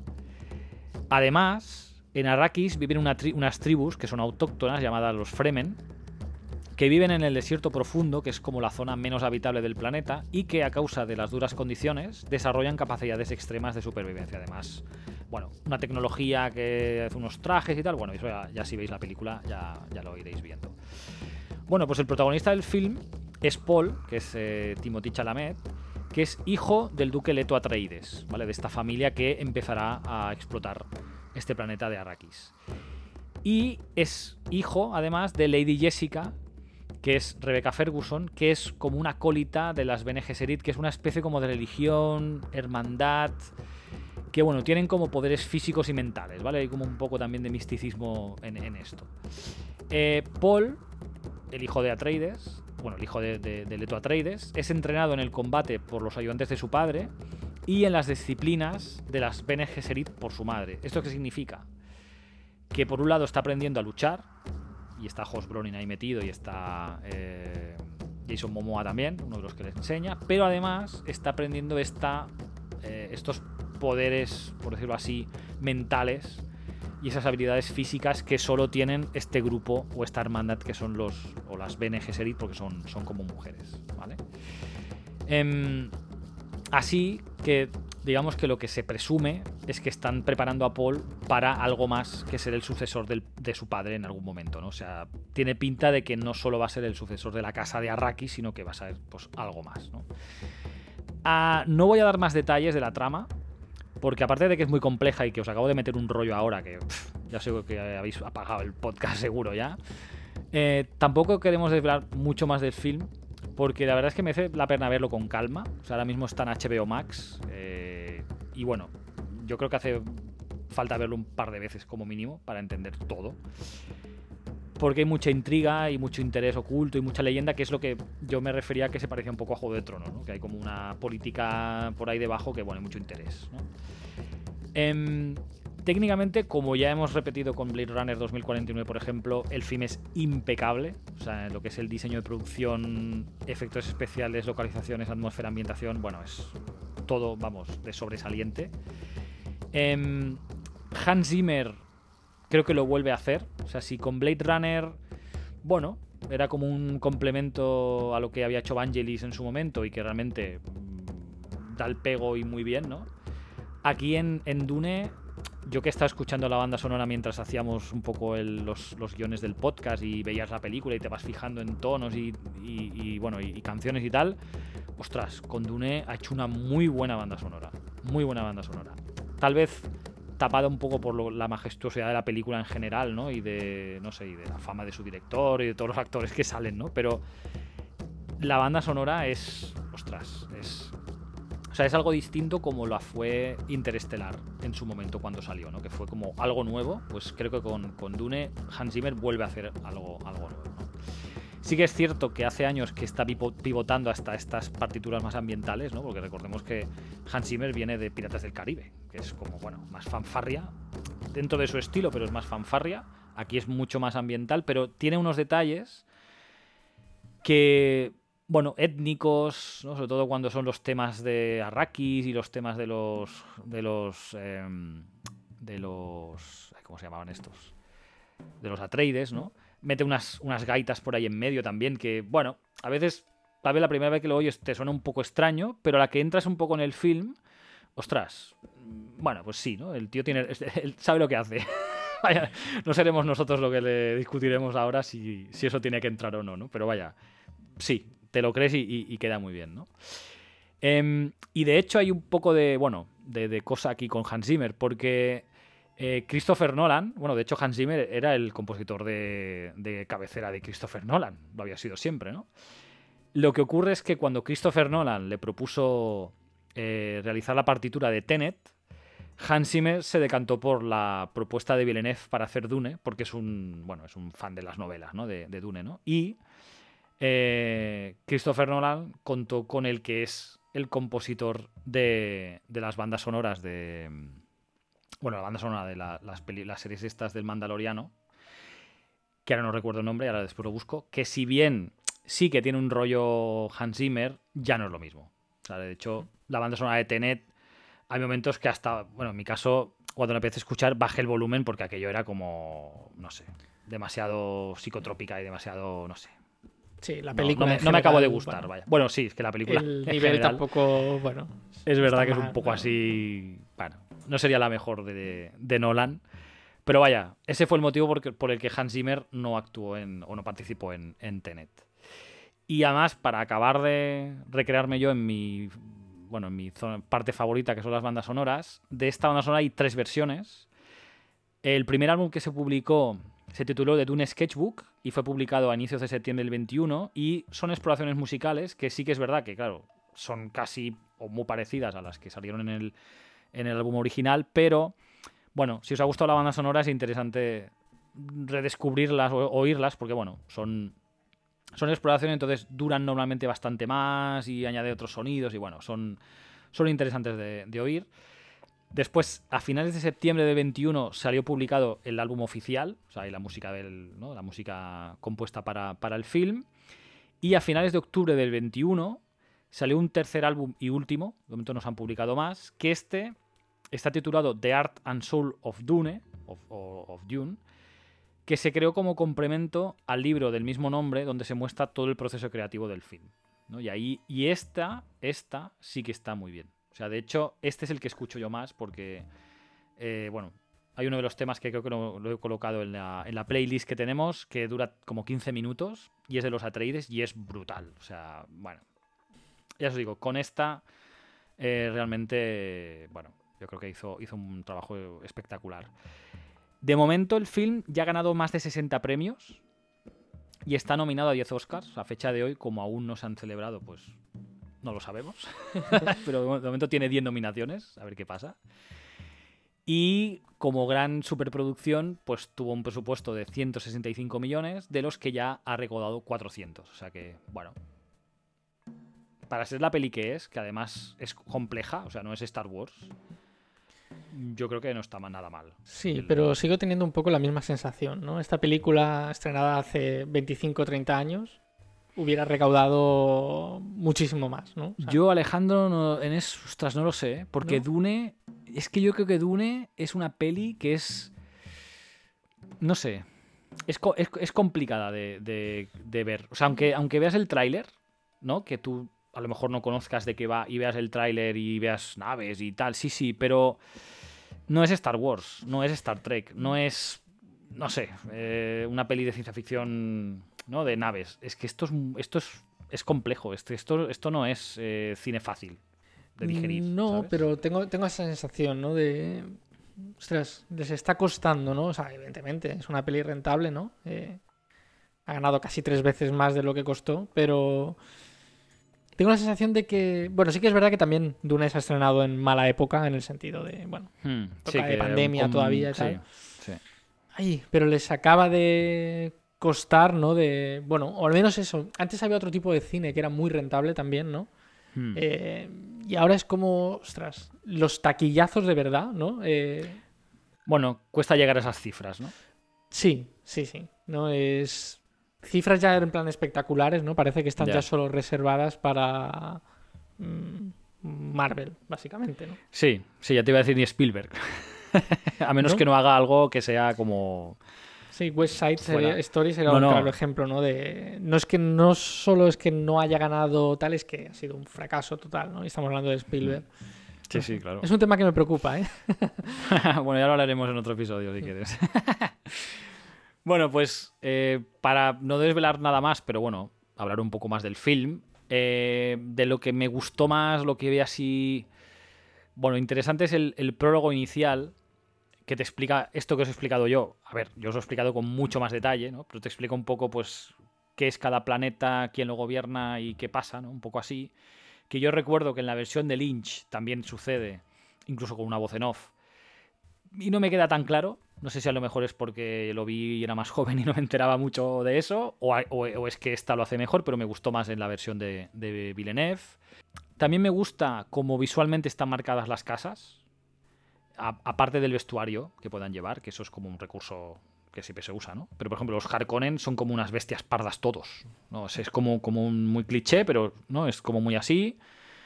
Además, en Arrakis viven unas tribus que son autóctonas llamadas los Fremen, que viven en el desierto profundo, que es como la zona menos habitable del planeta, y que a causa de las duras condiciones desarrollan capacidades extremas de supervivencia. Además, bueno, una tecnología que hace unos trajes y tal, bueno, eso ya si veis la película ya lo iréis viendo. Bueno, pues el protagonista del film es Paul, que es Timothée Chalamet, que es hijo del duque Leto Atreides, ¿vale? De esta familia que empezará a explotar este planeta de Arrakis. Y es hijo, además, de Lady Jessica, que es Rebecca Ferguson, que es como una acólita de las Bene Gesserit, que es una especie como de religión, hermandad, que bueno, tienen como poderes físicos y mentales, ¿vale? Hay como un poco también de misticismo en esto. Paul, el hijo de Atreides, bueno, el hijo de Leto Atreides, es entrenado en el combate por los ayudantes de su padre y en las disciplinas de las Bene Gesserit por su madre. ¿Esto qué significa? Que por un lado está aprendiendo a luchar, y está Josh Brolin ahí metido, y está Jason Momoa también, uno de los que les enseña, pero además está aprendiendo estos poderes, por decirlo así, mentales, y esas habilidades físicas que solo tienen este grupo o esta hermandad que son las Bene Gesserit, porque son como mujeres, ¿vale? Así que digamos que lo que se presume es que están preparando a Paul para algo más que ser el sucesor de su padre en algún momento, ¿no? O sea, tiene pinta de que no solo va a ser el sucesor de la casa de Arrakis, sino que va a ser pues algo más, ¿no? No voy a dar más detalles de la trama, porque aparte de que es muy compleja y que os acabo de meter un rollo ahora, que ya sé que habéis apagado el podcast seguro ya, tampoco queremos desvelar mucho más del film, porque la verdad es que merece la pena verlo con calma. O sea, ahora mismo está en HBO Max, y bueno, yo creo que hace falta verlo un par de veces como mínimo para entender todo, porque hay mucha intriga y mucho interés oculto y mucha leyenda, que es lo que yo me refería, que se parecía un poco a Juego de Tronos, ¿no? Que hay como una política por ahí debajo que, bueno, hay mucho interés, ¿no? Técnicamente, como ya hemos repetido con Blade Runner 2049, por ejemplo, el film es impecable. O sea, lo que es el diseño de producción, efectos especiales, localizaciones, atmósfera, ambientación, bueno, es todo, vamos, de sobresaliente. Hans Zimmer creo que lo vuelve a hacer. O sea, si con Blade Runner, bueno, era como un complemento a lo que había hecho Vangelis en su momento y que realmente da el pego y muy bien, ¿no? Aquí en Dune, yo que estaba escuchando la banda sonora mientras hacíamos un poco los guiones del podcast y veías la película y te vas fijando en tonos y canciones y tal, ostras, con Dune ha hecho una muy buena banda sonora. Muy buena banda sonora. Tal vez tapada un poco por la majestuosidad de la película en general, ¿no? Y de, no sé, y de la fama de su director y de todos los actores que salen, ¿no? Pero la banda sonora es, ostras, o sea, es algo distinto como lo fue Interestelar en su momento cuando salió, ¿no? Que fue como algo nuevo. Pues creo que con Dune Hans Zimmer vuelve a hacer algo nuevo, ¿no? Sí que es cierto que hace años que está pivotando hasta estas partituras más ambientales, ¿no? Porque recordemos que Hans Zimmer viene de Piratas del Caribe, que es como, bueno, más fanfarria dentro de su estilo, pero es más fanfarria. Aquí es mucho más ambiental, pero tiene unos detalles que, bueno, étnicos, ¿no? Sobre todo cuando son los temas de Arrakis y los temas de los ¿cómo se llamaban estos? De los Atreides, ¿no? Mete unas gaitas por ahí en medio también que, bueno, a veces, tal vez la primera vez que lo oyes te suena un poco extraño, pero a la que entras un poco en el film, ostras, bueno, pues sí, ¿no? El tío él sabe lo que hace. Vaya, no seremos nosotros lo que le discutiremos ahora si eso tiene que entrar o no, ¿no? Pero vaya, sí, te lo crees y queda muy bien, ¿no? Y de hecho hay un poco de cosa aquí con Hans Zimmer, porque Christopher Nolan, bueno, de hecho Hans Zimmer era el compositor de cabecera de Christopher Nolan, lo había sido siempre, ¿no? Lo que ocurre es que cuando Christopher Nolan le propuso realizar la partitura de Tenet, Hans Zimmer se decantó por la propuesta de Villeneuve para hacer Dune, porque es un fan de las novelas, ¿no? de Dune, ¿no? Y Christopher Nolan contó con el que es el compositor de las bandas sonoras de... Bueno, la banda sonora de las series estas del Mandaloriano, que ahora no recuerdo el nombre, ahora después lo busco, que si bien sí que tiene un rollo Hans Zimmer, ya no es lo mismo. O sea, de hecho, la banda sonora de Tenet, hay momentos que hasta, bueno, en mi caso, cuando la empecé a escuchar, bajé el volumen porque aquello era como, no sé, demasiado psicotrópica y demasiado, no sé. Sí, la película no me acabo de gustar, vaya. Bueno, sí, es que la película el en nivel general, tampoco, bueno, es verdad que es mal, un poco así, bueno, no sería la mejor de Nolan, pero vaya, ese fue el motivo por el que Hans Zimmer no actuó o no participó en Tenet. Y además, para acabar de recrearme yo en mi parte favorita, que son las bandas sonoras, de esta banda sonora hay 3 versiones. El primer álbum que se publicó se tituló The Dune Sketchbook y fue publicado a inicios de septiembre del 21, y son exploraciones musicales que sí que es verdad que, claro, son casi o muy parecidas a las que salieron en el álbum original, pero bueno, si os ha gustado la banda sonora es interesante redescubrirlas o oírlas, porque bueno, son exploraciones, entonces duran normalmente bastante más y añade otros sonidos y bueno, son son interesantes de oír. Después, a finales de septiembre del 21 salió publicado el álbum oficial, o sea, y la música ¿no? La música compuesta para el film. Y a finales de octubre del 21 salió un tercer álbum y último, de momento no se han publicado más, que está titulado The Art and Soul of Dune, of Dune, que se creó como complemento al libro del mismo nombre, donde se muestra todo el proceso creativo del film, ¿no? Y esta sí que está muy bien. O sea, de hecho, este es el que escucho yo más porque, bueno, hay uno de los temas que creo que lo he colocado en la playlist que tenemos, que dura como 15 minutos y es de los Atreides y es brutal. O sea, bueno, ya os digo, con esta realmente, bueno, yo creo que hizo un trabajo espectacular. De momento el film ya ha ganado más de 60 premios y está nominado a 10 Oscars. A fecha de hoy, como aún no se han celebrado, pues no lo sabemos. Pero de momento tiene 10 nominaciones, a ver qué pasa. Y como gran superproducción, pues tuvo un presupuesto de 165 millones, de los que ya ha recaudado 400. O sea que, bueno, para ser la peli que además es compleja, o sea, no es Star Wars, yo creo que no está nada mal. Sí, pero sigo teniendo un poco la misma sensación, ¿no? Esta película estrenada hace 25 o 30 años hubiera recaudado muchísimo más, ¿no? O sea, yo, Alejandro, ostras, no lo sé, ¿eh? Porque ¿no? Dune, es que yo creo que Dune es una peli que es, no sé, es complicada de ver. O sea, aunque veas el tráiler, ¿no? Que tú a lo mejor no conozcas de qué va y veas el tráiler y veas naves y tal, sí, pero no es Star Wars, no es Star Trek, no es, no sé, una peli de ciencia ficción, ¿no? De naves. Es que esto es complejo, esto no es cine fácil de digerir, No, ¿sabes? pero tengo esa sensación, ¿no? De, ostras, les está costando, ¿no? O sea, evidentemente, es una peli rentable, ¿no? Ha ganado casi 3 veces más de lo que costó, pero tengo la sensación de que, bueno, sí que es verdad que también Dune se ha estrenado en mala época, en el sentido de, bueno, Sí, época de que pandemia todavía y sí, tal. sí. Ay, pero les acaba de costar, ¿no? De, bueno, o al menos eso. Antes había otro tipo de cine que era muy rentable también, ¿no? Y ahora es como, ostras, los taquillazos de verdad, ¿no? Bueno, cuesta llegar a esas cifras, ¿no? Sí. ¿No? Es cifras ya en plan espectaculares, ¿no? Parece que están ya Ya. solo reservadas para Marvel, básicamente, ¿no? Sí, ya te iba a decir ni Spielberg. A menos ¿No? que no haga algo que sea como Sí, West Side fuera. Story será No, un no. claro ejemplo, ¿no? De, no es que no solo es que no haya ganado tal, es que ha sido un fracaso total, ¿no? Y estamos hablando de Spielberg. Sí, No sé. claro. Es un tema que me preocupa, ¿eh? Bueno, ya lo hablaremos en otro episodio, si quieres. Bueno, pues para no desvelar nada más, pero bueno, hablar un poco más del film, de lo que me gustó más, lo que ve así... Bueno, interesante es el prólogo inicial, que te explica esto que os he explicado yo. A ver, yo os lo he explicado con mucho más detalle, ¿no? Pero te explica un poco, pues, qué es cada planeta, quién lo gobierna y qué pasa, ¿no? Un poco así. Que yo recuerdo que en la versión de Lynch también sucede, incluso con una voz en off. Y no me queda tan claro. No sé si a lo mejor es porque lo vi y era más joven y no me enteraba mucho de eso, o es que esta lo hace mejor, pero me gustó más en la versión de Villeneuve. También me gusta cómo visualmente están marcadas las casas, aparte del vestuario que puedan llevar, que eso es como un recurso que siempre se usa, ¿no? Pero, por ejemplo, los Harkonnen son como unas bestias pardas todos, ¿no? O sea, es como un muy cliché, pero no es como muy así.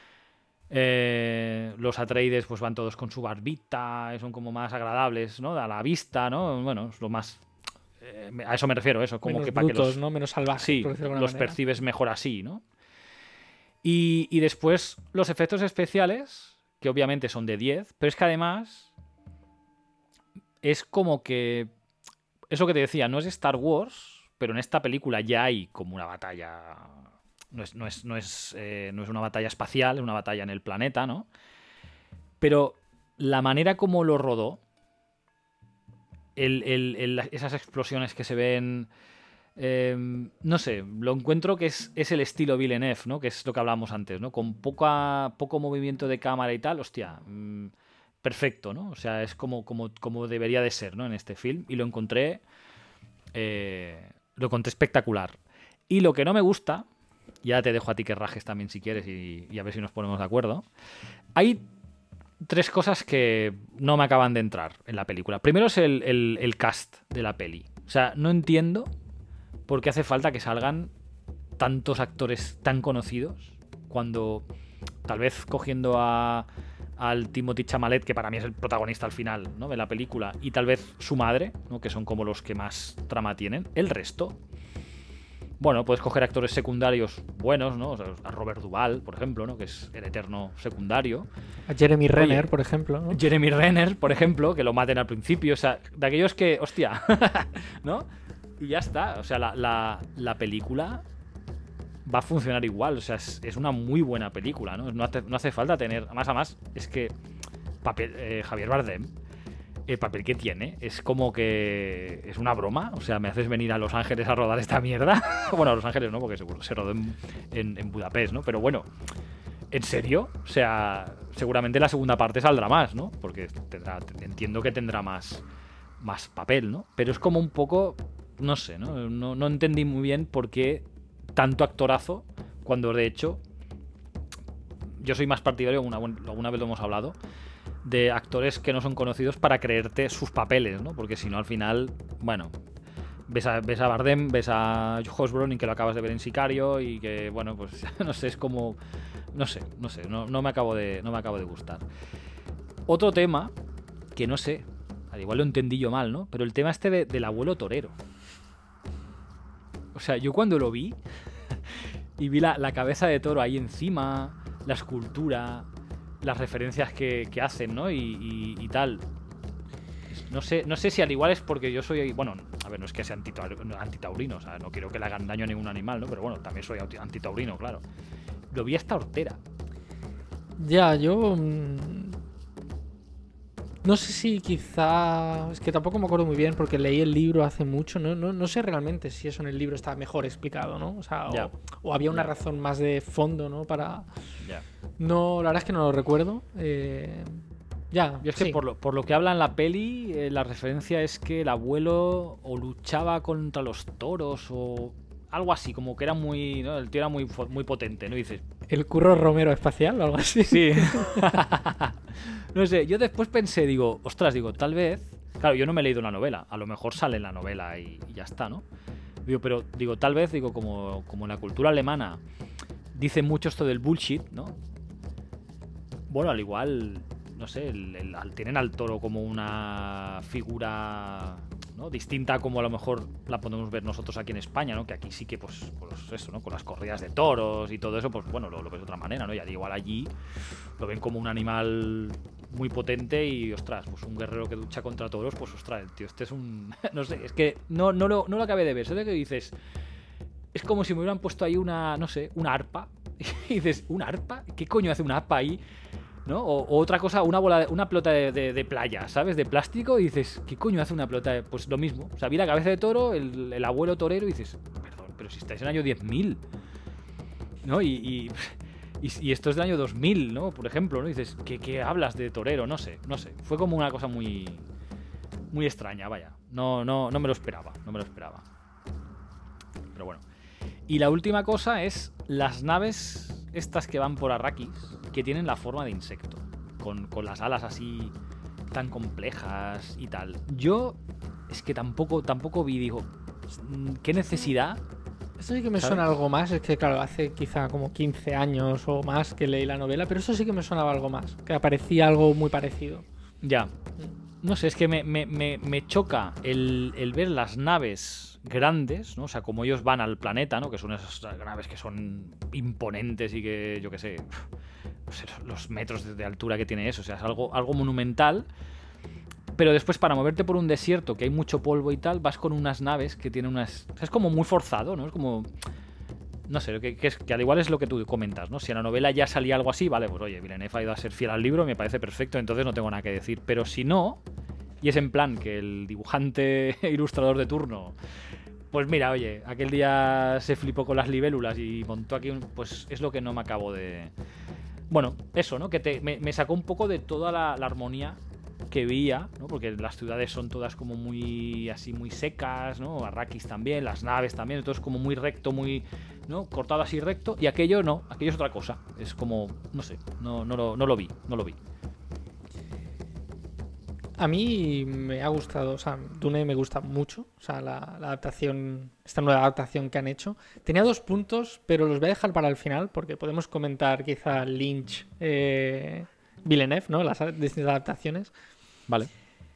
Los Atreides pues van todos con su barbita, son como más agradables, ¿no? A la vista, ¿no? Bueno, es lo más... a eso me refiero, eso, como Menos que para que brutos, los... ¿no? Menos salvajes, Sí, por decirlo de alguna los manera. percibes mejor así, ¿no? Y después los efectos especiales, que obviamente son de 10, pero es que además es como que... Eso que te decía, no es Star Wars, pero en esta película ya hay como una batalla... No es una batalla espacial, es una batalla en el planeta, ¿no? Pero la manera como lo rodó, esas explosiones que se ven... no sé, lo encuentro que es el estilo Villeneuve, ¿no? Que es lo que hablábamos antes, ¿no? Con poco movimiento de cámara y tal, hostia, perfecto, ¿no? O sea, es como debería de ser, ¿no? En este film. Y lo encontré espectacular. Y lo que no me gusta Ya te dejo a ti que rajes también si quieres y a ver si nos ponemos de acuerdo. Hay 3 cosas que no me acaban de entrar en la película. Primero es el cast de la peli. O sea, no entiendo por qué hace falta que salgan tantos actores tan conocidos cuando tal vez cogiendo al Timothée Chalamet, que para mí es el protagonista al final, ¿no?, de la película, y tal vez su madre, ¿no?, que son como los que más trama tienen. El resto, bueno, puedes coger actores secundarios buenos, ¿no? O sea, a Robert Duvall, por ejemplo, ¿no?, que es el eterno secundario. A Jeremy Renner, Oye, por ejemplo, ¿no? Jeremy Renner, por ejemplo, que lo maten al principio. O sea, de aquellos que, hostia, ¿no? Y ya está. O sea, la película va a funcionar igual. O sea, es una muy buena película, ¿no? No hace falta tener... Además, es que Javier Bardem, el papel que tiene es como que es una broma. O sea, me haces venir a Los Ángeles a rodar esta mierda. Bueno, a Los Ángeles no, porque seguro se rodó en Budapest, ¿no? Pero bueno, ¿en serio? O sea, seguramente la segunda parte saldrá más, ¿no? Porque entiendo que tendrá más papel, ¿no? Pero es como un poco... No sé, ¿no? No entendí muy bien por qué tanto actorazo, cuando de hecho yo soy más partidario, alguna vez lo hemos hablado, de actores que no son conocidos para creerte sus papeles, ¿no? Porque si no, al final, bueno, ves a Bardem, ves a Josh Brolin, que lo acabas de ver en Sicario, y que, bueno, pues no sé, es como... No sé, no me acabo de gustar. Otro tema, que no sé, al igual lo entendí yo mal, ¿no? Pero el tema este del abuelo torero. O sea, yo cuando lo vi y vi la cabeza de toro ahí encima, la escultura, las referencias que hacen, ¿no? Y tal. No sé si al igual es porque yo soy... Bueno, a ver, no es que sea antitaurino, o sea, no quiero que le hagan daño a ningún animal, ¿no? Pero bueno, también soy antitaurino, claro. Lo vi hasta hortera. Ya, yo... No sé si quizá... Es que tampoco me acuerdo muy bien porque leí el libro hace mucho. No sé realmente si eso en el libro está mejor explicado, ¿no? O sea, o había una razón más de fondo, ¿no? Para... No, la verdad es que no lo recuerdo. Yo es que por lo que habla en la peli, la referencia es que el abuelo o luchaba contra los toros o algo así, como que era muy... ¿no? El tío era muy potente, ¿no? Y dices... ¿El Curro Romero espacial o algo así? Sí. No sé, yo después pensé, digo, tal vez... Claro, yo no me he leído la novela, a lo mejor sale en la novela y ya está, ¿no? Digo, tal vez, como en la cultura alemana dice mucho esto del bullshit, ¿no? Bueno, al igual, no sé, tienen al toro como una figura, ¿no?, distinta a como a lo mejor la podemos ver nosotros aquí en España, ¿no? Que aquí sí que, pues eso, ¿no? Con las corridas de toros y todo eso, pues bueno, lo ves de otra manera, ¿no? Y igual allí lo ven como un animal muy potente y, ostras, pues un guerrero que lucha contra toros, pues ostras, el tío, este es un... No sé, es que no lo acabé de ver. ¿Sabes lo que dices? Es como si me hubieran puesto ahí una, no sé, una arpa. Y dices, ¿una arpa? ¿Qué coño hace una arpa ahí? ¿No? O otra cosa, una pelota de playa, ¿sabes? De plástico, y dices, ¿qué coño hace una pelota? Pues lo mismo. O sea, vi la cabeza de toro, el abuelo torero, y dices, perdón, pero si estáis en el año 10.000, ¿no? Y esto es del año 2000, ¿no? Por ejemplo, ¿no? Y dices, ¿qué hablas de torero? No sé. Fue como una cosa muy extraña, vaya. No me lo esperaba. Pero bueno. Y la última cosa es las naves estas que van por Arrakis, que tienen la forma de insecto, con las alas así tan complejas y tal. Yo es que tampoco vi, digo, ¿qué necesidad? Eso sí que me suena algo más. Es que, claro, hace quizá como 15 años o más que leí la novela, pero eso sí que me sonaba algo más, que aparecía algo muy parecido. Ya. No sé, es que me choca el ver las naves grandes, ¿no? O sea, como ellos van al planeta, ¿no? Que son esas naves que son imponentes y que, yo qué sé, pues los metros de altura que tiene eso. O sea, es algo monumental. Pero después, para moverte por un desierto que hay mucho polvo y tal, vas con unas naves que tienen unas... O sea, es como muy forzado, ¿no? Es como... No sé, que al igual es lo que tú comentas, ¿no? Si en la novela ya salía algo así, vale, pues oye, Villeneuve ha ido a ser fiel al libro, me parece perfecto, entonces no tengo nada que decir. Pero si no, y es en plan que el dibujante ilustrador de turno, pues mira, oye, aquel día se flipó con las libélulas y montó aquí pues es lo que no me acabo de... Bueno, eso, ¿no? Que me sacó un poco de toda la armonía que veía, ¿no? Porque las ciudades son todas como muy así, muy secas, ¿no? Arrakis también, las naves también, todo es como muy recto, muy, ¿no? Cortado así recto, y aquello no, aquello es otra cosa. Es como, no sé, no lo vi. A mí me ha gustado, o sea, Dune me gusta mucho, o sea, la adaptación, esta nueva adaptación que han hecho. Tenía 2 puntos, pero los voy a dejar para el final, porque podemos comentar quizá Lynch, Villeneuve, ¿no? Las distintas adaptaciones. Vale.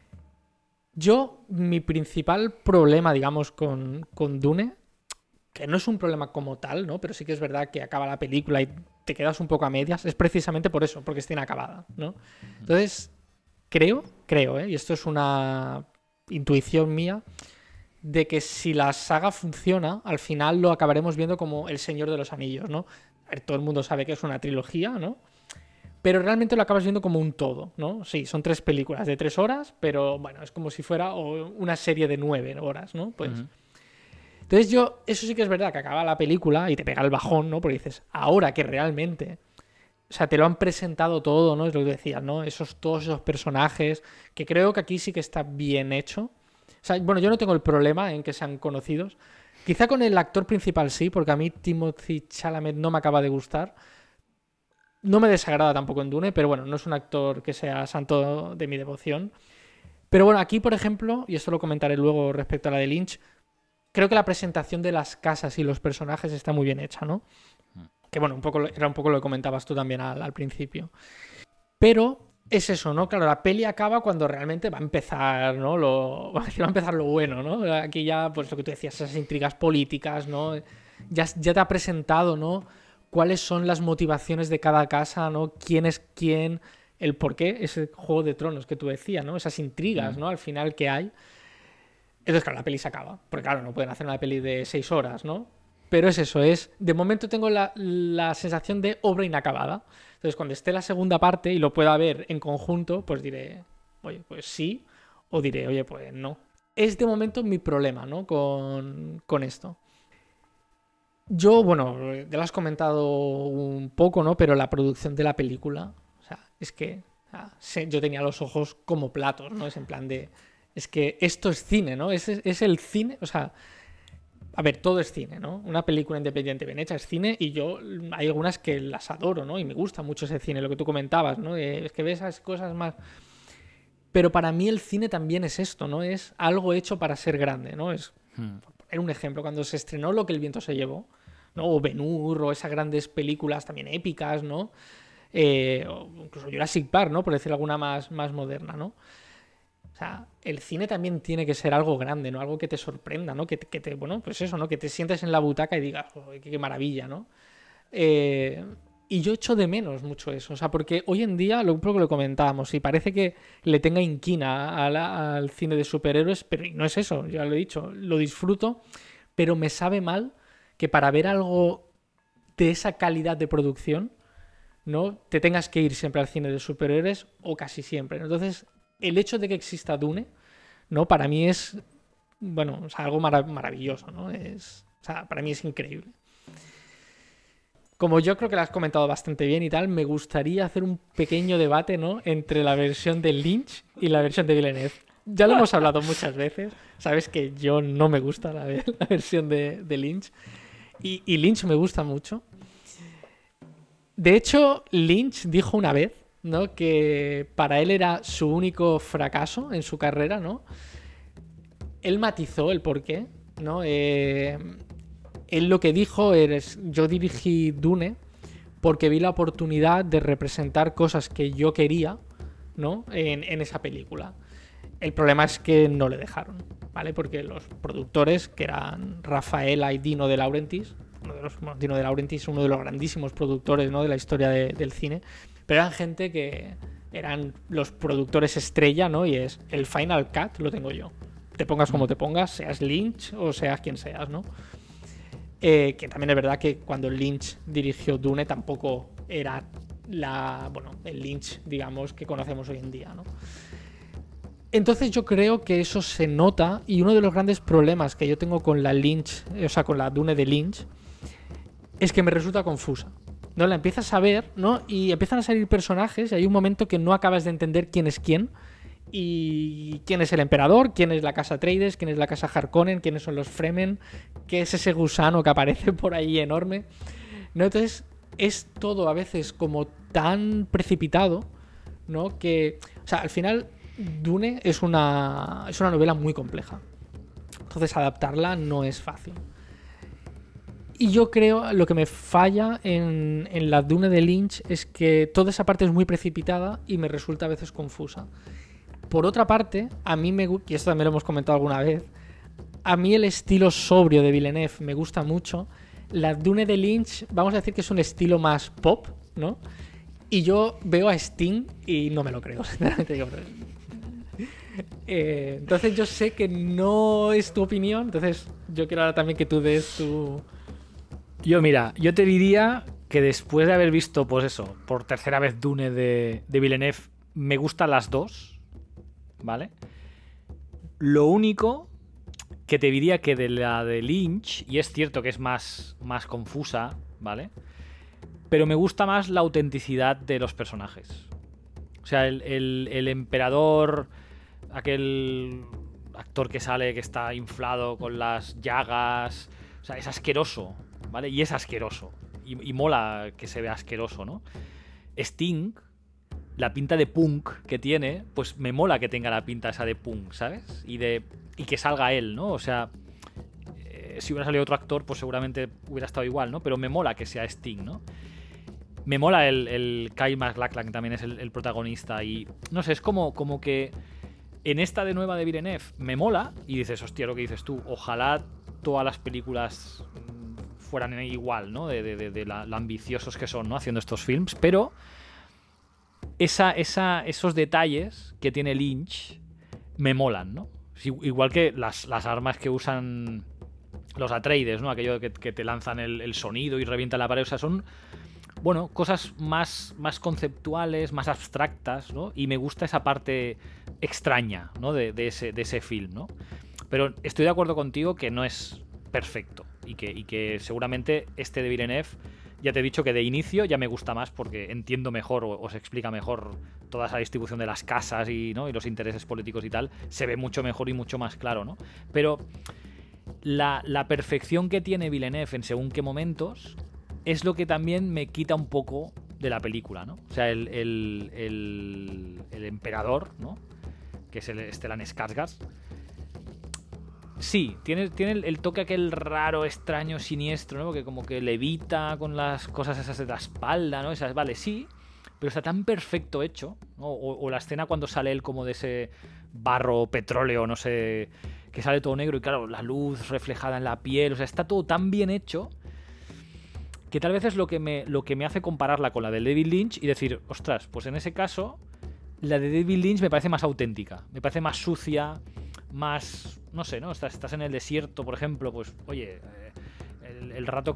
Mi principal problema, digamos, con Dune, que no es un problema como tal, ¿no? Pero sí que es verdad que acaba la película y te quedas un poco a medias, es precisamente por eso, porque está inacabada, ¿no? Entonces, creo, y esto es una intuición mía, de que si la saga funciona, al final lo acabaremos viendo como El Señor de los Anillos, ¿no? A ver, todo el mundo sabe que es una trilogía, ¿no? Pero realmente lo acabas viendo como un todo, ¿no? Sí, son 3 películas de 3 horas, pero bueno, es como si fuera una serie de 9 horas, ¿no? Pues. Entonces eso sí que es verdad, que acaba la película y te pega el bajón, ¿no? Porque dices, ahora que realmente, o sea, te lo han presentado todo, ¿no? Es lo que decías, ¿no? Todos esos personajes, que creo que aquí sí que está bien hecho. O sea, bueno, yo no tengo el problema en que sean conocidos. Quizá con el actor principal sí, porque a mí Timothée Chalamet no me acaba de gustar. No me desagrada tampoco en Dune, pero bueno, no es un actor que sea santo de mi devoción. Pero bueno, aquí, por ejemplo, y esto lo comentaré luego respecto a la de Lynch, creo que la presentación de las casas y los personajes está muy bien hecha, ¿no? Que bueno, era un poco lo que comentabas tú también al principio. Pero es eso, ¿no? Claro, la peli acaba cuando realmente va a empezar, ¿no? Va a empezar lo bueno, ¿no? Aquí ya, pues lo que tú decías, esas intrigas políticas, ¿no? Ya te ha presentado, ¿no? Cuáles son las motivaciones de cada casa, ¿no? Quién es quién, el por qué, ese Juego de Tronos que tú decías, ¿no? Esas intrigas, ¿no? Al final que hay. Entonces, claro, la peli se acaba. Porque, claro, no pueden hacer una peli de 6 horas, ¿no? Pero es eso, de momento tengo la sensación de obra inacabada. Entonces, cuando esté la segunda parte y lo pueda ver en conjunto, pues diré, oye, pues sí, o diré, oye, pues no. Es de momento mi problema, ¿no? Con esto. Yo, bueno, ya lo has comentado un poco, ¿no? Pero la producción de la película, o sea, es que yo tenía los ojos como platos, ¿no? Es en plan de, es que esto es cine, ¿no? Es el cine, o sea, a ver, todo es cine, ¿no? Una película independiente bien hecha es cine y hay algunas que las adoro, ¿no? Y me gusta mucho ese cine, lo que tú comentabas, ¿no? Es que ves esas cosas más. Pero para mí el cine también es esto, ¿no? Es algo hecho para ser grande, ¿no? Por poner un ejemplo, cuando se estrenó Lo que el viento se llevó, ¿no? O Ben-Hur, o esas grandes películas también épicas, ¿no? O incluso Jurassic Park, ¿no? Por decir alguna más moderna, ¿no? O sea, el cine también tiene que ser algo grande, ¿no? Algo que te sorprenda, ¿no? Bueno, pues eso, ¿no? Que te sientes en la butaca y digas, oh, qué maravilla, ¿no? Y yo echo de menos mucho eso, o sea, porque hoy en día, lo que lo comentábamos, y parece que le tenga inquina al cine de superhéroes, pero no es eso, ya lo he dicho, lo disfruto, pero me sabe mal que para ver algo de esa calidad de producción, ¿no? Te tengas que ir siempre al cine de superhéroes o casi siempre, ¿no? Entonces, el hecho de que exista Dune, ¿no? Para mí es, bueno, o sea, algo maravilloso, ¿no? O sea, para mí es increíble. Como yo creo que lo has comentado bastante bien y tal, me gustaría hacer un pequeño debate, ¿no? Entre la versión de Lynch y la versión de Villeneuve. Ya lo hemos hablado muchas veces. Sabes que yo no me gusta la versión de Lynch. Y Lynch me gusta mucho. De hecho, Lynch dijo una vez, ¿no? Que para él era su único fracaso en su carrera, ¿no? Él matizó el porqué, ¿no? Él lo que dijo es, yo dirigí Dune porque vi la oportunidad de representar cosas que yo quería, ¿no? En esa película. El problema es que no le dejaron, ¿vale? Porque los productores, que eran Rafaela y Dino De Laurentiis, Dino De Laurentiis, uno de los grandísimos productores, ¿no? De la historia del cine, pero eran gente que eran los productores estrella, ¿no? Y es el Final Cut lo tengo yo. Te pongas como te pongas, seas Lynch o seas quien seas, ¿no? Que también es verdad que cuando Lynch dirigió Dune tampoco era el Lynch, digamos, que conocemos hoy en día, ¿no? Entonces yo creo que eso se nota, y uno de los grandes problemas que yo tengo con la Lynch, o sea, con la Dune de Lynch, es que me resulta confusa, ¿no? La empiezas a ver, ¿no? Y empiezan a salir personajes y hay un momento que no acabas de entender quién es quién y quién es el emperador, quién es la casa Atreides, quién es la casa Harkonnen, quiénes son los Fremen, qué es ese gusano que aparece por ahí enorme, ¿no? Entonces es todo a veces como tan precipitado, ¿no? Que, o sea, al final Dune es una novela muy compleja. Entonces adaptarla no es fácil. Y yo creo lo que me falla en la Dune de Lynch es que toda esa parte es muy precipitada y me resulta a veces confusa. Por otra parte, a mí y esto también lo hemos comentado alguna vez, a mí el estilo sobrio de Villeneuve me gusta mucho. La Dune de Lynch, vamos a decir que es un estilo más pop, ¿no? Y yo veo a Sting y no me lo creo, sinceramente. Entonces yo sé que no es tu opinión, entonces yo quiero ahora también que tú des tu... Yo te diría que después de haber visto, pues eso, por tercera vez Dune de Villeneuve, me gustan las dos, ¿vale? Lo único que te diría que de la de Lynch, y es cierto que es más confusa, ¿vale? Pero me gusta más la autenticidad de los personajes. O sea, el emperador, aquel actor que sale que está inflado con las llagas, o sea, es asqueroso, ¿vale? Y es asqueroso. Y mola que se vea asqueroso, ¿no? Sting, la pinta de punk que tiene, pues me mola que tenga la pinta esa de punk, ¿sabes? Y que salga él, ¿no? O sea, si hubiera salido otro actor, pues seguramente hubiera estado igual, ¿no? Pero me mola que sea Sting, ¿no? Me mola el Kyle MacLachlan, que también es el protagonista. Y no sé, es como que en esta de nueva de Villeneuve me mola. Y dices, hostia, lo que dices tú, ojalá todas las películas fueran igual, ¿no? De lo ambiciosos que son, ¿no? Haciendo estos films. Pero esos detalles que tiene Lynch me molan, ¿no? Igual que las armas que usan los Atreides, ¿no? Aquello que te lanzan el sonido y revientan la pared. O sea, son, bueno, cosas más conceptuales, más abstractas, ¿no? Y me gusta esa parte extraña, ¿no? de ese film, ¿no? Pero estoy de acuerdo contigo que no es perfecto y que seguramente este de Villeneuve, ya te he dicho que de inicio ya me gusta más porque entiendo mejor o se explica mejor toda esa distribución de las casas y, ¿no? Y los intereses políticos y tal, se ve mucho mejor y mucho más claro, ¿no? Pero la perfección que tiene Villeneuve en según qué momentos es lo que también me quita un poco de la película, ¿no? O sea, el emperador, ¿no? Que es el Stellan Skarsgård. Sí, tiene el toque aquel raro, extraño, siniestro, ¿no? Que como que levita con las cosas esas de la espalda, ¿no? Esas, vale, sí, pero está tan perfecto hecho, ¿no? O la escena cuando sale él como de ese barro, petróleo, no sé, que sale todo negro y claro, la luz reflejada en la piel, o sea, está todo tan bien hecho que tal vez es lo que me hace compararla con la de David Lynch y decir, ostras, pues en ese caso la de David Lynch me parece más auténtica, me parece más sucia, más, no sé, ¿no? Estás en el desierto, por ejemplo, pues, oye, el rato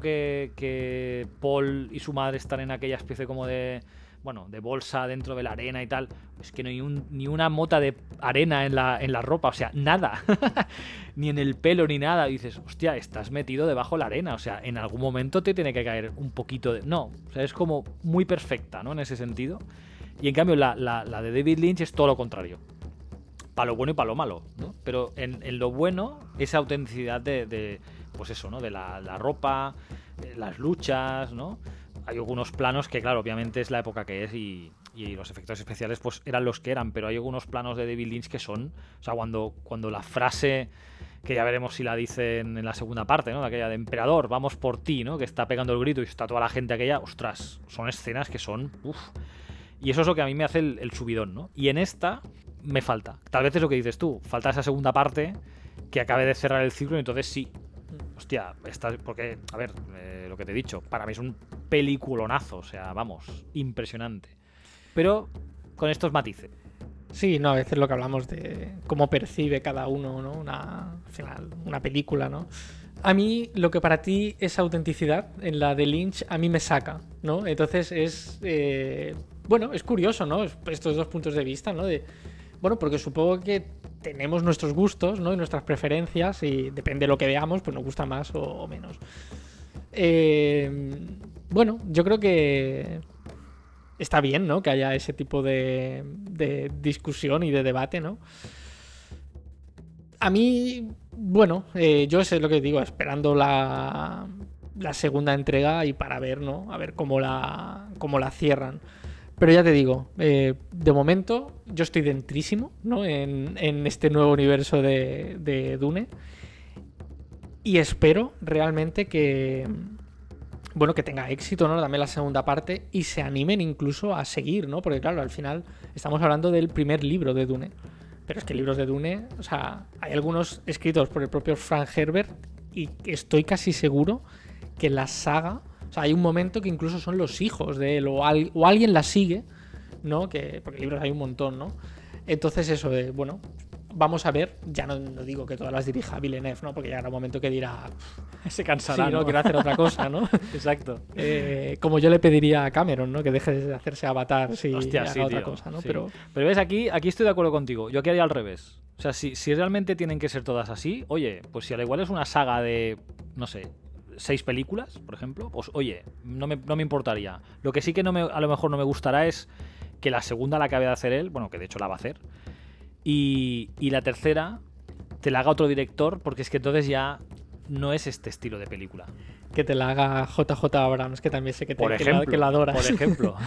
que Paul y su madre están en aquella especie como de, bueno, de bolsa dentro de la arena y tal, es que no hay ni una mota de arena en la ropa, o sea, nada, ni en el pelo ni nada, y dices, hostia, estás metido debajo de la arena, o sea, en algún momento te tiene que caer un poquito de... No, o sea, es como muy perfecta, ¿no? En ese sentido. Y en cambio la de David Lynch es todo lo contrario. Para lo bueno y para lo malo, ¿no? Pero en lo bueno, esa autenticidad de pues eso, ¿no? De la ropa, las luchas, ¿no? Hay algunos planos que, claro, obviamente es la época que es y los efectos especiales pues eran los que eran, pero hay algunos planos de David Lynch que son... O sea, cuando la frase, que ya veremos si la dicen en la segunda parte, ¿no? De aquella de emperador, vamos por ti, ¿no? Que está pegando el grito y está toda la gente aquella... Ostras, son escenas que son... Uf. Y eso es lo que a mí me hace el subidón, ¿no? Y en esta me falta. Tal vez es lo que dices tú. Falta esa segunda parte que acabe de cerrar el ciclo y entonces sí. Hostia, porque, a ver, lo que te he dicho, para mí es un peliculonazo. O sea, vamos, impresionante. Pero con estos matices. Sí, no, a veces lo que hablamos de cómo percibe cada uno, ¿no? Al final, una película, ¿no? A mí, lo que para ti es autenticidad, en la de Lynch, a mí me saca, ¿no? Entonces es... bueno, es curioso, ¿no? Estos dos puntos de vista, ¿no? Bueno, porque supongo que tenemos nuestros gustos, ¿no? Y nuestras preferencias y depende de lo que veamos, pues nos gusta más o menos. Bueno, yo creo que está bien, ¿no? Que haya ese tipo de discusión y de debate, ¿no? A mí, bueno, yo sé lo que digo, esperando la segunda entrega y para ver, ¿no? A ver cómo la cierran. Pero ya te digo, de momento yo estoy dentrísimo, ¿no? En este nuevo universo de Dune. Y espero realmente que, bueno, que tenga éxito, ¿no? También la segunda parte y se animen incluso a seguir, ¿no? Porque claro, al final estamos hablando del primer libro de Dune. Pero es que libros de Dune, o sea, hay algunos escritos por el propio Frank Herbert y estoy casi seguro que la saga, o sea, hay un momento que incluso son los hijos de él o alguien la sigue, ¿no? Porque libros hay un montón, ¿no? Entonces eso de, bueno, vamos a ver, ya no digo que todas las dirija Villeneuve, ¿no? Porque llegará un momento que dirá, Se cansará, sí, no, ¿no? quiero hacer otra cosa, ¿no? Exacto. Como yo le pediría a Cameron, ¿no? Que deje de hacerse Avatar si Hostia, haga sí, otra tío, cosa, ¿no? sí. Pero ves, aquí estoy de acuerdo contigo. Yo aquí haría al revés. O sea, si realmente tienen que ser todas así, oye, pues si al igual es una saga de, no sé, 6 películas, por ejemplo, pues oye, no me importaría. Lo que sí que a lo mejor no me gustará es que la segunda la acabe de hacer él, bueno, que de hecho la va a hacer, y la tercera te la haga otro director, porque es que entonces ya no es este estilo de película. que te la haga JJ Abrams, que también sé que, Por ejemplo, que la adoras. por ejemplo.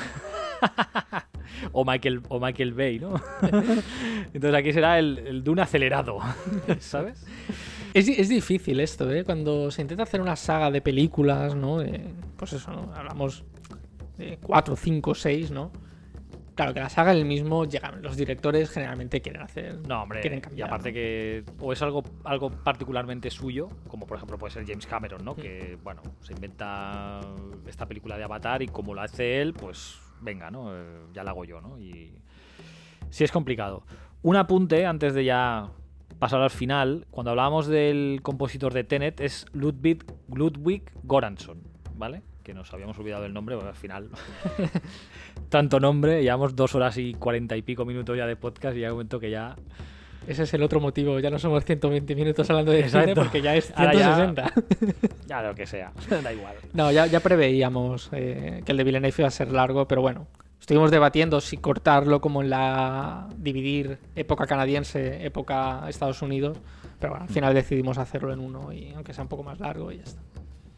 o Michael Bay, ¿no? Entonces aquí será el Dune acelerado, ¿sabes? Es difícil esto, ¿eh? Cuando se intenta hacer una saga de películas, ¿no? Pues eso, ¿no? Hablamos de 4, 5, 6, ¿no? Claro, que la saga el mismo, llegan los directores generalmente quieren hacer. No, hombre, quieren y cambiar, aparte ¿no? que o es algo particularmente suyo, como por ejemplo puede ser James Cameron, ¿no? Que, bueno, se inventa esta película de Avatar y como la hace él, pues venga, ¿no? Ya la hago yo, ¿no? Y sí es complicado. Un apunte antes de ya pasar al final, cuando hablábamos del compositor de Tenet, es Ludwig Göransson, ¿vale? Que nos habíamos olvidado el nombre, porque al final tanto nombre, llevamos 2 horas y 40 y pico minutos ya de podcast y ya un momento que ya... Ese es el otro motivo, ya no somos 120 minutos hablando de cine Exacto. porque ya es Ahora ya- 160. Ya lo que sea, da igual. No, ya preveíamos que el de Villeneuve iba a ser largo, pero bueno, estuvimos debatiendo si cortarlo como en dividir época canadiense, época Estados Unidos, pero bueno, al final decidimos hacerlo en uno y aunque sea un poco más largo y ya está.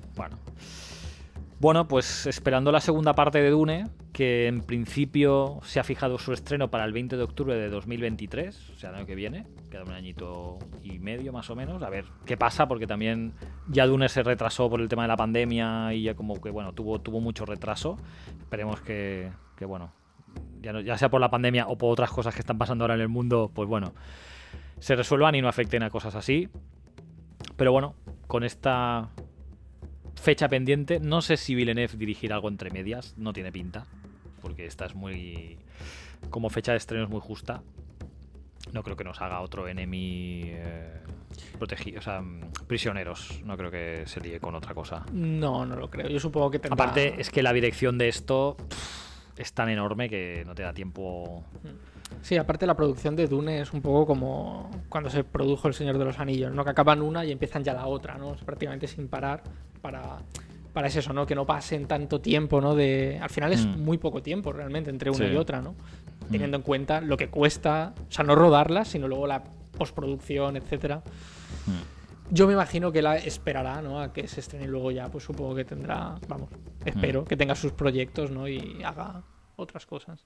Bueno, pues esperando la segunda parte de Dune, que en principio se ha fijado su estreno para el 20 de octubre de 2023, o sea, el año que viene, queda un añito y medio más o menos, a ver qué pasa, porque también ya Dune se retrasó por el tema de la pandemia y ya como que, bueno, tuvo mucho retraso. Esperemos que bueno, ya sea por la pandemia o por otras cosas que están pasando ahora en el mundo, pues bueno, se resuelvan y no afecten a cosas así. Pero bueno, con esta fecha pendiente, no sé si Villeneuve dirigirá algo entre medias, no tiene pinta, porque esta es muy... como fecha de estreno es muy justa. No creo que nos haga otro Enemy protegido, o sea, prisioneros. No creo que se líe con otra cosa. No lo creo. Yo supongo que tendrá... Aparte, es que la dirección de esto es tan enorme que no te da tiempo. Sí, aparte la producción de Dune es un poco como cuando se produjo El Señor de los Anillos, ¿no? Que acaban una y empiezan ya la otra, ¿no? Es prácticamente sin parar para es eso, ¿no? Que no pasen tanto tiempo, ¿no? Al final es muy poco tiempo realmente entre una Sí. y otra, ¿no? Teniendo en cuenta lo que cuesta, o sea, no rodarla, sino luego la postproducción, etcétera. Yo me imagino que la esperará, ¿no? A que se estrene y luego ya, pues supongo que tendrá, vamos, espero que tenga sus proyectos, ¿no? Y haga otras cosas.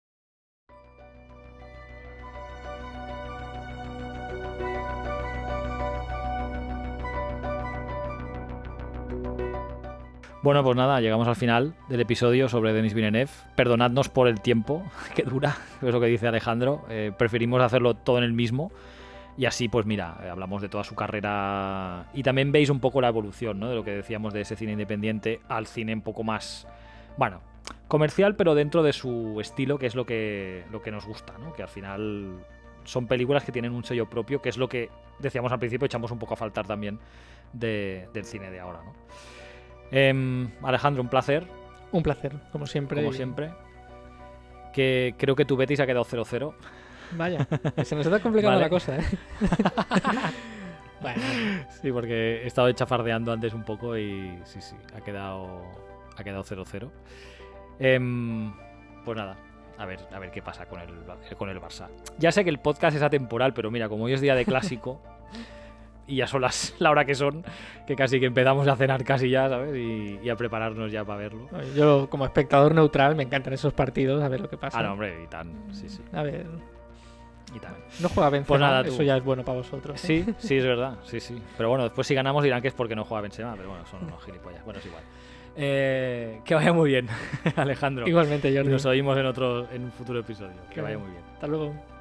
Bueno, pues nada, llegamos al final del episodio sobre Denis Villeneuve. Perdonadnos por el tiempo que dura, es lo que dice Alejandro. Preferimos hacerlo todo en el mismo. Y así, pues mira, hablamos de toda su carrera. Y también veis un poco la evolución, ¿no? De lo que decíamos de ese cine independiente al cine un poco más, bueno, comercial, pero dentro de su estilo, que es lo que nos gusta, ¿no? Que al final son películas que tienen un sello propio, que es lo que decíamos al principio, echamos un poco a faltar también del cine de ahora, ¿no? Alejandro, un placer. Un placer, como siempre. Como siempre. Que creo que tu Betis ha quedado 0-0. Vaya, que se nos está complicando Vale. la cosa, ¿eh? Bueno, Sí, porque he estado chafardeando antes un poco y sí, ha quedado 0-0. pues nada, a ver qué pasa con el Barça. Ya sé que el podcast es atemporal, pero mira, como hoy es día de clásico y ya son la hora que son, que casi que empezamos a cenar casi ya, ¿sabes? Y a prepararnos ya para verlo. Yo, como espectador neutral, me encantan esos partidos, a ver lo que pasa. Ah, no, hombre, y tan, sí. A ver... Y tal. No juega Benzema, Pues nada, eso ya es bueno para vosotros. Sí, es verdad, sí. Pero bueno, después si ganamos dirán que es porque no juega Benzema, pero bueno, son unos gilipollas. Bueno, es igual. Que vaya muy bien, Alejandro. Igualmente, Jordi. Y nos oímos en un futuro episodio. Que vaya muy bien. Hasta luego.